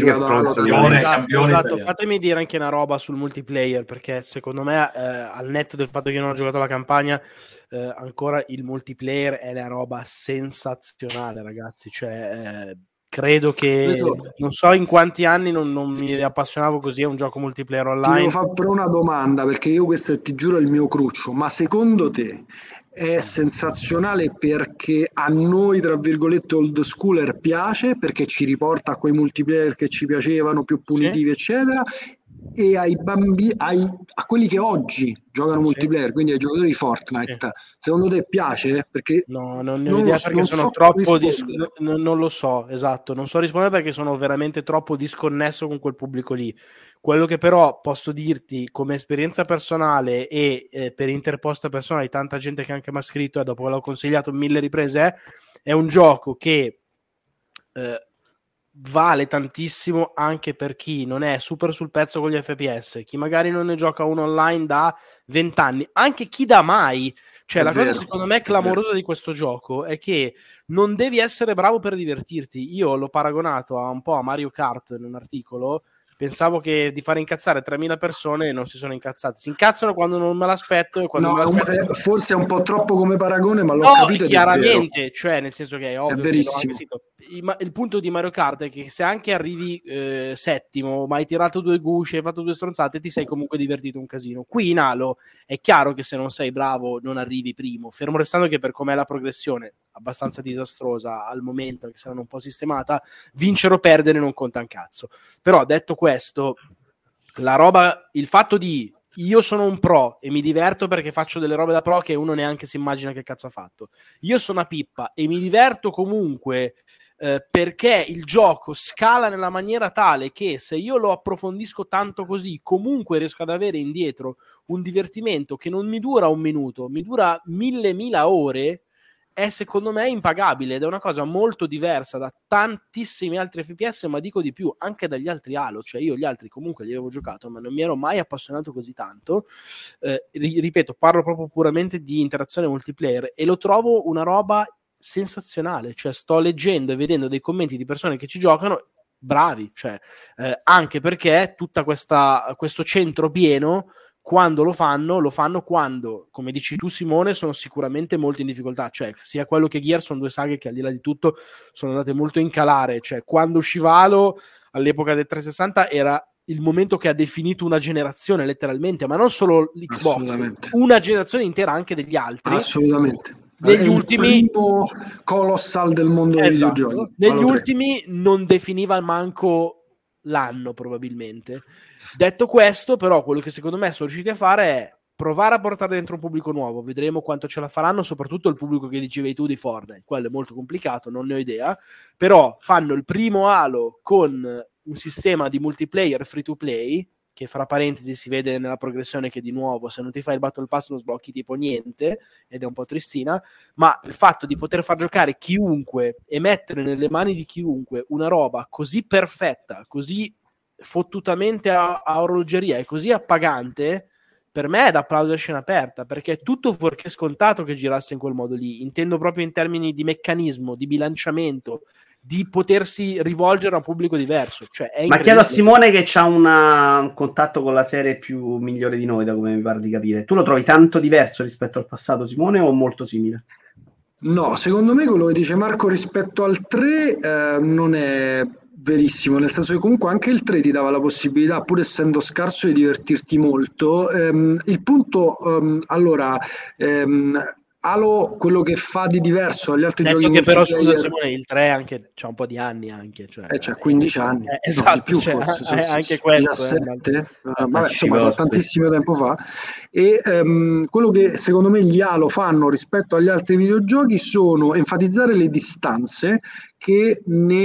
Esatto, fatemi dire anche una roba sul multiplayer, perché secondo me al netto del fatto che io non ho giocato la campagna, ancora il multiplayer è una roba sensazionale, ragazzi, cioè credo che non so in quanti anni non mi appassionavo così a un gioco multiplayer online. Ti devo fare però una domanda, perché io questo ti giuro è il mio cruccio, ma secondo te è sensazionale perché a noi tra virgolette old schooler piace, perché ci riporta a quei multiplayer che ci piacevano, più punitivi eccetera, e ai bambini, a quelli che oggi giocano multiplayer, quindi ai giocatori di Fortnite, secondo te piace? Perché no, non ne ho idea, perché sono troppo non lo so, esatto, non so rispondere perché sono veramente troppo disconnesso con quel pubblico lì. Quello che però posso dirti come esperienza personale e per interposta personale di tanta gente che anche mi ha scritto e dopo che l'ho consigliato 1000 riprese è un gioco che vale tantissimo anche per chi non è super sul pezzo con gli FPS, chi magari non ne gioca uno online da 20 anni, anche chi da mai. Cioè, la cosa secondo me clamorosa di questo gioco è che non devi essere bravo per divertirti. Io l'ho paragonato un po' a Mario Kart in un articolo. Pensavo che di fare incazzare 3.000 persone non si sono incazzate. Si incazzano quando non me l'aspetto e quando me l'aspetto... Forse è un po' troppo come paragone, ma l'ho capito. Chiaramente, cioè nel senso che è ovvio. È verissimo. Il punto di Mario Kart è che se anche arrivi settimo, ma hai tirato 2 gusci, hai fatto 2 stronzate, ti sei comunque divertito un casino. Qui in Halo è chiaro che se non sei bravo non arrivi primo, fermo restando che per com'è la progressione abbastanza disastrosa al momento, che saranno un po' sistemata, vincere o perdere non conta un cazzo. Però detto questo, la roba, il fatto di io sono un pro e mi diverto perché faccio delle robe da pro che uno neanche si immagina che cazzo ha fatto, io sono una pippa e mi diverto comunque perché il gioco scala nella maniera tale che se io lo approfondisco tanto così comunque riesco ad avere indietro un divertimento che non mi dura un minuto, mi dura 1000 ore, è secondo me impagabile ed è una cosa molto diversa da tantissimi altri FPS, ma dico di più, anche dagli altri Halo. Cioè io gli altri comunque li avevo giocato ma non mi ero mai appassionato così tanto, ripeto, parlo proprio puramente di interazione multiplayer e lo trovo una roba sensazionale. Cioè sto leggendo e vedendo dei commenti di persone che ci giocano bravi, cioè anche perché tutta questo centro pieno quando lo fanno quando, come dici tu Simone, sono sicuramente molto in difficoltà, cioè sia quello che Gears sono 2 saghe che al di là di tutto sono andate molto in calare, cioè quando usciva Halo all'epoca del 360 era il momento che ha definito una generazione letteralmente, ma non solo l'Xbox, una generazione intera anche degli altri. Assolutamente. Negli ultimi il primo colossal del mondo dei videogiochi. Negli ultimi non definiva manco l'anno probabilmente. Detto questo, però, quello che secondo me sono riusciti a fare è provare a portare dentro un pubblico nuovo. Vedremo quanto ce la faranno, soprattutto il pubblico che dicevi tu di Fortnite. Quello è molto complicato, non ne ho idea. Però fanno il primo Halo con un sistema di multiplayer free to play, che fra parentesi si vede nella progressione che di nuovo se non ti fai il Battle Pass non sblocchi tipo niente, ed è un po' tristina, ma il fatto di poter far giocare chiunque e mettere nelle mani di chiunque una roba così perfetta, così fottutamente a orologeria e così appagante, per me è da applaudere a scena aperta, perché è tutto fuorché scontato che girasse in quel modo lì. Intendo proprio in termini di meccanismo, di bilanciamento, di potersi rivolgere a un pubblico diverso. Cioè, è ma chiedo a Simone che c'ha un contatto con la serie più migliore di noi, da come mi pare di capire. Tu lo trovi tanto diverso rispetto al passato, Simone, o molto simile? No, secondo me quello che dice Marco rispetto al 3 non è verissimo, nel senso che comunque anche il 3 ti dava la possibilità, pur essendo scarso, di divertirti molto. Il punto, allora, Halo, quello che fa di diverso agli altri Detto giochi che però, multiplayer, scusa Simone, il 3 anche c'ha un po' di anni anche, cioè, c'ha 15 anni, no, esatto, di più cioè, forse, sono anche questo 17, vabbè, insomma, Scivozzi. tantissimo tempo fa. E quello che secondo me gli Halo fanno rispetto agli altri videogiochi sono enfatizzare le distanze che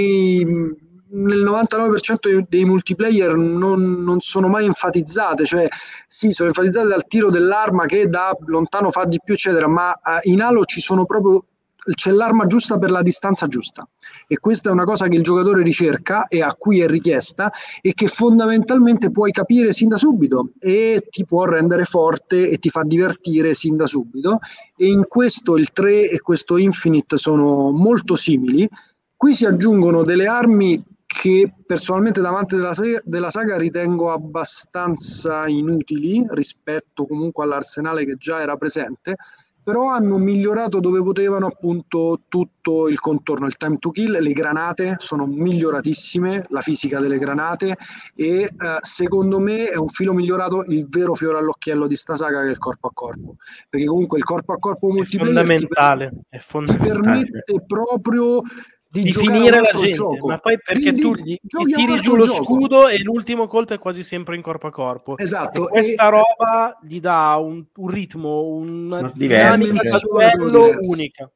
nel 99% dei multiplayer non sono mai enfatizzate, cioè sì, sono enfatizzate dal tiro dell'arma che da lontano fa di più, eccetera, ma in Halo c'è l'arma giusta per la distanza giusta, e questa è una cosa che il giocatore ricerca e a cui è richiesta, e che fondamentalmente puoi capire sin da subito e ti può rendere forte e ti fa divertire sin da subito, e in questo il 3 e questo Infinite sono molto simili. Qui si aggiungono delle armi che personalmente, da amante della saga, ritengo abbastanza inutili rispetto comunque all'arsenale che già era presente, però hanno migliorato dove potevano appunto tutto il contorno, il time to kill, le granate sono miglioratissime, la fisica delle granate, e secondo me è un filo migliorato il vero fiore all'occhiello di sta saga, che è il corpo a corpo, perché comunque il corpo a corpo multiplayer è fondamentale. permette proprio di finire la gente, gioco. ma poi perché Quindi tu gli giochi a un tiri altro giù lo gioco. scudo e l'ultimo colpo è quasi sempre in corpo a corpo. Esatto, E questa roba gli dà un ritmo, una Diverso. dinamica da duello unica.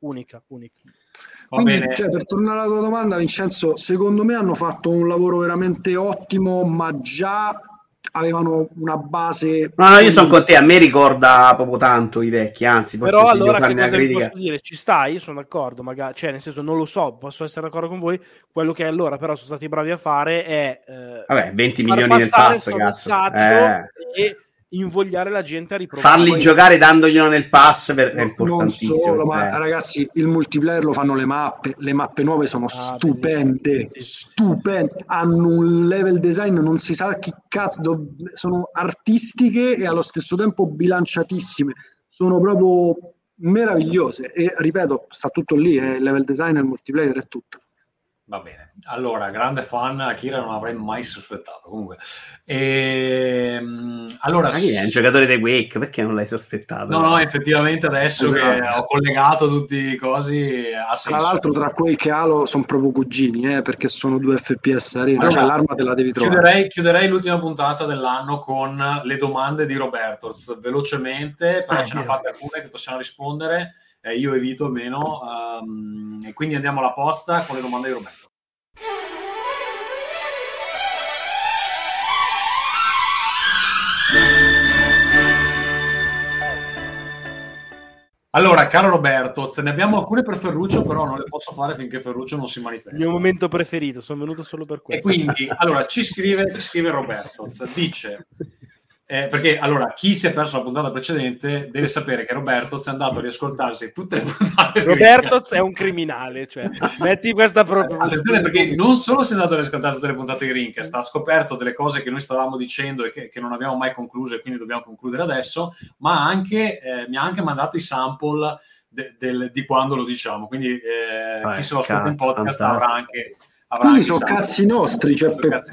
Va Quindi, bene. per tornare alla tua domanda, Vincenzo, secondo me hanno fatto un lavoro veramente ottimo, ma già avevano una base. No, io sono con te, a me ricorda proprio tanto i vecchi, anzi, forse Però se allora devo che farmi una cosa vi critica. posso dire? Ci stai? Io sono d'accordo, magari, cioè nel senso non lo so, posso essere d'accordo con voi. Quello che allora però sono stati bravi a fare è Vabbè, 20 far milioni nel passare pass, questo cazzo. messaggio e invogliare la gente a riprovare. Farli giocare dandoglielo nel pass è Non importantissimo. solo, ma ragazzi, il multiplayer lo fanno le mappe nuove sono stupende, stupende, hanno un level design, non si sa chi cazzo, sono artistiche e allo stesso tempo bilanciatissime, sono proprio meravigliose, e ripeto, sta tutto lì, il level design, il multiplayer è tutto. Va bene, allora, grande fan, Akira non avrei mai sospettato. Comunque, allora, ma chi è un giocatore di Quake? Perché non l'hai sospettato? No, effettivamente adesso che ho collegato tutti i cosi ha senso. Tra l'altro, tra Quake e Halo sono proprio cugini, perché sono 2 FPS arena, allora, cioè l'arma te la devi trovare. Chiuderei l'ultima puntata dell'anno con le domande di Robertoz, velocemente, però ce ne fate alcune che possiamo rispondere. Io evito almeno, e quindi andiamo alla posta con le domande di Roberto. Allora, caro Roberto, ne abbiamo alcune per Ferruccio, però non le posso fare finché Ferruccio non si manifesta. Il mio momento preferito, sono venuto solo per questo. E quindi, allora, ci scrive Roberto, dice... perché allora chi si è perso la puntata precedente deve sapere che Roberto è andato a riascoltarsi tutte le puntate. Roberto è un criminale, cioè metti questa proprio. Attenzione, perché non solo si è andato a riascoltare tutte le puntate di Rincast, ha scoperto delle cose che noi stavamo dicendo e che non abbiamo mai concluso, e quindi dobbiamo concludere adesso, ma anche mi ha anche mandato i sample di quando lo diciamo, quindi chi se lo ascolta in podcast avrà anche... Quindi sono cazzi nostri, cioè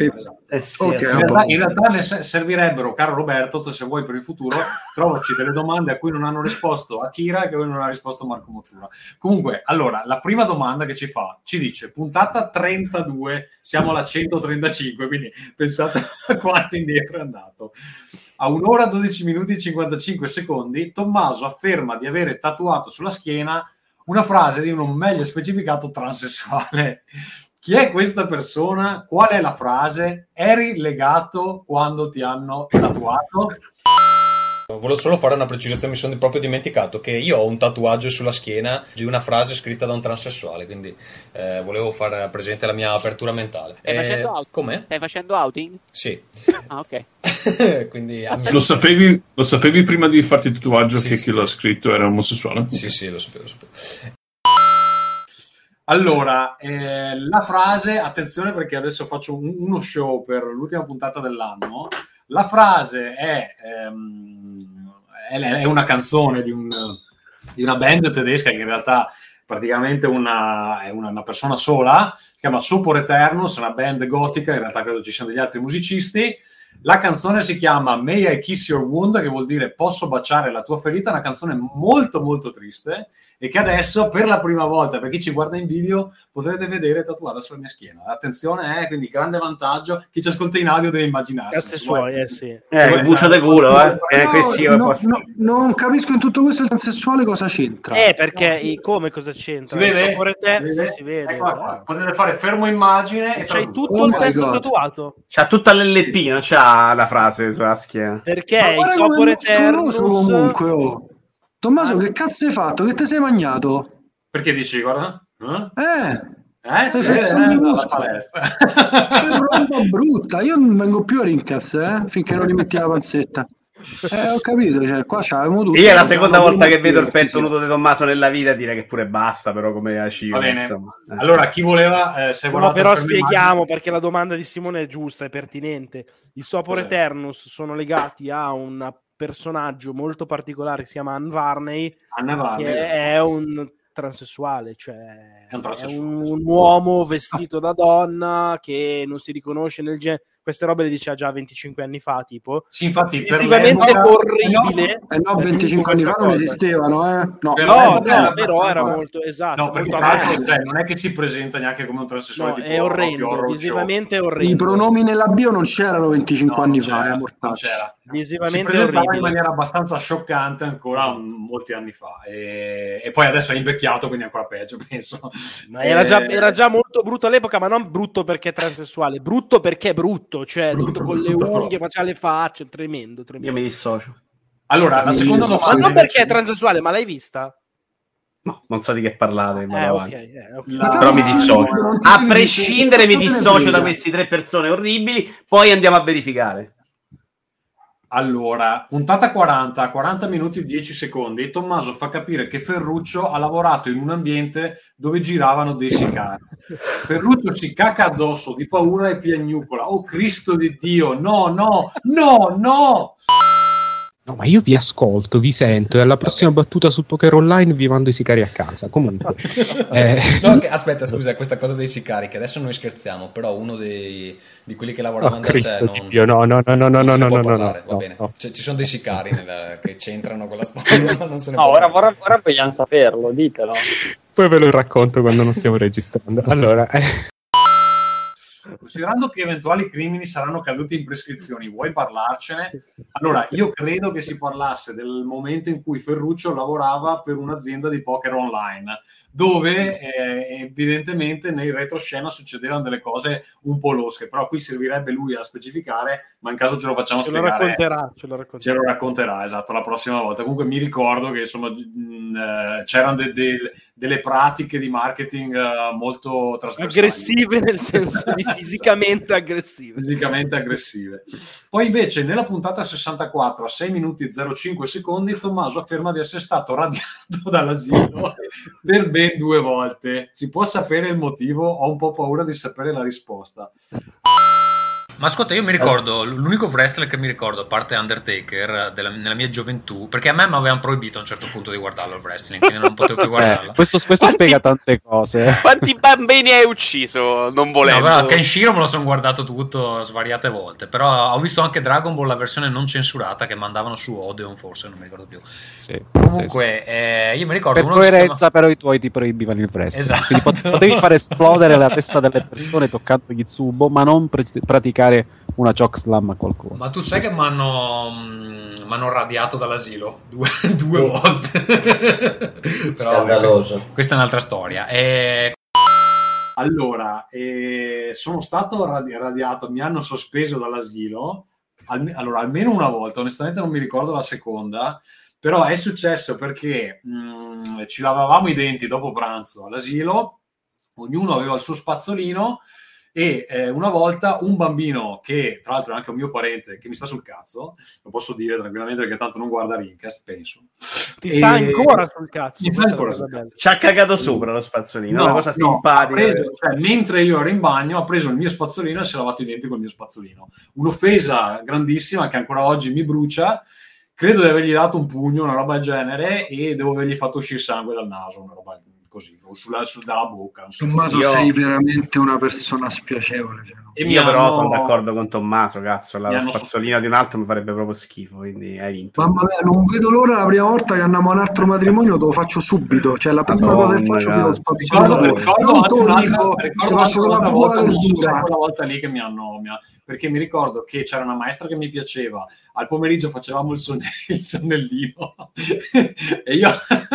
in realtà ne servirebbero, caro Roberto, se vuoi per il futuro, trovaci delle domande a cui non hanno risposto Akira e che non ha risposto Marco Mottura. Comunque, allora, la prima domanda che ci dice, puntata 32, siamo alla 135, quindi pensate a quanto indietro è andato. A 1 ora 12 minuti e 55 secondi, Tommaso afferma di avere tatuato sulla schiena una frase di un meglio specificato transessuale. Chi è questa persona? Qual è la frase? Eri legato quando ti hanno tatuato? Volevo solo fare una precisazione, mi sono proprio dimenticato che io ho un tatuaggio sulla schiena di una frase scritta da un transessuale, quindi volevo fare presente la mia apertura mentale. Come? Stai facendo outing? Sì. Ah, ok. Quindi, lo sapevi prima di farti il tatuaggio che chi l'ha scritto era omosessuale? Sì, lo sapevo. Allora, la frase, attenzione perché adesso faccio uno show per l'ultima puntata dell'anno. La frase è una canzone di una band tedesca che in realtà praticamente è una persona sola, si chiama Sopor Eternus, è una band gotica, in realtà credo ci siano degli altri musicisti. La canzone si chiama May I Kiss Your Wound, che vuol dire posso baciare la tua ferita, una canzone molto molto triste e che adesso per la prima volta, per chi ci guarda in video, potrete vedere tatuata sulla mia schiena. Attenzione, quindi grande vantaggio, chi ci ascolta in audio deve immaginarsi. Cazzi suoi, sì. Bucio de culo, non capisco in tutto questo il transessuale cosa c'entra. Perché come cosa c'entra? Si vede? Si vede. Ecco qua. Potete fare fermo immagine e c'hai tutto il testo tatuato. C'ha tutta l'LP, non c'ha la frase sulla schiena. Perché il Sopor Eternus comunque, Tommaso, che cazzo hai fatto? Che te sei magnato? Perché dici, guarda? Stai flessando la palestra. Che roba brutta. Io non vengo più a Rincas, finché non rimetti la panzetta. Ho capito, cioè, qua c'avevamo tutto. Io è la seconda volta che vedo il petto nudo di Tommaso nella vita, dire che pure basta, però come a Cio, va bene. Insomma. Allora, chi voleva però spieghiamo perché la domanda di Simone è giusta, è pertinente. I Sopor Eternus sono legati a un personaggio molto particolare che si chiama Anne Varney, che è un transessuale, cioè è un uomo vestito da donna che non si riconosce nel genere. Queste robe le diceva già 25 anni fa, tipo. Sì, infatti, visivamente orribile. No, 25 anni fa non esistevano, No, però era molto esatto. No, perché non è che si presenta neanche come un transessuale. No, è orrendo, visivamente orrendo. I pronomi nella bio non c'erano 25 anni fa, mortacci. Visivamente si presentava orribile. in maniera abbastanza scioccante ancora molti anni fa. E poi adesso è invecchiato, quindi è ancora peggio, penso. Ma era già molto brutto all'epoca, ma non brutto perché è transessuale, brutto perché è brutto, cioè tutto con le unghie, faceva le facce, tremendo. Io mi dissocio. Allora, la seconda domanda... Ma non perché è transessuale, ma l'hai vista? No, non so di che parlate. Okay. Però mi dissocio. A prescindere mi dissocio da questi 3 persone orribili, poi andiamo a verificare. Allora, puntata 40 minuti e 10 secondi. Tommaso fa capire che Ferruccio ha lavorato in un ambiente dove giravano dei sicari. Ferruccio si caca addosso di paura e piagnucola. Oh Cristo di Dio, no! No, ma io vi ascolto, vi sento e alla prossima battuta sul poker online vi mando i sicari a casa. Comunque, aspetta, scusa, questa cosa dei sicari, che adesso noi scherziamo, però uno di quelli che lavoravano da te va bene. Cioè, ci sono dei sicari che c'entrano con la storia, non se ne può ora vogliamo saperlo, ditelo. Poi ve lo racconto quando non stiamo registrando. Allora, considerando che eventuali crimini saranno caduti in prescrizioni, vuoi parlarcene? Allora, io credo che si parlasse del momento in cui Ferruccio lavorava per un'azienda di poker online, dove evidentemente nei retroscena succedevano delle cose un po' losche, però qui servirebbe lui a specificare, ma in caso ce lo facciamo spiegare. Ce lo racconterà, esatto, la prossima volta. Comunque mi ricordo che insomma c'erano delle pratiche di marketing molto trasversali. Aggressive, nel senso di fisicamente aggressive. Poi invece nella puntata 64 a 6 minuti e 05 secondi Tommaso afferma di essere stato radiato dall'asilo per ben 2 volte. Si può sapere il motivo? Ho un po' paura di sapere la risposta. Ma ascolta, io mi ricordo, l'unico wrestler che mi ricordo, a parte Undertaker, nella mia gioventù, perché a me mi avevano proibito a un certo punto di guardarlo il wrestling, quindi non potevo più guardarlo. Questo spiega tante cose. Quanti bambini hai ucciso non volendo? No, però Kenshiro me lo sono guardato tutto svariate volte, però ho visto anche Dragon Ball, la versione non censurata, che mandavano su Odeon, forse, non mi ricordo più. Comunque, io mi ricordo... Per coerenza però i tuoi ti proibivano il wrestling. Esatto. Quindi potevi far esplodere la testa delle persone toccando gli tsubo, ma non praticare una chokeslam a qualcuno. Ma tu sai che mi hanno radiato dall'asilo due volte. Però questa è un'altra storia. Allora, sono stato radiato, mi hanno sospeso dall'asilo, allora almeno una volta, onestamente non mi ricordo la seconda, però è successo perché ci lavavamo i denti dopo pranzo all'asilo, ognuno aveva il suo spazzolino, e una volta un bambino, che tra l'altro è anche un mio parente, che mi sta sul cazzo, lo posso dire tranquillamente perché tanto non guarda Rincast, penso. Ti sta ancora sul cazzo. Ci ha cagato sopra lo spazzolino, una cosa simpatica. Mentre io ero in bagno, ha preso il mio spazzolino e si è lavato i denti col mio spazzolino. Un'offesa grandissima che ancora oggi mi brucia. Credo di avergli dato un pugno, una roba del genere, e devo avergli fatto uscire sangue dal naso, una roba così, o dalla bocca. Tommaso, sei veramente una persona spiacevole. Cioè. Io però sono d'accordo con Tommaso, cazzo, lo spazzolino di un altro mi farebbe proprio schifo, quindi hai vinto. Mamma mia, non vedo l'ora la prima volta che andiamo a un altro matrimonio, te lo faccio subito, cioè la prima cosa che faccio è lo spazzolino. Ricordo quella volta lì che perché mi ricordo che c'era una maestra che mi piaceva, al pomeriggio facevamo il sonnellino e io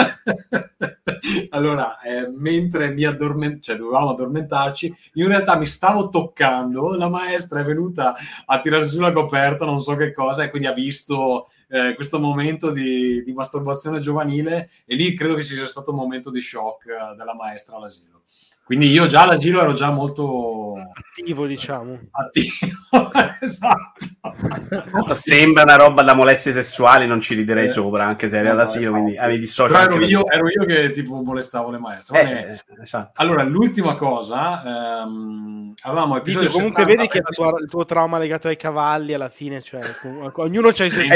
allora mentre dovevamo addormentarci, io in realtà mi stavo toccando, la maestra è venuta a tirare su la coperta, non so che cosa, e quindi ha visto questo momento di masturbazione giovanile, e lì credo che ci sia stato un momento di shock della maestra all'asilo. Quindi io già all'asilo ero già molto attivo, diciamo. Esatto. Sembra una roba da molestie sessuali, non ci riderei sopra, anche se eri all'asilo, quindi avevi dissociato. Ero io che tipo molestavo le maestre. Esatto. Allora, l'ultima cosa, avevamo episodio comunque 70, vedi che il tuo trauma legato ai cavalli alla fine, cioè ognuno c'ha i suoi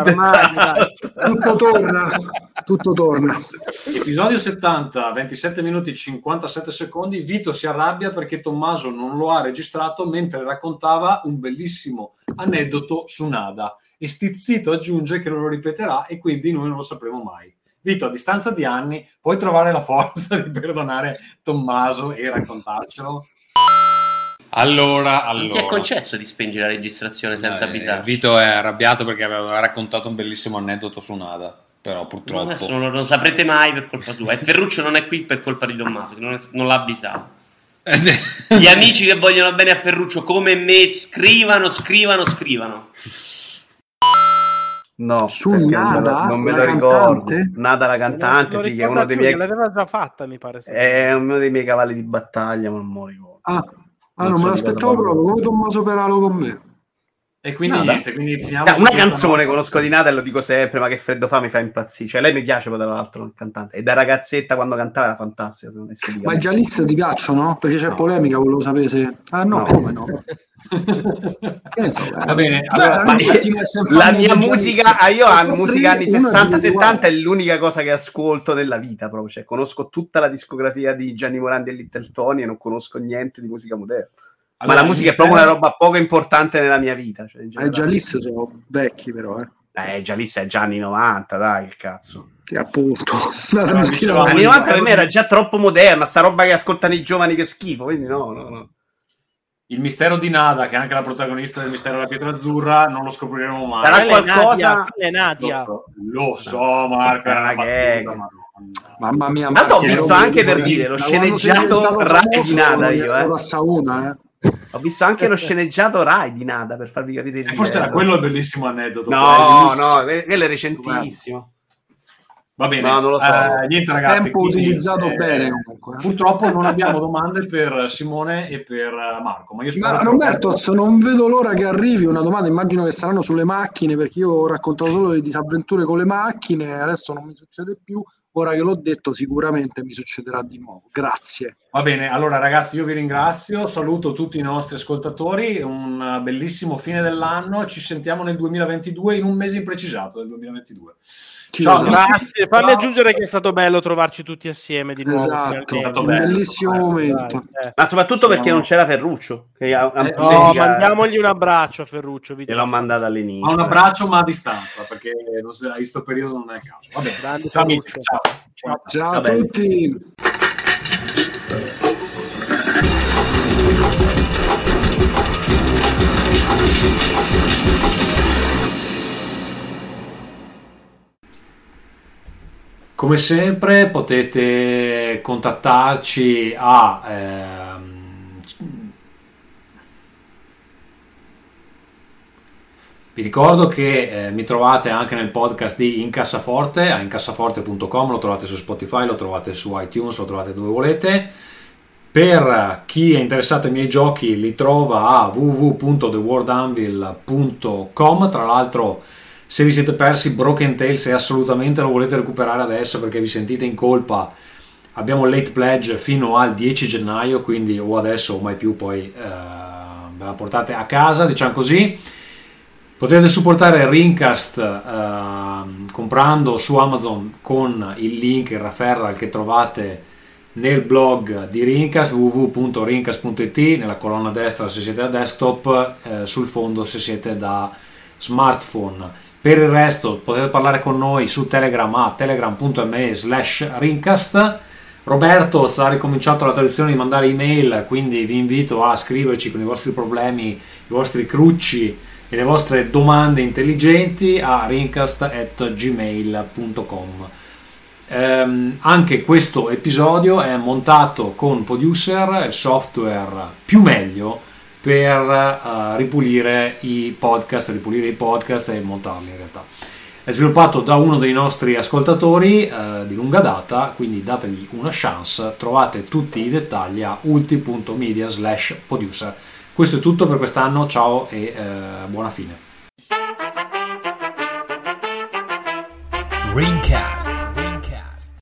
tutto torna. Episodio 70, 27 minuti 57 secondi. Vito si arrabbia perché Tommaso non lo ha registrato mentre raccontava un bellissimo aneddoto su Nada, e stizzito aggiunge che non lo ripeterà e quindi noi non lo sapremo mai. Vito, a distanza di anni puoi trovare la forza di perdonare Tommaso e raccontarcelo? Allora. Non ti è concesso di spengere la registrazione senza avvisare? Vito è arrabbiato perché aveva raccontato un bellissimo aneddoto su Nada, però purtroppo adesso non lo saprete mai per colpa sua, e Ferruccio non è qui per colpa di Tommaso, che non l'ha avvisato. Gli amici che vogliono bene a Ferruccio come me scrivano. No, su Nada, non me lo ricordo. Nada la cantante, sì, che è uno dei miei. L'aveva già fatta, mi pare. È uno dei miei cavalli di battaglia, ma non me lo ricordo. Non me l'aspettavo proprio, come Tommaso Peralo con me. E quindi niente, quindi finiamo. Una canzone conosco di Nada e lo dico sempre, ma che freddo fa, mi fa impazzire. Cioè, lei mi piace, tra l'altro, il cantante. E da ragazzetta quando cantava era fantastica. Ma i Jalis ti piacciono? Perché c'è polemica, volevo sapere se. Come no? Va bene, allora, la mia musica, io ho musica anni 60-70 è l'unica cosa che ascolto nella vita proprio, cioè conosco tutta la discografia di Gianni Morandi e Little Tony e non conosco niente di musica moderna. Allora, ma la musica è proprio una roba poco importante nella mia vita, cioè, i Jalis sono vecchi però Jalis è già anni 90, dai, il cazzo. Che appunto anni 90 per me era già troppo moderna, sta roba che ascoltano i giovani, che schifo, quindi no. Il mistero di Nada, che è anche la protagonista del Mistero della Pietra Azzurra, non lo scopriremo mai. Sarà qualcosa. Nadia. Lo so, Marco, era una gag. Mamma mia, ma ho visto anche, per dire, lo sceneggiato Rai di Nada io, Ho visto anche lo sceneggiato Rai di Nada, per farvi capire. Forse era quello il bellissimo aneddoto. No, quello è recentissimo. Va bene, no, non lo so. Niente ragazzi, tempo utilizzato bene comunque. Purtroppo non abbiamo domande per Simone e per Marco, ma io spero Roberto, non vedo l'ora che arrivi una domanda, immagino che saranno sulle macchine, perché io ho raccontato solo le disavventure con le macchine, adesso non mi succede più, ora che l'ho detto sicuramente mi succederà di nuovo. Grazie. Va bene, allora ragazzi, io vi ringrazio, saluto tutti i nostri ascoltatori, un bellissimo fine dell'anno, ci sentiamo nel 2022, in un mese imprecisato del 2022. Ciao, grazie. Fammi aggiungere che è stato bello trovarci tutti assieme di nuovo. Esatto, è stato un bellissimo momento. Ma soprattutto perché non c'era Ferruccio. Mandiamogli un abbraccio a Ferruccio. E l'ho mandato all'inizio. Un abbraccio, ma a distanza, perché in questo periodo non è il caso. Va bene. Grande ciao, amici. Ciao a tutti. Come sempre potete contattarci vi ricordo che mi trovate anche nel podcast di Incassaforte, a incassaforte.com, lo trovate su Spotify, lo trovate su iTunes, lo trovate dove volete. Per chi è interessato ai miei giochi li trova a www.theworldanvil.com. Tra l'altro, se vi siete persi Broken Tales e assolutamente lo volete recuperare adesso perché vi sentite in colpa, abbiamo il late pledge fino al 10 gennaio, quindi o adesso o mai più, poi ve la portate a casa, diciamo così. Potete supportare Rincast comprando su Amazon con il link, il referral che trovate nel blog di Rincast, www.rincast.it, nella colonna destra se siete da desktop, sul fondo se siete da smartphone. Per il resto potete parlare con noi su Telegram a telegram.me/Rincast. Roberto sta ricominciando la tradizione di mandare email, quindi vi invito a scriverci con i vostri problemi, i vostri crucci e le vostre domande intelligenti a rincast@gmail.com. Anche questo episodio è montato con Producer, il software più meglio per ripulire i podcast e montarli in realtà. È sviluppato da uno dei nostri ascoltatori di lunga data, quindi dategli una chance. Trovate tutti i dettagli a ulti.media/producer. Questo è tutto per quest'anno, ciao e buona fine. Rincast.